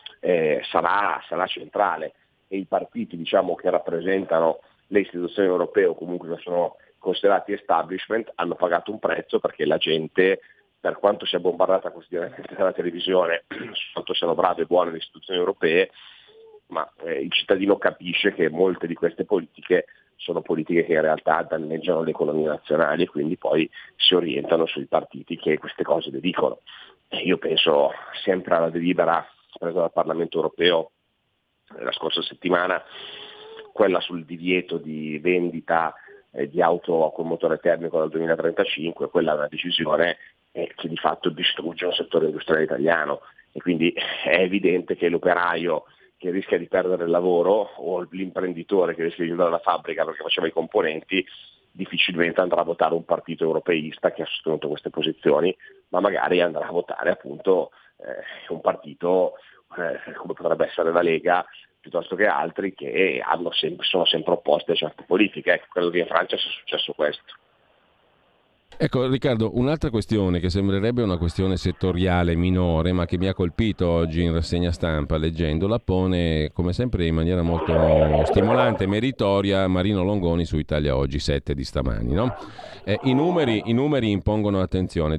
sarà centrale, e i partiti, diciamo, che rappresentano le istituzioni europee o comunque che sono considerati establishment hanno pagato un prezzo, perché la gente, per quanto sia bombardata quotidianamente dalla televisione su quanto siano brave e buone le istituzioni europee, ma il cittadino capisce che molte di queste politiche sono politiche che in realtà danneggiano le economie nazionali, e quindi poi si orientano sui partiti che queste cose le dicono. Io penso sempre alla delibera presa dal Parlamento europeo la scorsa settimana, quella sul divieto di vendita di auto con motore termico dal 2035, quella è una decisione che di fatto distrugge un settore industriale italiano, e quindi è evidente che l'operaio che rischia di perdere il lavoro o l'imprenditore che rischia di chiudere la fabbrica perché faceva i componenti difficilmente andrà a votare un partito europeista che ha sostenuto queste posizioni, ma magari andrà a votare appunto un partito come potrebbe essere la Lega, piuttosto che altri che sono sempre opposti a certe politiche. Ecco, quello che in Francia sia successo questo. Ecco Riccardo, un'altra questione che sembrerebbe una questione settoriale minore, ma che mi ha colpito oggi in rassegna stampa leggendola, pone come sempre in maniera molto stimolante e meritoria Marino Longoni su Italia Oggi 7 di stamani, no? I numeri impongono attenzione.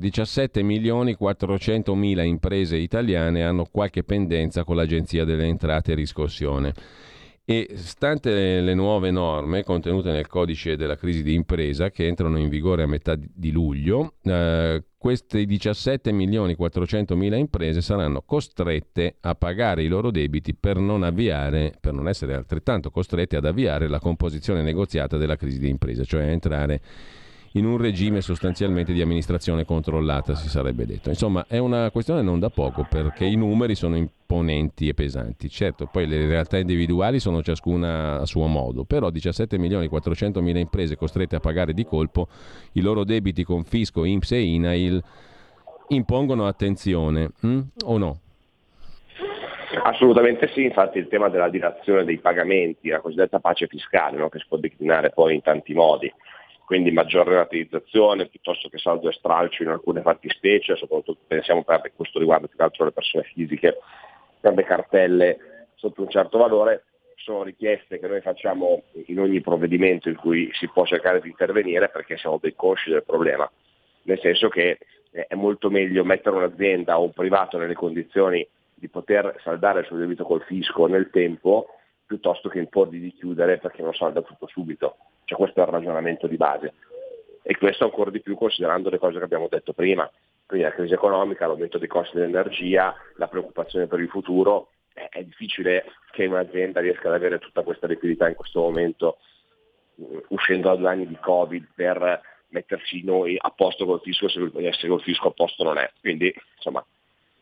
17.400.000 imprese italiane hanno qualche pendenza con l'Agenzia delle Entrate e Riscossione. E stante le nuove norme contenute nel codice della crisi di impresa che entrano in vigore a metà di luglio, queste 17.400.000 imprese saranno costrette a pagare i loro debiti per non essere altrettanto costrette ad avviare la composizione negoziata della crisi di impresa, cioè a entrare in un regime sostanzialmente di amministrazione controllata, si sarebbe detto. Insomma, è una questione non da poco, perché i numeri sono imponenti e pesanti. Certo, poi le realtà individuali sono ciascuna a suo modo, però 17.400.000 imprese costrette a pagare di colpo i loro debiti con fisco, INPS e INAIL impongono attenzione, o no? Assolutamente sì, infatti il tema della dilazione dei pagamenti, la cosiddetta pace fiscale, no? Che si può declinare poi in tanti modi, quindi maggior relativizzazione piuttosto che saldo e stralcio in alcune fattispecie, soprattutto pensiamo, per questo riguarda più che altro le persone fisiche, per le cartelle sotto un certo valore, sono richieste che noi facciamo in ogni provvedimento in cui si può cercare di intervenire, perché siamo ben consci del problema, nel senso che è molto meglio mettere un'azienda o un privato nelle condizioni di poter saldare il suo debito col fisco nel tempo, piuttosto che imporgli di chiudere perché non salda tutto subito. Cioè questo è il ragionamento di base, e questo ancora di più considerando le cose che abbiamo detto prima, quindi la crisi economica, l'aumento dei costi dell'energia, la preoccupazione per il futuro. È difficile che un'azienda riesca ad avere tutta questa liquidità in questo momento, uscendo da 2 anni di Covid, per metterci noi a posto col fisco, se col fisco a posto non è. Quindi insomma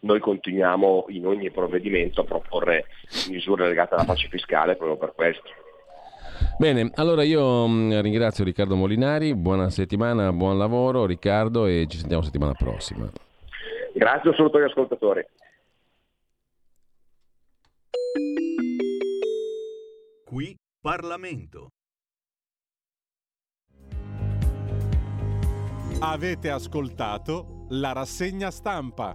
noi continuiamo in ogni provvedimento a proporre misure legate alla pace fiscale proprio per questo. Bene, allora io ringrazio Riccardo Molinari, buona settimana, buon lavoro Riccardo, e ci sentiamo settimana prossima. Grazie, un saluto agli ascoltatori. Qui Parlamento. Avete ascoltato la rassegna stampa.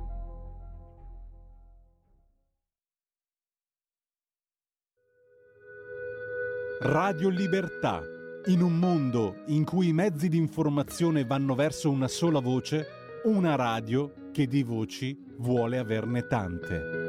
Radio Libertà. In un mondo in cui i mezzi di informazione vanno verso una sola voce, una radio che di voci vuole averne tante.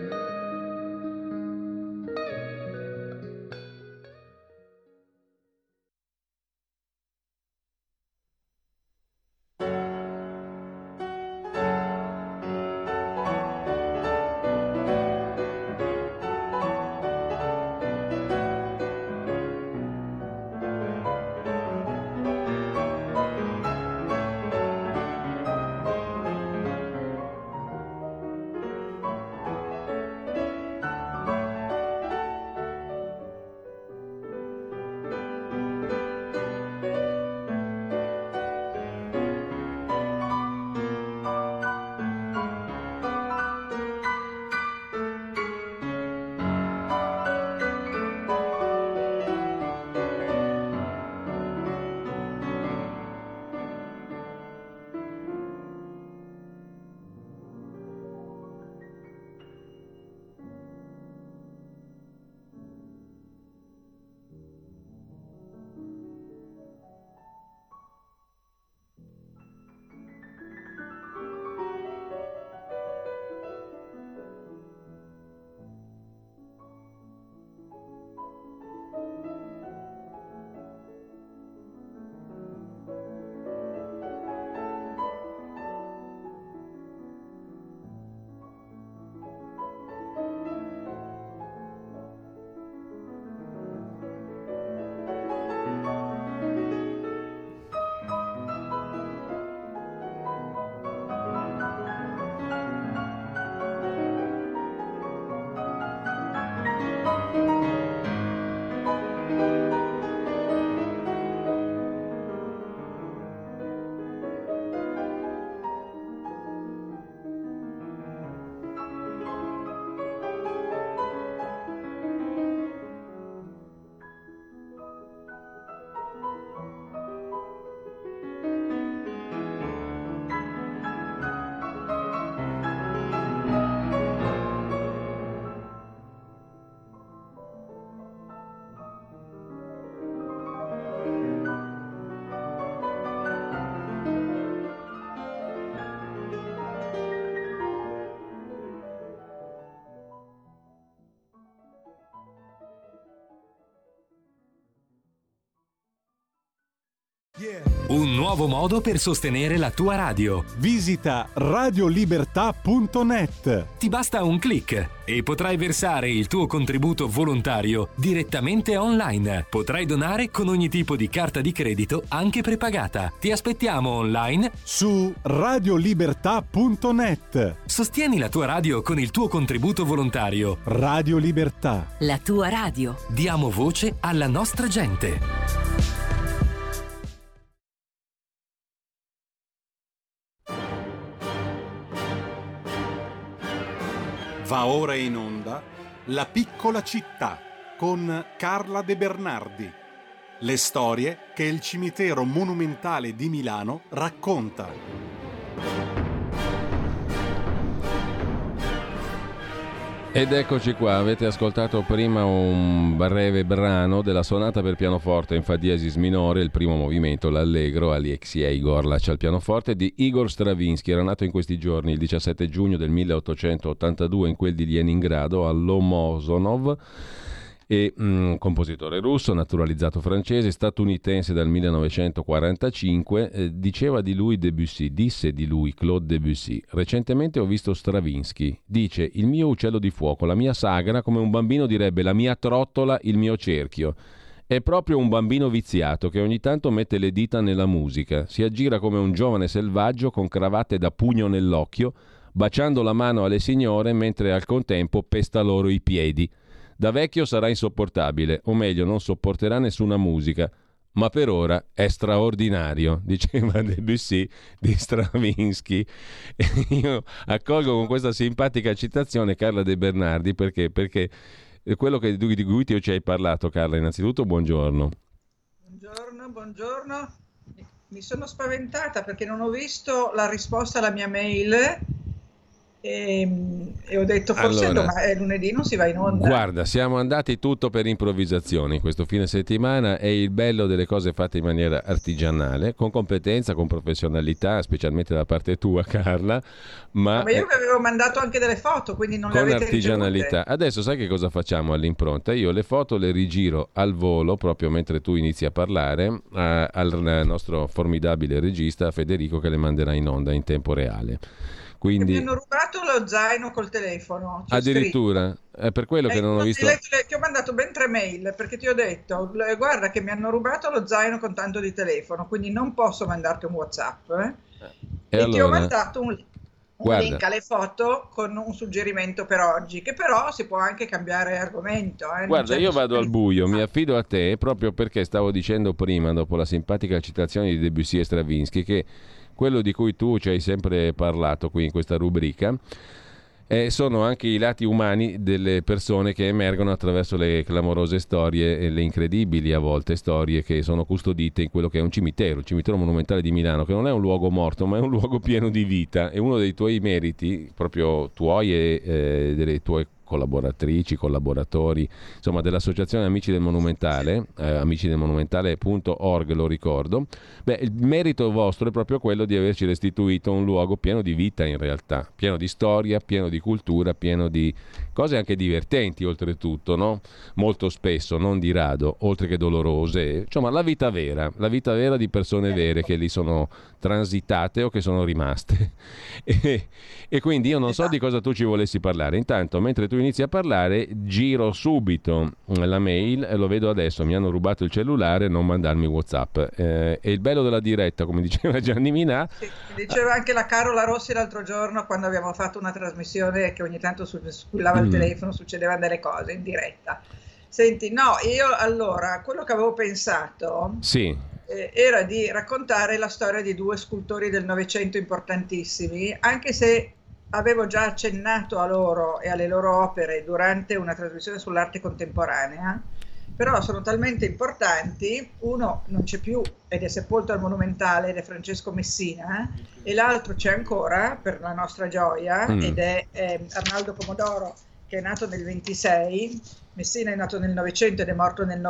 Un nuovo modo per sostenere la tua radio. Visita radiolibertà.net. Ti basta un click e potrai versare il tuo contributo volontario direttamente online. Potrai donare con ogni tipo di carta di credito, anche prepagata. Ti aspettiamo online su radiolibertà.net. Sostieni la tua radio con il tuo contributo volontario. Radio Libertà. La tua radio. Diamo voce alla nostra gente. Va ora in onda La piccola città con Carla De Bernardi. Le storie che il cimitero monumentale di Milano racconta. Ed eccoci qua, avete ascoltato prima un breve brano della sonata per pianoforte in fa diesis minore, il primo movimento, l'allegro, Aleksej Gorlach al pianoforte, di Igor Stravinsky. Era nato in questi giorni, il 17 giugno del 1882, in quel di Leningrado, a Lomosonov, e compositore russo, naturalizzato francese, statunitense dal 1945. Diceva di lui Debussy, disse di lui Claude Debussy: recentemente ho visto Stravinsky, dice il mio uccello di fuoco, la mia sagra, come un bambino direbbe la mia trottola, il mio cerchio. È proprio un bambino viziato che ogni tanto mette le dita nella musica, si aggira come un giovane selvaggio con cravatte da pugno nell'occhio, baciando la mano alle signore mentre al contempo pesta loro i piedi. Da vecchio sarà insopportabile, o meglio non sopporterà nessuna musica, ma per ora è straordinario, diceva Debussy di Stravinsky. E io accolgo con questa simpatica citazione Carla De Bernardi perché quello di cui ti ci hai parlato, Carla, innanzitutto buongiorno. Buongiorno. Mi sono spaventata perché non ho visto la risposta alla mia mail e ho detto forse allora, lunedì non si va in onda. Guarda, siamo andati tutto per improvvisazioni questo fine settimana, è il bello delle cose fatte in maniera artigianale, con competenza, con professionalità, specialmente da parte tua, Carla, ma io vi avevo mandato anche delle foto, quindi non le con avete artigianalità ricevute. Adesso sai che cosa facciamo all'impronta? Io le foto le rigiro al volo proprio mentre tu inizi a parlare al nostro formidabile regista Federico, che le manderà in onda in tempo reale. Quindi... Mi hanno rubato lo zaino col telefono. Addirittura? È per quello che non ho visto. Ti ho mandato ben 3 mail perché ti ho detto guarda che mi hanno rubato lo zaino con tanto di telefono, quindi non posso mandarti un WhatsApp. E allora, ti ho mandato un link alle foto con un suggerimento per oggi, che però si può anche cambiare argomento. Guarda, io vado al buio, mi affido a te proprio perché stavo dicendo prima, dopo la simpatica citazione di Debussy e Stravinsky, che quello di cui tu ci hai sempre parlato qui in questa rubrica sono anche i lati umani delle persone che emergono attraverso le clamorose storie e le incredibili a volte storie che sono custodite in quello che è un cimitero, il cimitero monumentale di Milano, che non è un luogo morto ma è un luogo pieno di vita. E uno dei tuoi meriti, proprio tuoi e delle tue collaboratrici, collaboratori, insomma dell'associazione Amici del Monumentale, amicidelmonumentale.org, lo ricordo. Il merito vostro è proprio quello di averci restituito un luogo pieno di vita, in realtà, pieno di storia, pieno di cultura, pieno di cose anche divertenti oltretutto, no? Molto spesso, non di rado, oltre che dolorose, insomma la vita vera di persone vere che lì sono transitate o che sono rimaste. E quindi io non so di cosa tu ci volessi parlare. Intanto, mentre tu inizi a parlare, giro subito la mail e lo vedo adesso, mi hanno rubato il cellulare, non mandarmi WhatsApp. E il bello della diretta, come diceva Gianni Minà, diceva anche la Carola Rossi l'altro giorno quando abbiamo fatto una trasmissione che ogni tanto squillava il telefono, succedevano delle cose in diretta. Senti, no, io allora quello che avevo pensato era di raccontare la storia di 2 scultori del Novecento importantissimi, anche se avevo già accennato a loro e alle loro opere durante una trasmissione sull'arte contemporanea, però sono talmente importanti. Uno non c'è più ed è sepolto al Monumentale ed è Francesco Messina, e l'altro c'è ancora per la nostra gioia ed è Arnaldo Pomodoro, che è nato nel 26, Messina è nato nel 900 ed è morto nel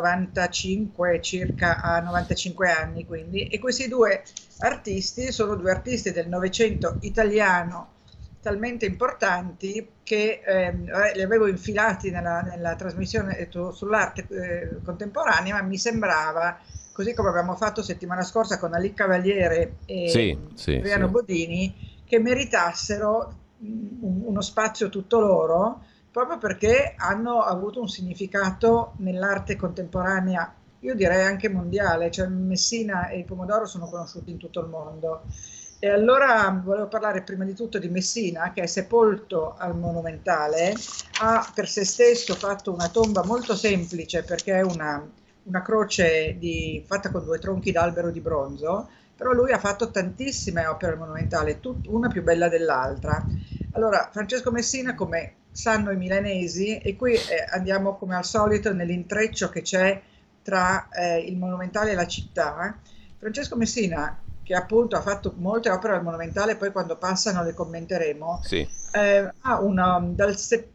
95, circa a 95 anni quindi, e questi 2 artisti sono 2 artisti del Novecento italiano talmente importanti che li avevo infilati nella trasmissione sull'arte contemporanea, ma mi sembrava, così come abbiamo fatto settimana scorsa con Ali Cavaliere e Adriano Bodini, che meritassero uno spazio tutto loro, proprio perché hanno avuto un significato nell'arte contemporanea, io direi anche mondiale, cioè Messina e il Pomodoro sono conosciuti in tutto il mondo. E allora volevo parlare prima di tutto di Messina, che è sepolto al Monumentale, ha per se stesso fatto una tomba molto semplice perché è una croce fatta con 2 tronchi d'albero di bronzo, però lui ha fatto tantissime opere al Monumentale, una più bella dell'altra. Allora, Francesco Messina, come sanno i milanesi, e qui andiamo come al solito nell'intreccio che c'è tra il Monumentale e la città. Francesco Messina, che appunto ha fatto molte opere al Monumentale, poi quando passano le commenteremo, ha dal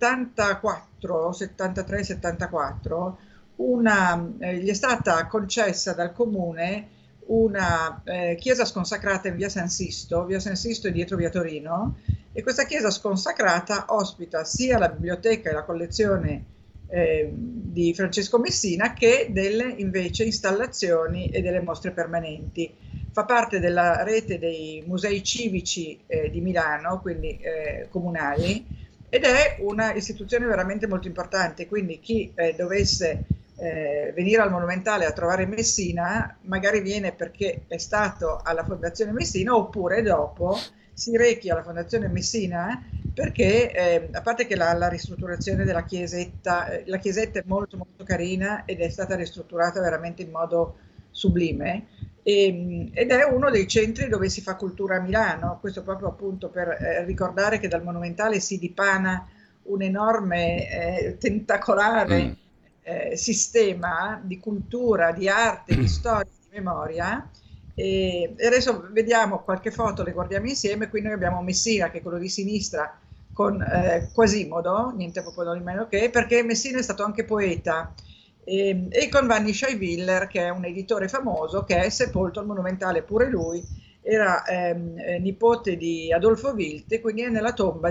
74, 73, 74, gli è stata concessa dal comune una chiesa sconsacrata in via San Sisto è dietro via Torino, e questa chiesa sconsacrata ospita sia la biblioteca e la collezione di Francesco Messina che delle invece installazioni e delle mostre permanenti. Fa parte della rete dei musei civici di Milano, quindi comunali, ed è una istituzione veramente molto importante, quindi chi dovesse venire al Monumentale a trovare Messina magari viene perché è stato alla Fondazione Messina, oppure dopo si rechi alla Fondazione Messina perché, a parte che la ristrutturazione della chiesetta, la chiesetta è molto molto carina ed è stata ristrutturata veramente in modo sublime, ed è uno dei centri dove si fa cultura a Milano, questo proprio appunto per ricordare che dal Monumentale si dipana un enorme tentacolare sistema di cultura, di arte, di storia, di memoria. E adesso vediamo qualche foto, le guardiamo insieme. Qui noi abbiamo Messina, che è quello di sinistra, con Quasimodo, niente proprio di meno che, perché Messina è stato anche poeta, e con Vanni Scheiviller, che è un editore famoso, che è sepolto al Monumentale pure lui, era nipote di Adolfo Wild, quindi è nella tomba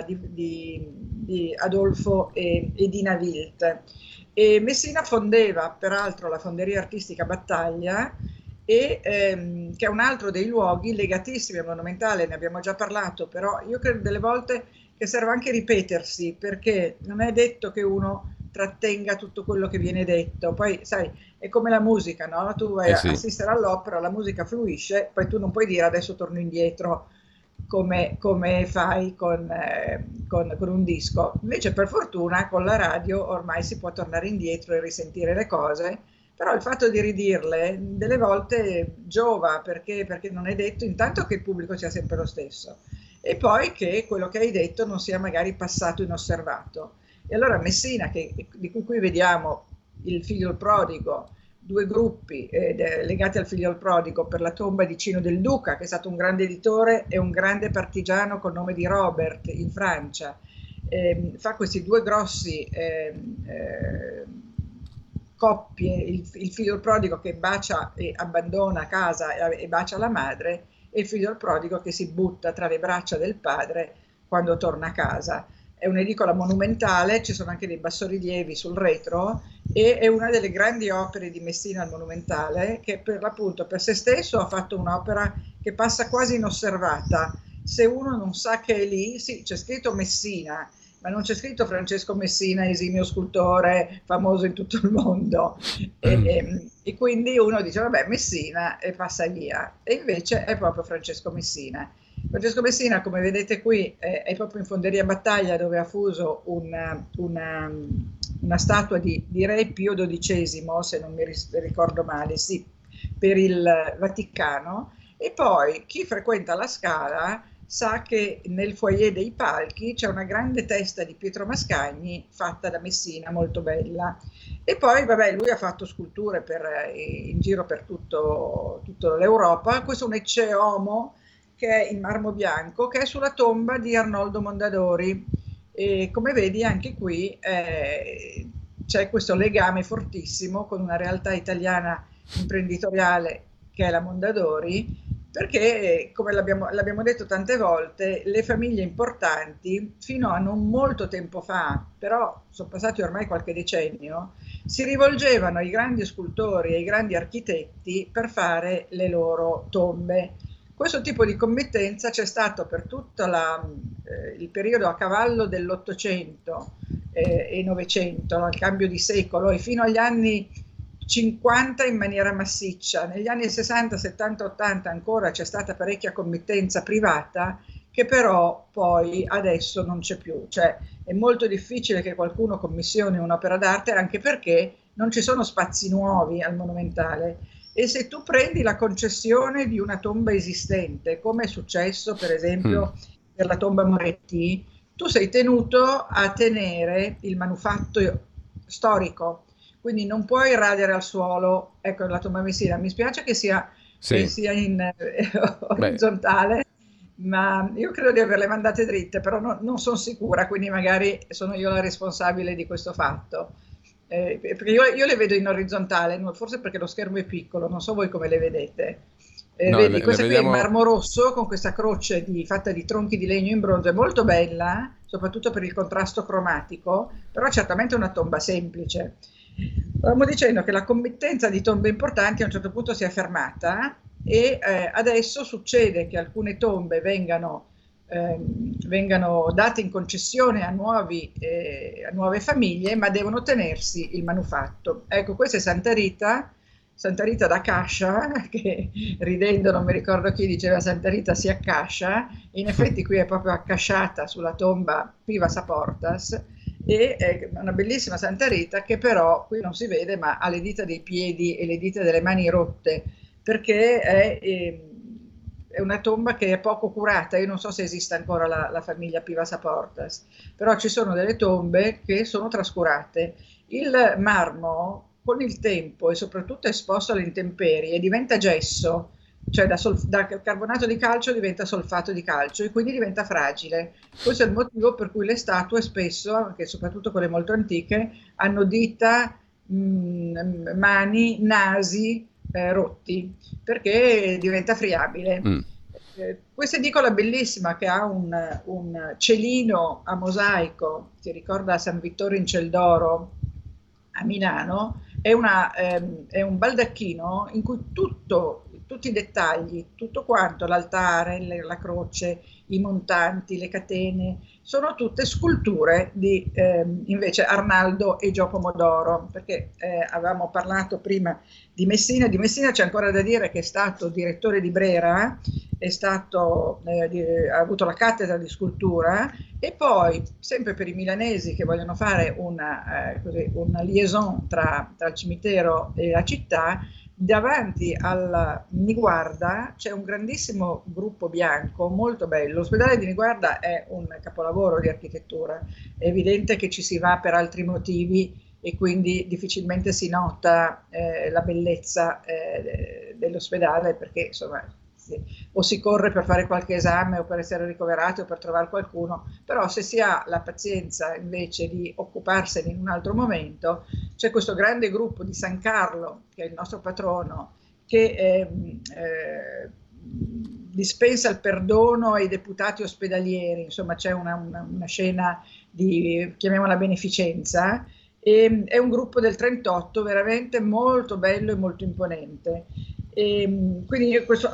di Adolfo e Dina Wild. E Messina fondeva peraltro la Fonderia Artistica Battaglia, che è un altro dei luoghi legatissimi al Monumentale, ne abbiamo già parlato, però io credo delle volte che serve anche ripetersi, perché non è detto che uno trattenga tutto quello che viene detto. Poi sai, è come la musica, no? Tu vai a assistere all'opera, la musica fluisce, poi tu non puoi dire adesso torno indietro come fai con un disco. Invece per fortuna con la radio ormai si può tornare indietro e risentire le cose, però il fatto di ridirle delle volte giova, perché non è detto intanto che il pubblico sia sempre lo stesso, e poi che quello che hai detto non sia magari passato inosservato. E allora Messina, di cui qui vediamo il figlio il prodigo, due gruppi legati al figlio il prodigo per la tomba di Cino del Duca, che è stato un grande editore e un grande partigiano col nome di Robert in Francia, fa questi due grossi coppie, il figlio il prodigo che bacia e abbandona casa e bacia la madre, e il figlio il prodigo che si butta tra le braccia del padre quando torna a casa. È un'edicola monumentale, ci sono anche dei bassorilievi sul retro, e è una delle grandi opere di Messina al Monumentale, che per l'appunto per se stesso ha fatto un'opera che passa quasi inosservata. Se uno non sa che è lì, sì, c'è scritto Messina, ma non c'è scritto Francesco Messina, esimio scultore famoso in tutto il mondo, e quindi uno dice vabbè Messina e passa via, e invece è proprio Francesco Messina. Francesco Messina, come vedete qui, è proprio in Fonderia Battaglia, dove ha fuso una statua di re Pio XII, se non mi ricordo male, sì, per il Vaticano. E poi chi frequenta la Scala sa che nel foyer dei palchi c'è una grande testa di Pietro Mascagni fatta da Messina, molto bella. E poi, vabbè, lui ha fatto sculture in giro per tutta l'Europa. Questo è un Ecce Homo, che è in marmo bianco, che è sulla tomba di Arnoldo Mondadori, e come vedi anche qui c'è questo legame fortissimo con una realtà italiana imprenditoriale che è la Mondadori, perché come l'abbiamo detto tante volte, le famiglie importanti fino a non molto tempo fa, però sono passati ormai qualche decennio, si rivolgevano ai grandi scultori e ai grandi architetti per fare le loro tombe. Questo tipo di committenza c'è stato per tutto il periodo a cavallo dell'Ottocento e Novecento, no? Il cambio di secolo, e fino agli anni 50 in maniera massiccia. Negli anni 60, 70, 80 ancora c'è stata parecchia committenza privata, che però poi adesso non c'è più. Cioè è molto difficile che qualcuno commissioni un'opera d'arte, anche perché non ci sono spazi nuovi al Monumentale. E se tu prendi la concessione di una tomba esistente, come è successo per esempio per la tomba Moretti, tu sei tenuto a tenere il manufatto storico, quindi non puoi radere al suolo. Ecco, la tomba Messina, mi spiace che sia in orizzontale, ma io credo di averle mandate dritte, però non sono sicura, quindi magari sono io la responsabile di questo fatto. Perché io le vedo in orizzontale, forse perché lo schermo è piccolo, non so voi come le vedete. No, vedi, questa qui è in marmo rosso con questa croce fatta di tronchi di legno in bronzo, è molto bella, soprattutto per il contrasto cromatico, però certamente è una tomba semplice. Stavamo dicendo che la committenza di tombe importanti a un certo punto si è fermata, e adesso succede che alcune tombe vengano date in concessione a nuove famiglie, ma devono tenersi il manufatto. Ecco, questa è Santa Rita, Santa Rita da Cascia, che ridendo non mi ricordo chi diceva Santa Rita si accascia, in effetti qui è proprio accasciata sulla tomba Pivas a Portas, e è una bellissima Santa Rita che però qui non si vede, ma ha le dita dei piedi e le dita delle mani rotte, perché è una tomba che è poco curata. Io non so se esiste ancora la famiglia Pivas a Portas, però ci sono delle tombe che sono trascurate. Il marmo con il tempo e soprattutto esposto alle intemperie diventa gesso, cioè da carbonato di calcio diventa solfato di calcio e quindi diventa fragile. Questo è il motivo per cui le statue spesso, anche soprattutto quelle molto antiche, hanno dita, mani, nasi rotti, perché diventa friabile. Questa edicola bellissima che ha un celino a mosaico che ricorda San Vittore in Ciel d'Oro a Milano, è un baldacchino in cui tutti i dettagli, tutto quanto, l'altare, la croce, i montanti, le catene, sono tutte sculture di invece Arnaldo e Gio Pomodoro, perché avevamo parlato prima di Messina. Di Messina c'è ancora da dire che è stato direttore di Brera, ha avuto la cattedra di scultura, e poi sempre per i milanesi che vogliono fare una liaison tra il cimitero e la città, davanti alla Niguarda c'è un grandissimo gruppo bianco molto bello. L'ospedale di Niguarda è un capolavoro di architettura, è evidente che ci si va per altri motivi e quindi difficilmente si nota la bellezza dell'ospedale, perché insomma o si corre per fare qualche esame o per essere ricoverati o per trovare qualcuno, però se si ha la pazienza invece di occuparsene in un altro momento, c'è questo grande gruppo di San Carlo, che è il nostro patrono, che dispensa il perdono ai deputati ospedalieri, insomma c'è una scena di, chiamiamola beneficenza, e è un gruppo del 38 veramente molto bello e molto imponente. Quindi questo,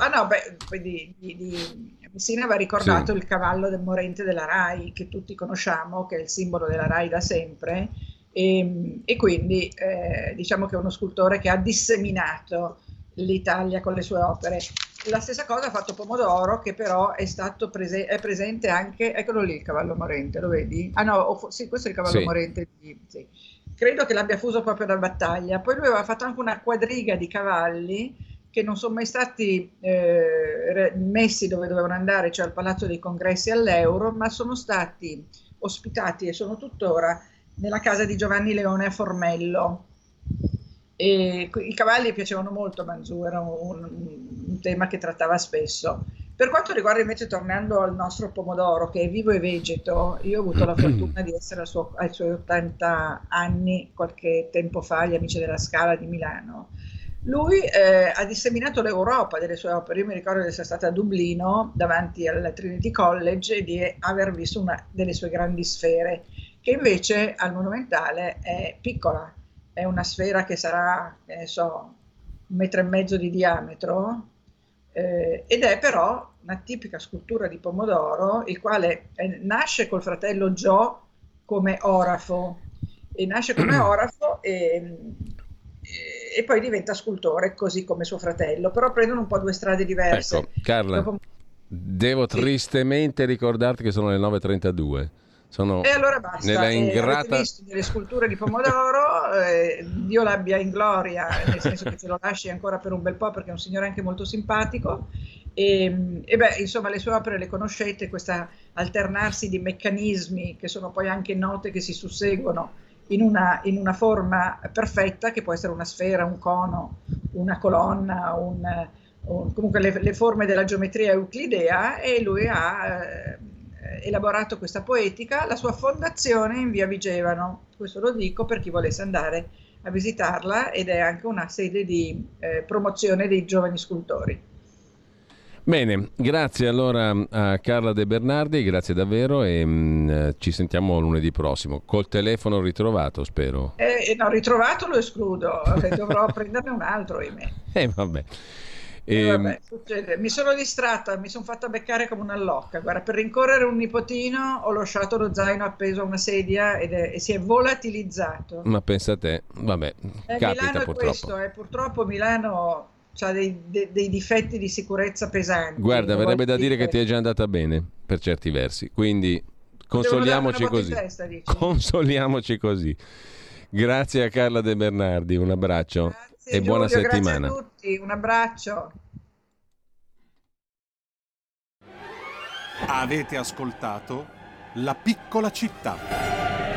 di Messina va ricordato il cavallo del morente della RAI, che tutti conosciamo, che è il simbolo della RAI da sempre, e quindi diciamo che è uno scultore che ha disseminato l'Italia con le sue opere. La stessa cosa ha fatto Pomodoro, che però è stato è presente anche, eccolo lì il cavallo morente, lo vedi? Ah no, sì, questo è il cavallo morente, sì. Credo che l'abbia fuso proprio da battaglia. Poi lui aveva fatto anche una quadriga di cavalli che non sono mai stati messi dove dovevano andare, cioè al Palazzo dei Congressi all'Euro, ma sono stati ospitati e sono tuttora nella casa di Giovanni Leone a Formello. E i cavalli piacevano molto a Manzù, era un tema che trattava spesso. Per quanto riguarda invece, tornando al nostro Pomodoro, che è vivo e vegeto, io ho avuto la fortuna di essere ai suoi 80 anni qualche tempo fa agli Amici della Scala di Milano. Lui ha disseminato l'Europa delle sue opere. Io mi ricordo di essere stata a Dublino davanti al Trinity College e di aver visto una delle sue grandi sfere, che invece al Monumentale è piccola, è una sfera che sarà, 1,5 metri di diametro, ed è però una tipica scultura di Pomodoro, il quale nasce col fratello Gio come orafo, e poi diventa scultore così come suo fratello, però prendono un po' due strade diverse. Ecco, Carla, devo tristemente ricordarti che sono le 9:32. E allora basta, nella ingrata... avete visto delle sculture di Pomodoro, Dio l'abbia in gloria, nel senso che ce lo lasci ancora per un bel po', perché è un signore anche molto simpatico, e insomma le sue opere le conoscete, questa alternarsi di meccanismi che sono poi anche note che si susseguono in una forma perfetta, che può essere una sfera, un cono, una colonna, comunque le forme della geometria euclidea, e lui ha elaborato questa poetica. La sua fondazione è in via Vigevano, questo lo dico per chi volesse andare a visitarla, ed è anche una sede di promozione dei giovani scultori. Bene, grazie allora a Carla De Bernardi, grazie davvero, e ci sentiamo lunedì prossimo, col telefono ritrovato, spero. No, ritrovato lo escludo, dovrò prenderne un altro, ahimè. Vabbè. Vabbè, succede. Mi sono distratta, mi sono fatta beccare come una locca. Guarda, per rincorrere un nipotino ho lasciato lo zaino appeso a una sedia e si è volatilizzato. Ma pensa a te, vabbè, capita Milano purtroppo. È questo, purtroppo Milano ha dei difetti di sicurezza pesanti. Guarda, verrebbe da dire che ti è già andata bene per certi versi, quindi consoliamoci così. Testa, consoliamoci così. Grazie a Carla De Bernardi, un abbraccio. Grazie, e buona Giulio, settimana. Grazie a tutti, un abbraccio. Avete ascoltato La piccola città.